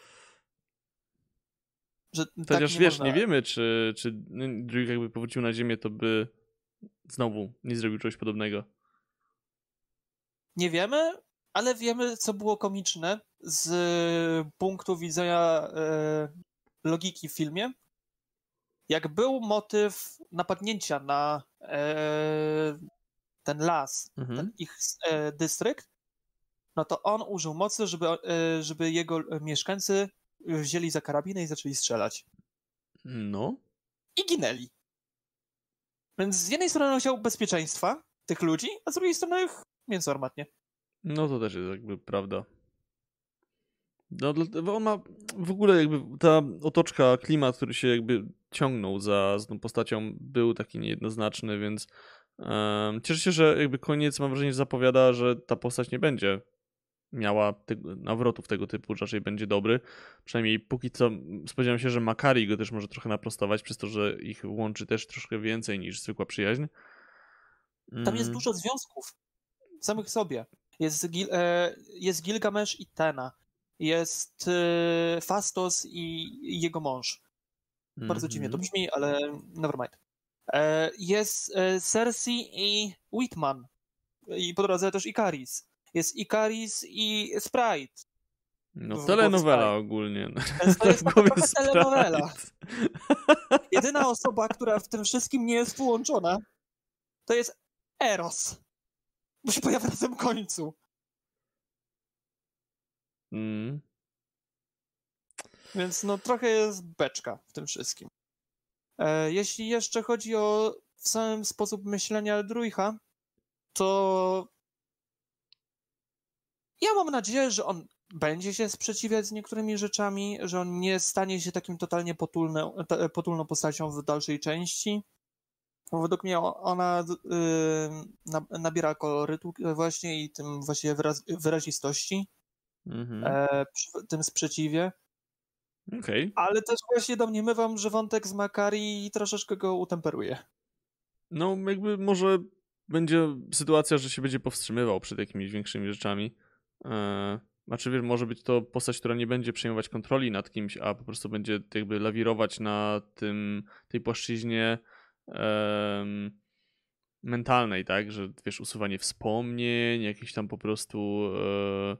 Że Chociaż tak nie wiesz, można... nie wiemy, czy, czy drugi jakby powrócił na ziemię, to by znowu nie zrobił czegoś podobnego. Nie wiemy, ale wiemy, co było komiczne z punktu widzenia e, logiki w filmie. Jak był motyw napadnięcia na e, ten las, Mhm. ten ich e, dystrykt, no to on użył mocy, żeby, e, żeby jego mieszkańcy wzięli za karabiny i zaczęli strzelać. No. I ginęli. Więc z jednej strony on chciał bezpieczeństwa tych ludzi, a z drugiej strony mięso armatnie. No to też jest jakby prawda. No, bo on ma w ogóle jakby ta otoczka, klimat, który się jakby ciągnął za, za tą postacią, był taki niejednoznaczny, więc um, cieszę się, że jakby koniec, mam wrażenie, zapowiada, że ta postać nie będzie miała tego, nawrotów tego typu, że raczej będzie dobry. Przynajmniej póki co spodziewam się, że Makari go też może trochę naprostować, przez to, że ich łączy też troszkę więcej niż zwykła przyjaźń. Tam jest Mm. dużo związków samych sobie. Jest, Gil, e, jest Gilgamesz i Tena. Jest e, Fastos i, i jego mąż. Mm-hmm. Bardzo dziwnie to brzmi, ale nevermind. E, jest e, Cersei i Whitman. I po drodze też Ikaris. Jest Ikaris i Sprite. No telenowela ogólnie. To jest taka trochę telenowela. Jedyna osoba, która w tym wszystkim nie jest włączona, to jest Eros. Bo się pojawia na tym końcu. Mm. Więc no trochę jest beczka w tym wszystkim. E, jeśli jeszcze chodzi o w samym sposób myślenia Druicha, to ja mam nadzieję, że on będzie się sprzeciwiać z niektórymi rzeczami, że on nie stanie się takim totalnie potulną, potulną postacią w dalszej części. Według mnie ona yy, nabiera kolorytu właśnie i tym właściwie wyraz, wyrazistości mm-hmm. e, przy tym sprzeciwie. Okay. Ale też właśnie domniemywam, że wątek z Makari troszeczkę go utemperuje. No jakby może będzie sytuacja, że się będzie powstrzymywał przed jakimiś większymi rzeczami. Eee, znaczy wiesz, może być to postać, która nie będzie przejmować kontroli nad kimś, a po prostu będzie jakby lawirować na tym, tej płaszczyźnie eee, mentalnej, tak, że wiesz, usuwanie wspomnień, jakieś tam po prostu eee,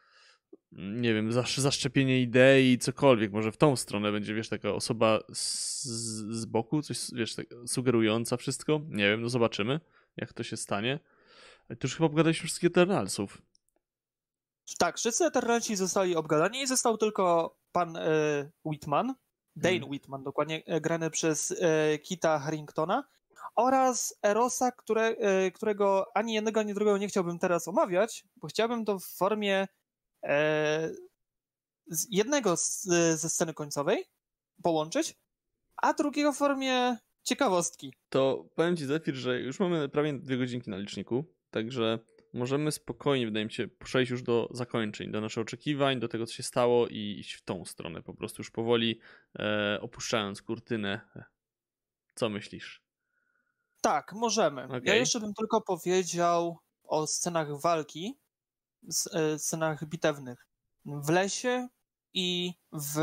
nie wiem, zaszczepienie idei, cokolwiek, może w tą stronę będzie, wiesz, taka osoba z, z boku, coś, wiesz, tak sugerująca wszystko, nie wiem, no zobaczymy, jak to się stanie. Ale to już chyba pogadaliśmy wszystkich Eternalsów. Tak, wszyscy Eternalsi zostali obgadani i został tylko pan e, Whitman, Dane hmm. Whitman, dokładnie, e, grany przez e, Kita Haringtona oraz Erosa, które, e, którego ani jednego, ani drugiego nie chciałbym teraz omawiać, bo chciałbym to w formie e, z jednego z, ze sceny końcowej połączyć, a drugiego w formie ciekawostki. To powiem ci, Zefir, że już mamy prawie dwie godzinki na liczniku, także możemy spokojnie, wydaje mi się, przejść już do zakończeń, do naszych oczekiwań, do tego, co się stało i iść w tą stronę po prostu już powoli, e, opuszczając kurtynę. Co myślisz? Tak, możemy. Okay. Ja jeszcze bym tylko powiedział o scenach walki, scenach bitewnych w lesie i w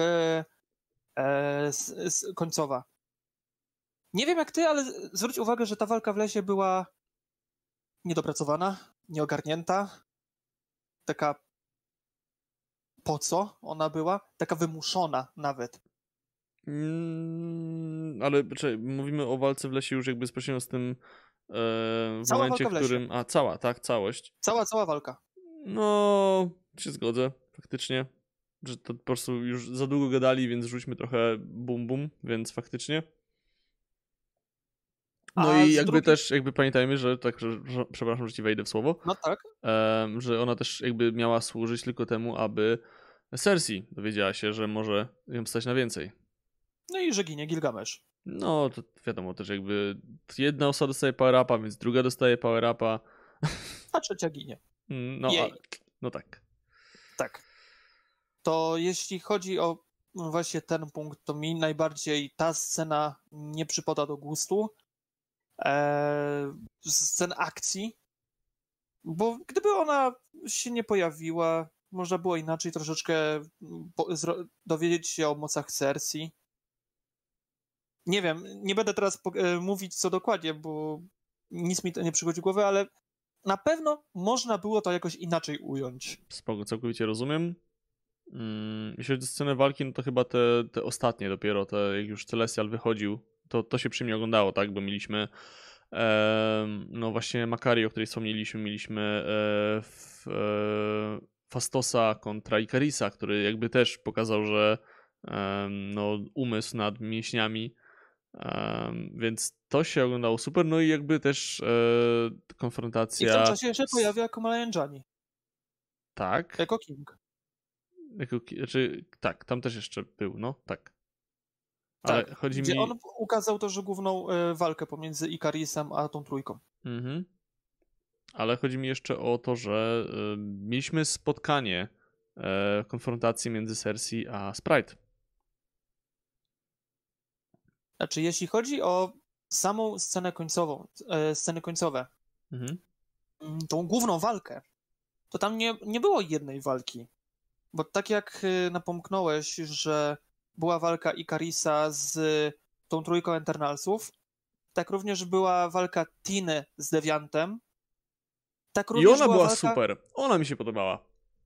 e, s, s, końcowa. Nie wiem jak ty, ale zwróć uwagę, że ta walka w lesie była niedopracowana, nieogarnięta, taka po co ona była, taka wymuszona nawet. Mm, ale czekaj, mówimy o walce w lesie już jakby bezpośrednio z tym e, w cała momencie, w którym... W A, cała, tak, całość. Cała, cała walka. No, się zgodzę, faktycznie. Że to po prostu już za długo gadali, więc rzućmy trochę bum bum, więc faktycznie. No A i jakby drugi... też, jakby pamiętajmy, że tak, że, że, przepraszam, że ci wejdę w słowo. No tak. Um, że ona też jakby miała służyć tylko temu, aby Cersei dowiedziała się, że może ją stać na więcej. No i że ginie Gilgamesz. No, to wiadomo też jakby jedna osoba dostaje power upa, więc druga dostaje power upa. A trzecia ginie. No, a, no tak. Tak. To jeśli chodzi o no właśnie ten punkt to mi najbardziej ta scena nie przypada do gustu. Eee, scen akcji, bo gdyby ona się nie pojawiła, można było inaczej troszeczkę po, zro, dowiedzieć się o mocach Cersei. Nie wiem, nie będę teraz po, e, mówić co dokładnie, bo nic mi to nie przychodzi w głowę, ale na pewno można było to jakoś inaczej ująć. Spoko, całkowicie rozumiem. Mm, jeśli chodzi o scenę walki, no to chyba te, te ostatnie dopiero, te, jak już Celestial wychodził, to, to się przy mnie oglądało, tak? Bo mieliśmy e, no właśnie Makari, o której wspomnieliśmy, mieliśmy e, f, e, Fastosa kontra Ikarisa, który jakby też pokazał, że e, no, umysł nad mięśniami, e, więc to się oglądało super, no i jakby też e, konfrontacja... I w tym czasie jeszcze z... pojawia Kumail Nanjiani. Tak. Jako King. Jako, znaczy, tak, tam też jeszcze był, no, tak. Ale tak, chodzi gdzie mi... on ukazał też główną y, walkę pomiędzy Ikarisem a tą trójką. Mhm. Ale chodzi mi jeszcze o to, że y, mieliśmy spotkanie y, konfrontacji między Cersei a Sprite. Znaczy, jeśli chodzi o samą scenę końcową, y, sceny końcowe, Mhm. y, tą główną walkę, to tam nie, nie było jednej walki. Bo tak jak y, napomknąłeś, że była walka Ikarisa z tą trójką Eternalsów, tak również była walka Tiny z Deviantem. Tak I również ona była, była walka... super. Ona mi się podobała.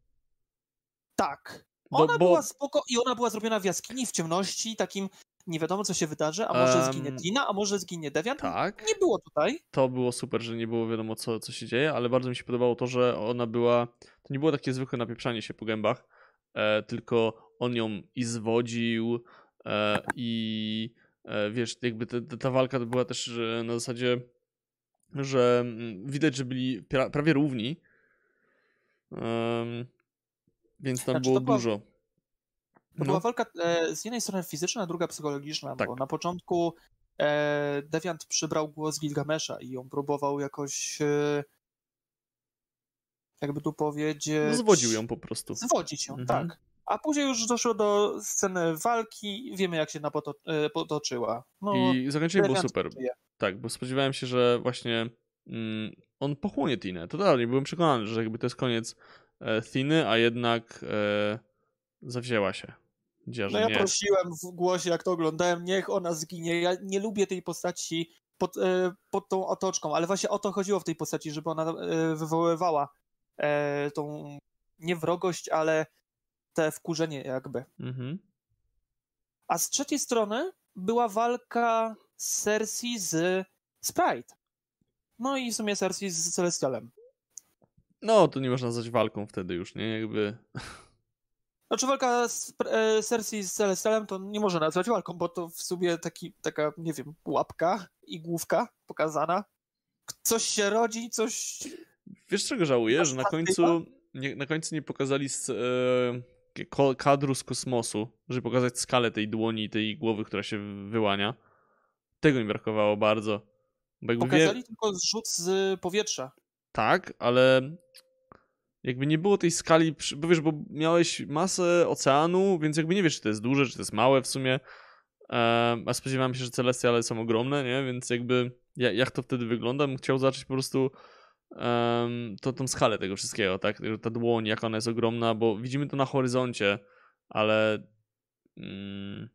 Tak. Bo, Ona bo... była spoko i ona była zrobiona w jaskini, w ciemności, takim nie wiadomo co się wydarzy, a może Um, zginie Tina, a może zginie Deviant. tak. Nie było tutaj. To było super, że nie było wiadomo co, co się dzieje, ale bardzo mi się podobało to, że ona była... To nie było takie zwykłe napieprzanie się po gębach, e, tylko on ją i zwodził e, i e, wiesz, jakby ta, ta walka to była też e, na zasadzie, że mm, widać, że byli pra, prawie równi, um, więc tam Znaczy, było to była, dużo. to No. była walka e, z jednej strony fizyczna, a druga psychologiczna, Tak. bo na początku e, Deviant przybrał głos Gilgamesza i ją próbował jakoś e, jakby tu powiedzieć... No zwodził ją po prostu. Zwodzić ją, Mhm. tak. A później już doszło do sceny walki, wiemy jak się na poto e, potoczyła. No, I zakończenie było Deviant super. żyje. Tak, bo spodziewałem się, że właśnie mm, on pochłonie Tinę. Totalnie, byłem przekonany, że jakby to jest koniec e, Tiny, a jednak e, zawzięła się. Gdzie, No że ja nie. prosiłem w głosie, jak to oglądałem, niech ona zginie. Ja nie lubię tej postaci pod, e, pod tą otoczką, ale właśnie o to chodziło w tej postaci, żeby ona e, wywoływała e, tą nie wrogość, ale te wkurzenie jakby. Mhm. A z trzeciej strony była walka Cersei z Sprite. No i w sumie Cersei z Celestialem. No, to nie można nazwać walką wtedy już, nie? Jakby... Znaczy walka z e, Cersei z Celestialem to nie można nazwać walką, bo to w sumie taki, taka, nie wiem, łapka i główka pokazana. Coś się rodzi, coś... Wiesz czego żałuję? Że na końcu nie, na końcu nie pokazali z, e, ko- kadru z kosmosu, żeby pokazać skalę tej dłoni i tej głowy, która się wyłania. Tego mi brakowało bardzo. Bo jakby Pokazali wie... tylko zrzut z powietrza. Tak, ale jakby nie było tej skali, bo wiesz, bo miałeś masę oceanu, więc jakby nie wiesz, czy to jest duże, czy to jest małe w sumie. A spodziewałem się, że Celestiale są ogromne, nie? Więc jakby jak to wtedy wygląda, bym chciał zobaczyć po prostu um, to, tą skalę tego wszystkiego, tak? Ta dłoń, jak ona jest ogromna, bo widzimy to na horyzoncie, ale mm,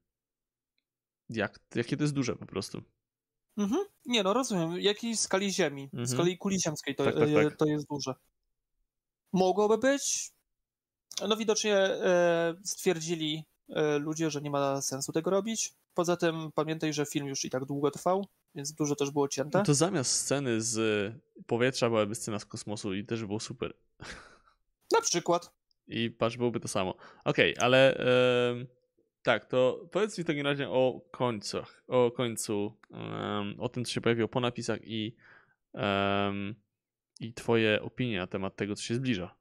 jak, jakie to jest duże po prostu. Mhm. Nie no, rozumiem. Jakiej skali Ziemi, Mhm. skali kuli ziemskiej to, Tak, tak, tak. to jest duże. Mogłoby być. No widocznie e, stwierdzili e, ludzie, że nie ma sensu tego robić. Poza tym pamiętaj, że film już i tak długo trwał, więc dużo też było cięte. No to zamiast sceny z powietrza byłaby scena z kosmosu i też było super. Na przykład. I patrz, byłoby to samo. Okej, okay, ale e, tak, to powiedz mi w takim razie o końcach, o końcu, um, o tym, co się pojawiło po napisach i, um, i twoje opinie na temat tego, co się zbliża.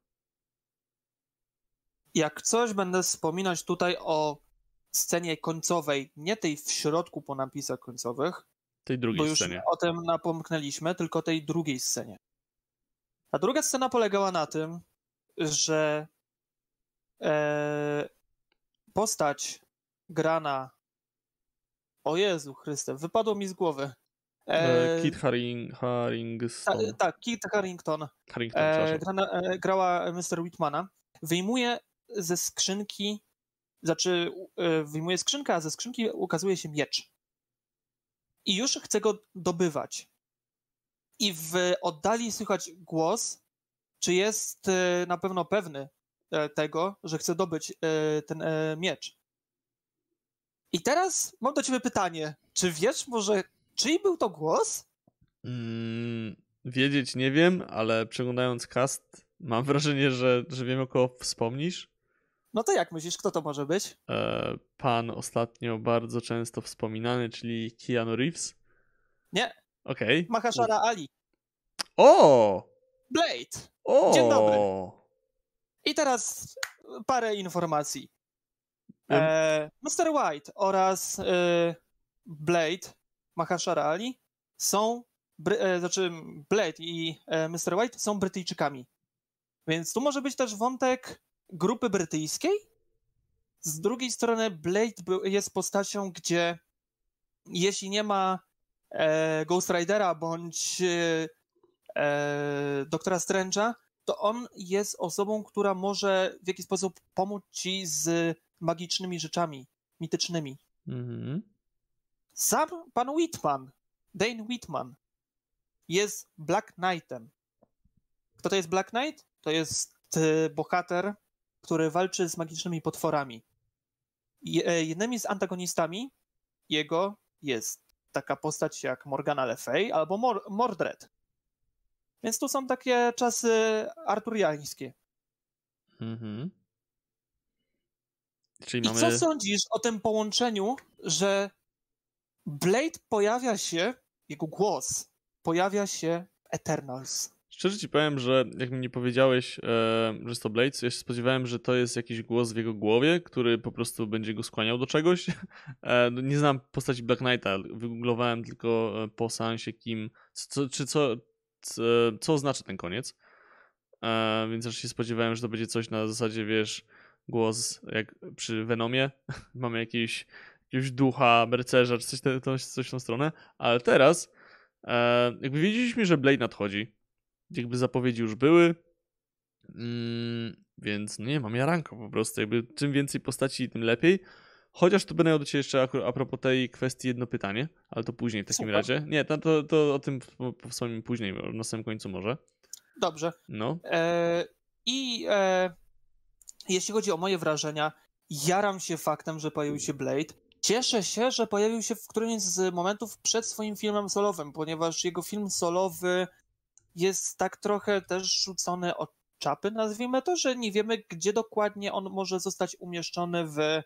Jak coś będę wspominać tutaj o scenie końcowej, nie tej w środku po napisach końcowych, tej drugiej bo już scenie. o tym napomknęliśmy, tylko tej drugiej scenie. Ta druga scena polegała na tym, że e, postać grana... O Jezu Chryste, wypadło mi z głowy. E, Kit Haring, Harington. Ta, tak, Kit Harington. Harington, E, przepraszam. grana, e, grała mister Whitmana. Wyjmuje ze skrzynki, znaczy e, wyjmuje skrzynkę, a ze skrzynki ukazuje się miecz. I już chce go dobywać. I w oddali słychać głos, czy jest e, na pewno pewny e, tego, że chce dobyć e, ten e, miecz. I teraz mam do ciebie pytanie. Czy wiesz może, czyj był to głos? Mm, wiedzieć nie wiem, ale przeglądając cast mam wrażenie, że, że wiem, o kogo wspomnisz. No to jak myślisz, kto to może być? E, pan ostatnio bardzo często wspominany, czyli Keanu Reeves. Nie. Okej. Okay. Mahashara Ali. O! Blade. O! Dzień dobry. I teraz parę informacji. E, mister White oraz e, Blade, Mahashara Ali są, Bry- e, znaczy Blade i e, mister White są Brytyjczykami. Więc tu może być też wątek grupy brytyjskiej. Z drugiej strony Blade był, jest postacią, gdzie jeśli nie ma e, Ghost Ridera bądź e, e, Doktora Strange'a, to on jest osobą, która może w jakiś sposób pomóc ci z magicznymi rzeczami, mitycznymi. Mhm. Sam pan Whitman, Dane Whitman, jest Black Knightem. Kto to jest Black Knight? To jest y, bohater, który walczy z magicznymi potworami. I, y, jednymi z antagonistami jego jest taka postać jak Morgana Le Fay albo Mor- Mordred. Więc tu są takie czasy arturiańskie. Mhm. Czyli I mamy... co sądzisz o tym połączeniu, że Blade pojawia się, jego głos pojawia się w Eternals? Szczerze ci powiem, że jak mi nie powiedziałeś, e, że jest to Blade, ja się spodziewałem, że to jest jakiś głos w jego głowie, który po prostu będzie go skłaniał do czegoś. E, nie znam postaci Black Knighta, wygooglowałem tylko po seansie kim, co, czy co, co, co oznacza ten koniec. E, więc też się spodziewałem, że to będzie coś na zasadzie, wiesz, głos jak przy Venomie. Mamy jakiegoś, jakiegoś ducha, bercerza, czy coś, te, coś w tą stronę. Ale teraz e, jakby wiedzieliśmy, że Blade nadchodzi. Jakby zapowiedzi już były. Mm, więc no nie mam jaranko po prostu. Jakby czym więcej postaci, tym lepiej. Chociaż tu będę miał do ciebie jeszcze a, a propos tej kwestii jedno pytanie, ale to później w takim Super. razie. Nie, to, to, to o tym wspomnimy później, na samym końcu może. Dobrze. No. E, I e, jeśli chodzi o moje wrażenia, jaram się faktem, że pojawił się Blade. Cieszę się, że pojawił się w którymś z momentów przed swoim filmem solowym, ponieważ jego film solowy jest tak trochę też rzucony od czapy, nazwijmy to, że nie wiemy, gdzie dokładnie on może zostać umieszczony w, e,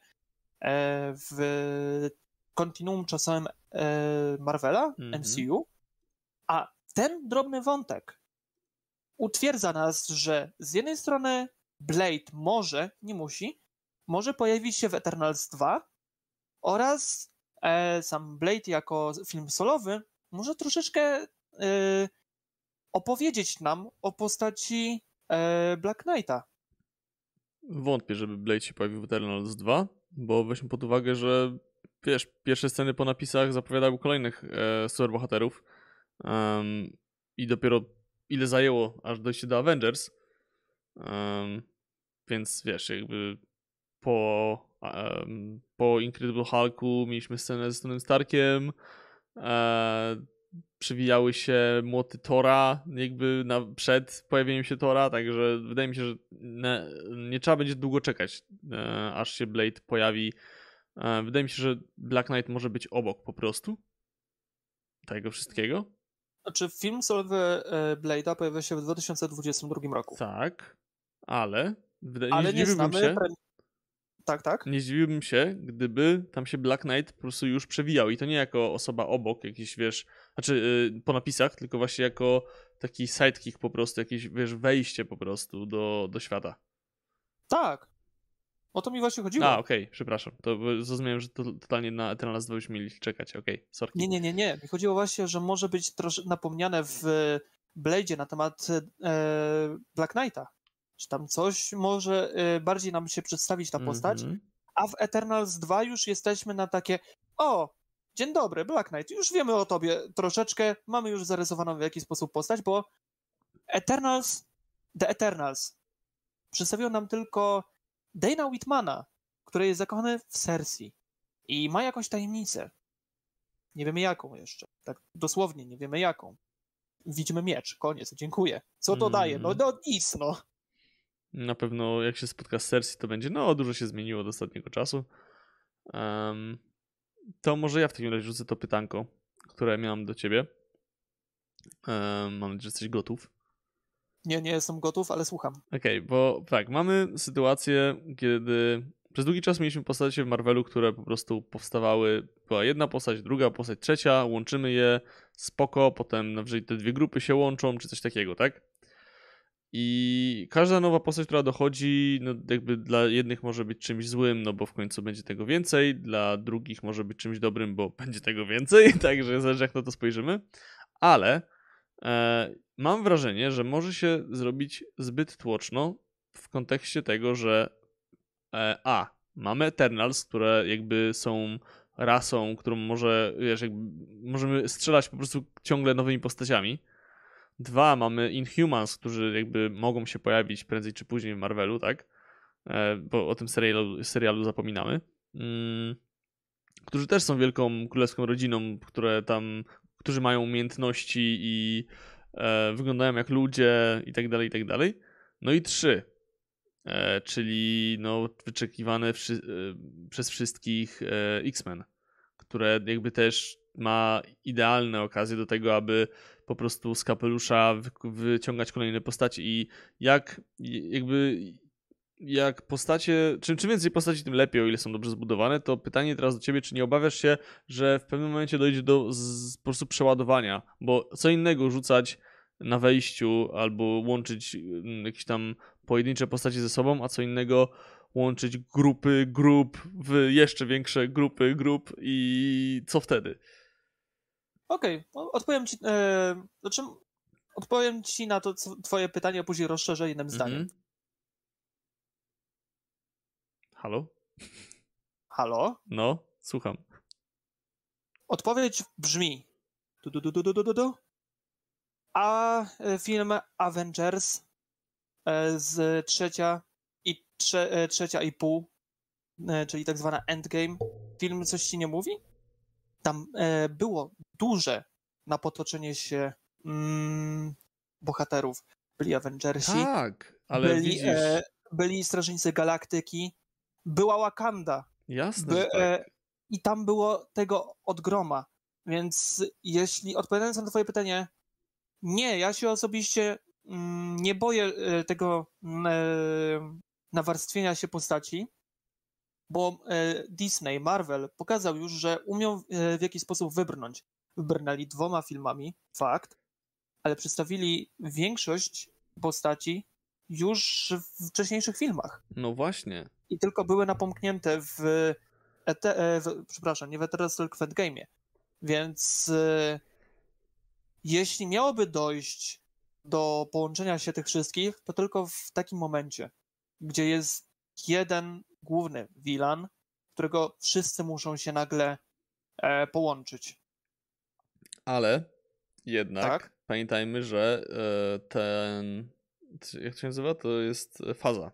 w kontinuum czasowym e, Marvela, Mhm. M C U. A ten drobny wątek utwierdza nas, że z jednej strony Blade może, nie musi, może pojawić się w Eternals dwa oraz e, sam Blade jako film solowy może troszeczkę e, opowiedzieć nam o postaci e, Black Knighta. Wątpię, żeby Blade się pojawił w Eternals dwa, bo weźmy pod uwagę, że wiesz, pierwsze sceny po napisach zapowiadały kolejnych e, superbohaterów um, i dopiero ile zajęło, aż dojście do Avengers. Um, więc wiesz, jakby po, um, po Incredible Hulku mieliśmy scenę z Tonym Starkiem, e, przywijały się młoty Tora jakby na, przed pojawieniem się Tora, także wydaje mi się, że nie, nie trzeba będzie długo czekać, e, aż się Blade pojawi. E, wydaje mi się, że Black Knight może być obok po prostu tego wszystkiego. Znaczy film solowy e, Blade'a pojawia się w dwa tysiące dwudziestym drugim roku. Tak, ale wydaje, ale nie nie zdziwiłbym znamy... się, Pre... Tak, tak. nie zdziwiłbym się, gdyby tam się Black Knight po prostu już przewijał i to nie jako osoba obok, jakiś, wiesz, znaczy yy, po napisach, tylko właśnie jako taki sidekick po prostu, jakieś, wiesz, wejście po prostu do, do świata. Tak. O to mi właśnie chodziło. A, okej, okay, przepraszam. To zrozumiałem, że to totalnie na Eternals dwa już mieli czekać, okej, okay, sorki. Nie, nie, nie, nie. Mi chodziło właśnie, że może być troszkę napomniane w Blade'zie na temat e, Black Knighta. Czy tam coś może e, bardziej nam się przedstawić ta postać, Mm-hmm. A w Eternals dwa już jesteśmy na takie, o, dzień dobry, Black Knight, już wiemy o tobie troszeczkę, mamy już zarysowaną w jaki sposób postać, bo Eternals, The Eternals przedstawiło nam tylko Dana Whitmana, który jest zakochany w Cersei i ma jakąś tajemnicę. Nie wiemy jaką jeszcze, tak dosłownie nie wiemy jaką. Widzimy miecz, koniec, dziękuję. Co to Mm. daje? No, no nic, no. Na pewno jak się spotka z Cersei, to będzie, no dużo się zmieniło od ostatniego czasu. Um, to może ja w takim razie rzucę to pytanko, które miałem do ciebie. Um, mam nadzieję, że jesteś gotów. Nie, nie jestem gotów, ale słucham. Okej, okay, bo tak, mamy sytuację, kiedy przez długi czas mieliśmy postacie w Marvelu, które po prostu powstawały, była jedna postać, druga postać, trzecia, łączymy je, spoko, potem najwyżej te dwie grupy się łączą, czy coś takiego, tak? I każda nowa postać, która dochodzi, no jakby dla jednych może być czymś złym, no bo w końcu będzie tego więcej, dla drugich może być czymś dobrym, bo będzie tego więcej, także zależy jak na to spojrzymy, ale e, mam wrażenie, że może się zrobić zbyt tłoczno w kontekście tego, że e, a, mamy Eternals, które jakby są rasą, którą może, wiesz, jakby możemy strzelać po prostu ciągle nowymi postaciami. Dwa, mamy Inhumans, którzy jakby mogą się pojawić prędzej czy później w Marvelu, tak? E, bo o tym serialu, serialu zapominamy. Mm, którzy też są wielką królewską rodziną, które tam, którzy mają umiejętności i e, wyglądają jak ludzie i tak dalej, i tak dalej. No i trzy, e, czyli no wyczekiwane wszy- e, przez wszystkich e, X-Men, które jakby też ma idealne okazje do tego, aby po prostu z kapelusza wy- wyciągać kolejne postacie i jak jakby jak postacie, czym, czym więcej postaci, tym lepiej, o ile są dobrze zbudowane, to pytanie teraz do ciebie, czy nie obawiasz się, że w pewnym momencie dojdzie do z, po prostu przeładowania, bo co innego rzucać na wejściu albo łączyć mm, jakieś tam pojedyncze postacie ze sobą, a co innego łączyć grupy grup w jeszcze większe grupy grup i co wtedy? Okej, okay. Odpowiem ci, e, znaczy, odpowiem ci na to co, twoje pytanie, a później rozszerzę jednym zdaniem. Mhm. Halo? Halo? No, słucham. Odpowiedź brzmi du, du, du, du, du, du, du. A film Avengers e, z trzecia i trze, e, trzecia i pół, e, czyli tak zwana Endgame, film coś ci nie mówi? Tam e, było duże na potoczenie się mm, bohaterów. Byli Avengersi, Tak, ale byli, widzisz... e, byli Strażnicy Galaktyki, była Wakanda. Jasne, by, że tak. e, I tam było tego od groma. Więc jeśli, odpowiadając na twoje pytanie, nie, ja się osobiście mm, nie boję e, tego mm, e, nawarstwienia się postaci, bo e, Disney, Marvel pokazał już, że umią e, w jakiś sposób wybrnąć. Wybrnęli dwoma filmami, fakt, ale przedstawili większość postaci już w wcześniejszych filmach. No właśnie. I tylko były napomknięte w, ete, e, w przepraszam, nie w Eternals, tylko w Endgame'ie. Więc e, jeśli miałoby dojść do połączenia się tych wszystkich, to tylko w takim momencie, gdzie jest jeden główny villain, którego wszyscy muszą się nagle e, połączyć. Ale jednak Tak? pamiętajmy, że e, ten, jak to się nazywa, to jest faza.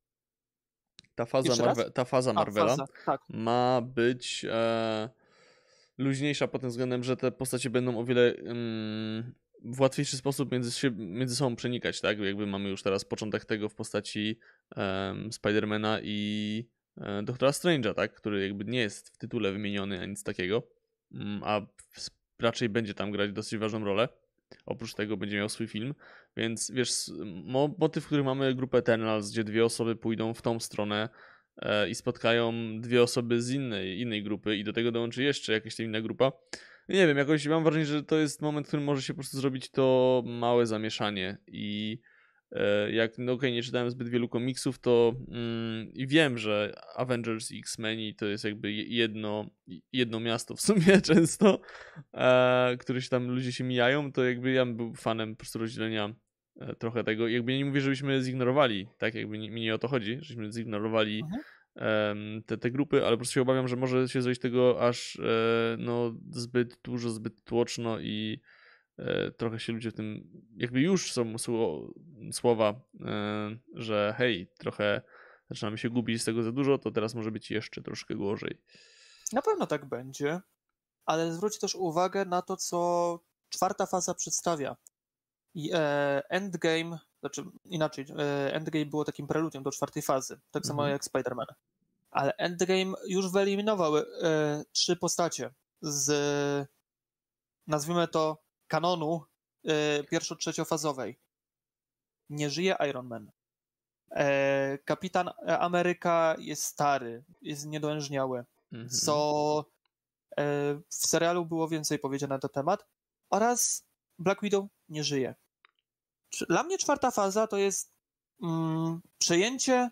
Ta faza, Jeszcze raz? Marve- ta faza A, Marvela faza, tak. ma być e, luźniejsza pod tym względem, że te postacie będą o wiele mm, w łatwiejszy sposób między, się, między sobą przenikać, tak? Jakby mamy już teraz początek tego w postaci um, Spidermana i e, Doktora Strange'a, tak? Który jakby nie jest w tytule wymieniony, a nic takiego, mm, a w, raczej będzie tam grać dosyć ważną rolę. Oprócz tego będzie miał swój film, więc wiesz, mo- motyw, w którym mamy grupę Eternals, gdzie dwie osoby pójdą w tą stronę e, i spotkają dwie osoby z innej, innej grupy i do tego dołączy jeszcze jakaś tam inna grupa. Nie wiem, jakoś mam wrażenie, że to jest moment, w którym może się po prostu zrobić to małe zamieszanie i e, jak, no okej, okay, nie czytałem zbyt wielu komiksów, to mm, i wiem, że Avengers i X-Meni to jest jakby jedno, jedno miasto w sumie często, e, które się tam ludzie się mijają, to jakby ja bym był fanem po prostu rozdzielenia e, trochę tego. Jakby nie mówię, żebyśmy zignorowali, tak? Jakby nie, mi nie o to chodzi, żebyśmy zignorowali Mhm. em, te, te grupy, ale po prostu się obawiam, że może się zrobić tego aż e, no, zbyt dużo, zbyt tłoczno i e, trochę się ludzie w tym, jakby już są sło, słowa, e, że hej, trochę zaczynamy się gubić z tego za dużo, to teraz może być jeszcze troszkę gorzej. Na pewno tak będzie, ale zwróć też uwagę na to, co czwarta faza przedstawia. I, e, Endgame, znaczy inaczej, e, Endgame było takim preludium do czwartej fazy, tak samo Mhm. jak Spider-Man. Ale Endgame już wyeliminował e, trzy postacie z, nazwijmy to, kanonu e, pierwszo-trzeciofazowej. Nie żyje Iron Man. E, Kapitan Ameryka jest stary, jest niedołężniały. Mhm. Co e, w serialu było więcej powiedziane na ten temat. Oraz Black Widow nie żyje. Dla mnie czwarta faza to jest mm, przejęcie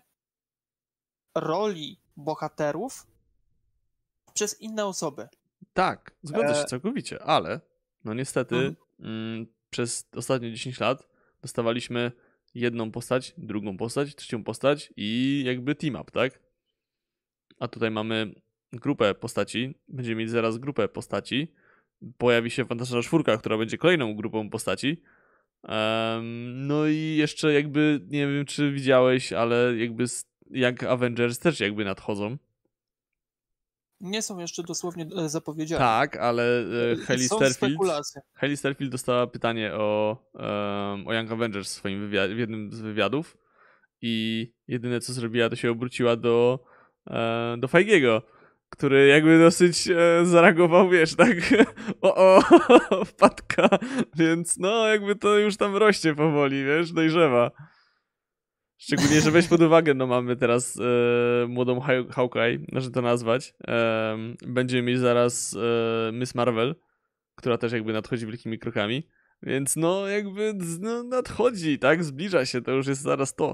roli bohaterów przez inne osoby. Tak, zgodzę się E, całkowicie, ale no niestety mhm. mm, przez ostatnie dziesięć lat dostawaliśmy jedną postać, drugą postać, trzecią postać i jakby team up, tak? A tutaj mamy grupę postaci, będziemy mieć zaraz grupę postaci, pojawi się Fantastyczna Czwórka, która będzie kolejną grupą postaci. Um, no i jeszcze jakby, nie wiem czy widziałeś, ale jakby jak Avengers też jakby nadchodzą. Nie są jeszcze dosłownie e, zapowiedziani. Tak, ale e, Hayley Są Starfield, spekulacje. Hayley Starfield dostała pytanie o, um, o Young Avengers w swoim wywiadzie, w jednym z wywiadów i jedyne co zrobiła to się obróciła do, e, do Feigiego, który jakby dosyć e, zareagował, wiesz, tak o o, wpadka, więc no jakby to już tam rośnie powoli, wiesz, dojrzewa. Szczególnie, że weź pod uwagę, no mamy teraz e, młodą Haw- Hawkeye, że to nazwać. E, będziemy mieć zaraz e, Miss Marvel, która też jakby nadchodzi wielkimi krokami. Więc no jakby no, nadchodzi, tak? Zbliża się, to już jest zaraz to.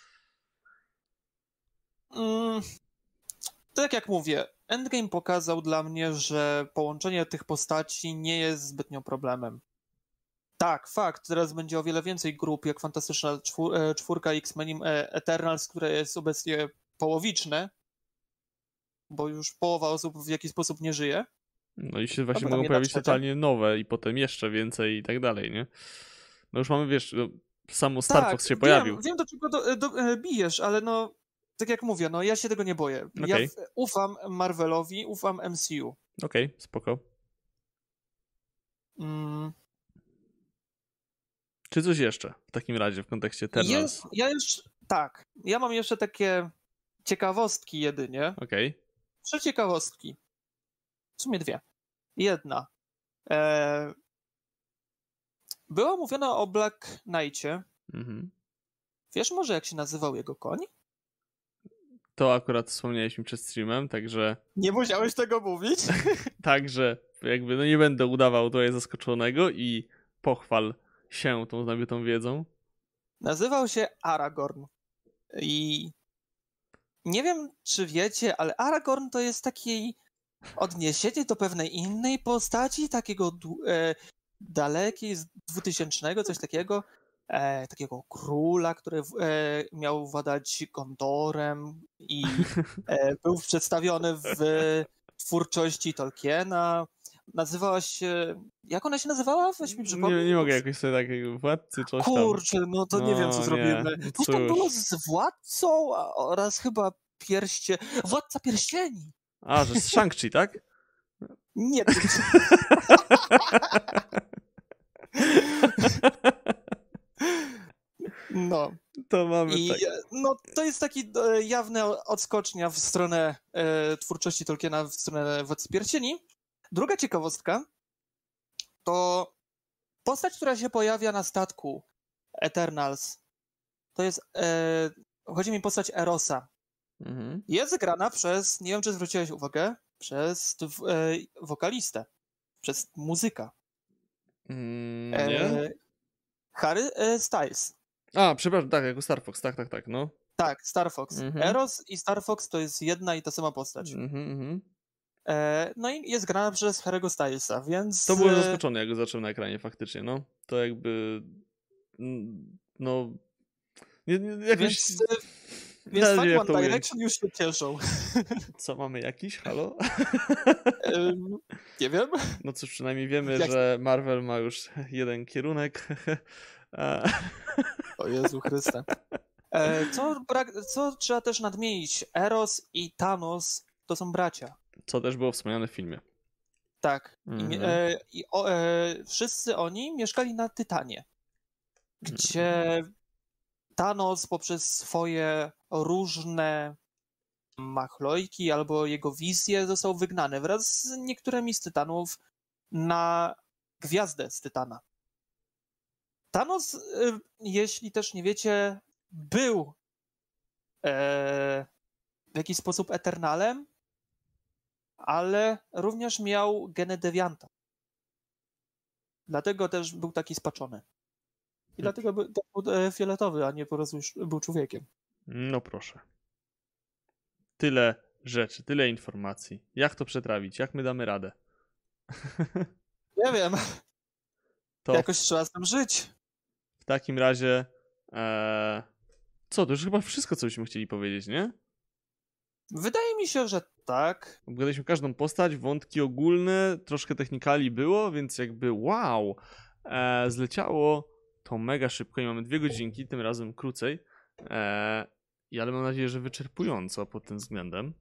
Mm, tak jak mówię, Endgame pokazał dla mnie, że połączenie tych postaci nie jest zbytnio problemem. Tak, fakt, teraz będzie o wiele więcej grup, jak Fantastyczna czwór- e, Czwórka, X-Men e, Eternals, które jest obecnie połowiczne, bo już połowa osób w jakiś sposób nie żyje. No i się właśnie Albo tam mogą jedna pojawić trzecia. totalnie nowe i potem jeszcze więcej i tak dalej, nie? No już mamy, wiesz, no, samo Star Tak, Fox się wiem, pojawił. wiem do czego do, do, e, bijesz, ale no, tak jak mówię, no ja się tego nie boję. Ja Okej. w, ufam Marvelowi, ufam M C U. Okej, spoko. Mm, Czy coś jeszcze w takim razie w kontekście Eternals? jest, ja już, tak, ja mam jeszcze takie ciekawostki jedynie. Okej. Trzy ciekawostki. W sumie dwie. Jedna. E, Była mówiona o Black Knightie. Mhm. Wiesz może, jak się nazywał jego koń? To akurat wspomniałeś mi przed streamem, także Nie musiałeś tego mówić. także jakby no nie będę udawał tutaj zaskoczonego i pochwal się tą nabytą wiedzą. Nazywał się Aragorn. I nie wiem, czy wiecie, ale Aragorn to jest taki odniesienie do pewnej innej postaci, takiego du- e, dalekiej, z dwutysięcznego, coś takiego. E, takiego króla, który w, e, miał władać Gondorem i e, był przedstawiony w twórczości Tolkiena. Nazywała się... Jak ona się nazywała? Weź mi przypomnij. Nie, nie mogę jakoś sobie takiego władcy coś tam. Kurczę, no to nie wiem, co No, zrobimy. nie, no Coś tam cóż. było z władcą a- oraz chyba pierście... Władca pierścieni! A, że z Shang-Chi, tak? Nie, ty... No. To mamy I tak. no, to jest taki e, jawny odskocznia w stronę e, twórczości Tolkiena, w stronę Władcy Pierścieni. Druga ciekawostka to postać, która się pojawia na statku Eternals. To jest, e, chodzi mi o postać Erosa. Mhm. Jest grana przez, nie wiem czy zwróciłeś uwagę, przez e, wokalistę, przez muzyka. Mm, nie? E, Harry e, Styles. A, przepraszam, tak, jako Star Fox, tak, tak, tak, no. Tak, Star Fox. Mhm. Eros i Star Fox to jest jedna i ta sama postać. Mhm, mhm. E, no i jest grana przez Harry'ego Stylesa, więc... To byłem e, zaskoczony, jak go zacząłem na ekranie faktycznie, no. To jakby... mm, No... Nie, nie, jakoś... Więc e, Więc Na fan razie One to Direction już się cieszą. Co, mamy jakiś? Halo? Ym, nie wiem. No cóż, przynajmniej wiemy, Jak- że Marvel ma już jeden kierunek. A, O Jezu Chryste. E, co, brak, co trzeba też nadmienić? Eros i Thanos to są bracia. Co też było wspomniane w filmie. Tak. I, Mhm. e, i o, e, wszyscy oni mieszkali na Tytanie, gdzie Thanos poprzez swoje różne machlojki albo jego wizje został wygnany wraz z niektórymi z Tytanów na gwiazdę z Tytana. Thanos, e, jeśli też nie wiecie, był e, w jakiś sposób Eternalem, ale również miał genę dewianta. Dlatego też był taki spaczony. I Hmm. dlatego był, był e, fioletowy, a nie po prostu już był człowiekiem. No proszę. Tyle rzeczy, tyle informacji. Jak to przetrawić? Jak my damy radę? Nie wiem, To jakoś trzeba z tym żyć. w takim razie... E... Co, to już chyba wszystko, co byśmy chcieli powiedzieć, nie? Wydaje mi się, że tak. Obgadaliśmy każdą postać, wątki ogólne, troszkę technikali było, więc jakby wow, e, zleciało to mega szybko i mamy dwie godzinki, tym razem krócej, e, i ale mam nadzieję, że wyczerpująco pod tym względem.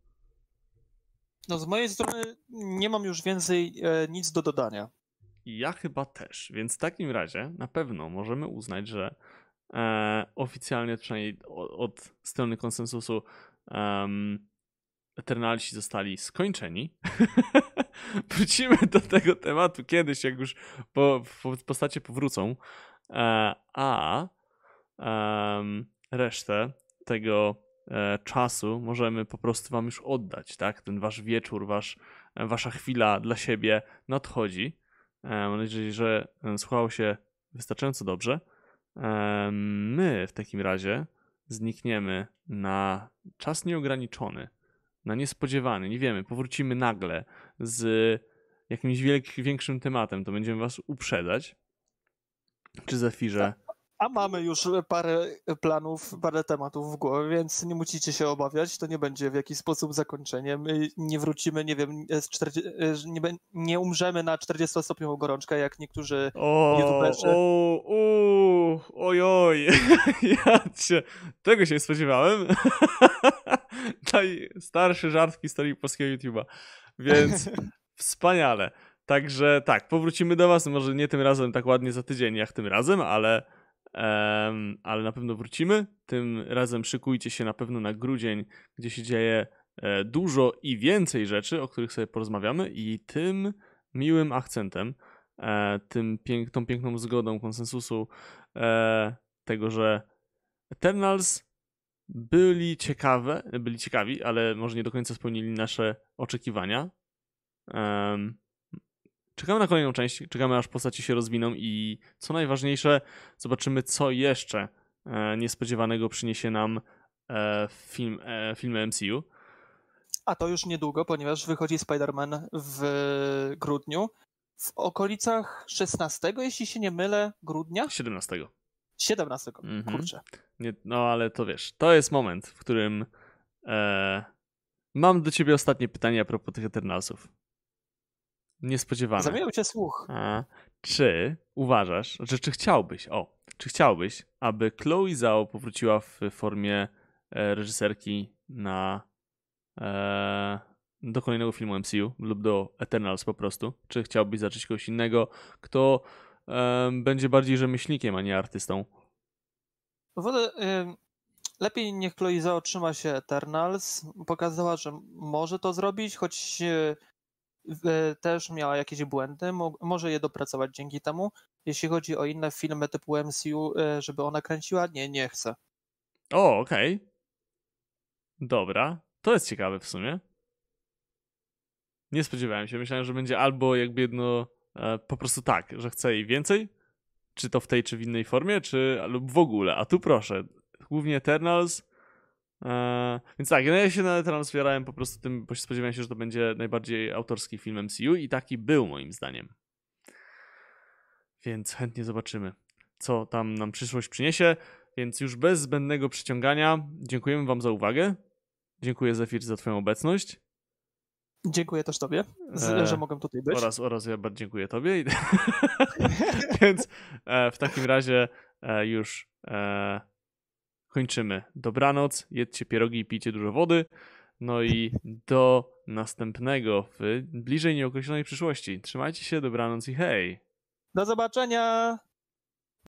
No z mojej strony nie mam już więcej e, nic do dodania. I ja chyba też, więc w takim razie na pewno możemy uznać, że e, oficjalnie, przynajmniej od, od strony konsensusu, um, Eternalsi zostali skończeni. Wrócimy do tego tematu kiedyś, jak już po, po, postacie powrócą. E, a um, resztę tego e, czasu możemy po prostu wam już oddać, tak? Ten wasz wieczór, wasz, e, wasza chwila dla siebie nadchodzi. E, mam nadzieję, że e, słuchało się wystarczająco dobrze. E, my w takim razie znikniemy na czas nieograniczony, na niespodziewany, nie wiemy, powrócimy nagle z jakimś wielk, większym tematem, to będziemy was uprzedzać. Czy Zefirze? A mamy już parę planów, parę tematów w głowie, więc nie musicie się obawiać, to nie będzie w jakiś sposób zakończenie. My nie wrócimy, nie wiem, z czterdzieści, nie, be- nie umrzemy na czterdziestostopniową gorączkę, jak niektórzy O, youtuberzy. o, o, ojoj, ja cię, tego się nie spodziewałem. Najstarszy żart w historii polskiego YouTube'a, więc wspaniale. Także tak, powrócimy do was, może nie tym razem tak ładnie za tydzień jak tym razem, ale, um, ale na pewno wrócimy. Tym razem szykujcie się na pewno na grudzień, gdzie się dzieje e, dużo i więcej rzeczy, o których sobie porozmawiamy i tym miłym akcentem, e, tym pięk, tą piękną zgodą konsensusu e, tego, że Eternals byli ciekawe, byli ciekawi, ale może nie do końca spełnili nasze oczekiwania. Um, czekamy na kolejną część, czekamy aż postaci się rozwiną i co najważniejsze, zobaczymy co jeszcze e, niespodziewanego przyniesie nam e, film, e, filmy M C U. A to już niedługo, ponieważ wychodzi Spider-Man w grudniu. W okolicach szesnastego, jeśli się nie mylę, grudnia? siedemnastego. siedemnastego, Mhm. kurczę. Nie, no ale to wiesz, to jest moment, w którym e, mam do ciebie ostatnie pytanie a propos tych Eternalsów. Niespodziewane. Zamienił cię słuch. A, czy uważasz, że czy chciałbyś, o, czy chciałbyś, aby Chloe Zhao powróciła w formie e, reżyserki na e, do kolejnego filmu M C U lub do Eternals po prostu? Czy chciałbyś zacząć kogoś innego, kto e, będzie bardziej rzemieślnikiem, a nie artystą? Wolę, y, lepiej niech Chloe Zhao trzyma się Eternals. Pokazała, że może to zrobić, choć y, y, też miała jakieś błędy. Mo, może je dopracować dzięki temu. Jeśli chodzi o inne filmy typu M C U, y, żeby ona kręciła, nie, nie chcę. O, okej. Okay. Dobra. To jest ciekawe w sumie. Nie spodziewałem się. Myślałem, że będzie albo jakby jedno e, po prostu tak, że chce jej więcej, czy to w tej, czy w innej formie, czy lub w ogóle. A tu proszę, głównie Eternals. E, więc tak, no ja się na Eternals wspierałem po prostu tym, bo spodziewałem się, że to będzie najbardziej autorski film M C U i taki był moim zdaniem. Więc chętnie zobaczymy, co tam nam przyszłość przyniesie. Więc już bez zbędnego przyciągania dziękujemy wam za uwagę. Dziękuję Zefir za twoją obecność. Dziękuję też tobie, z, E, że mogę tutaj być. Oraz, oraz ja bardzo dziękuję tobie. Więc e, w takim razie e, już e, kończymy. Dobranoc, jedzcie pierogi i pijcie dużo wody. No i do następnego w bliżej nieokreślonej przyszłości. Trzymajcie się, dobranoc i hej! Do zobaczenia!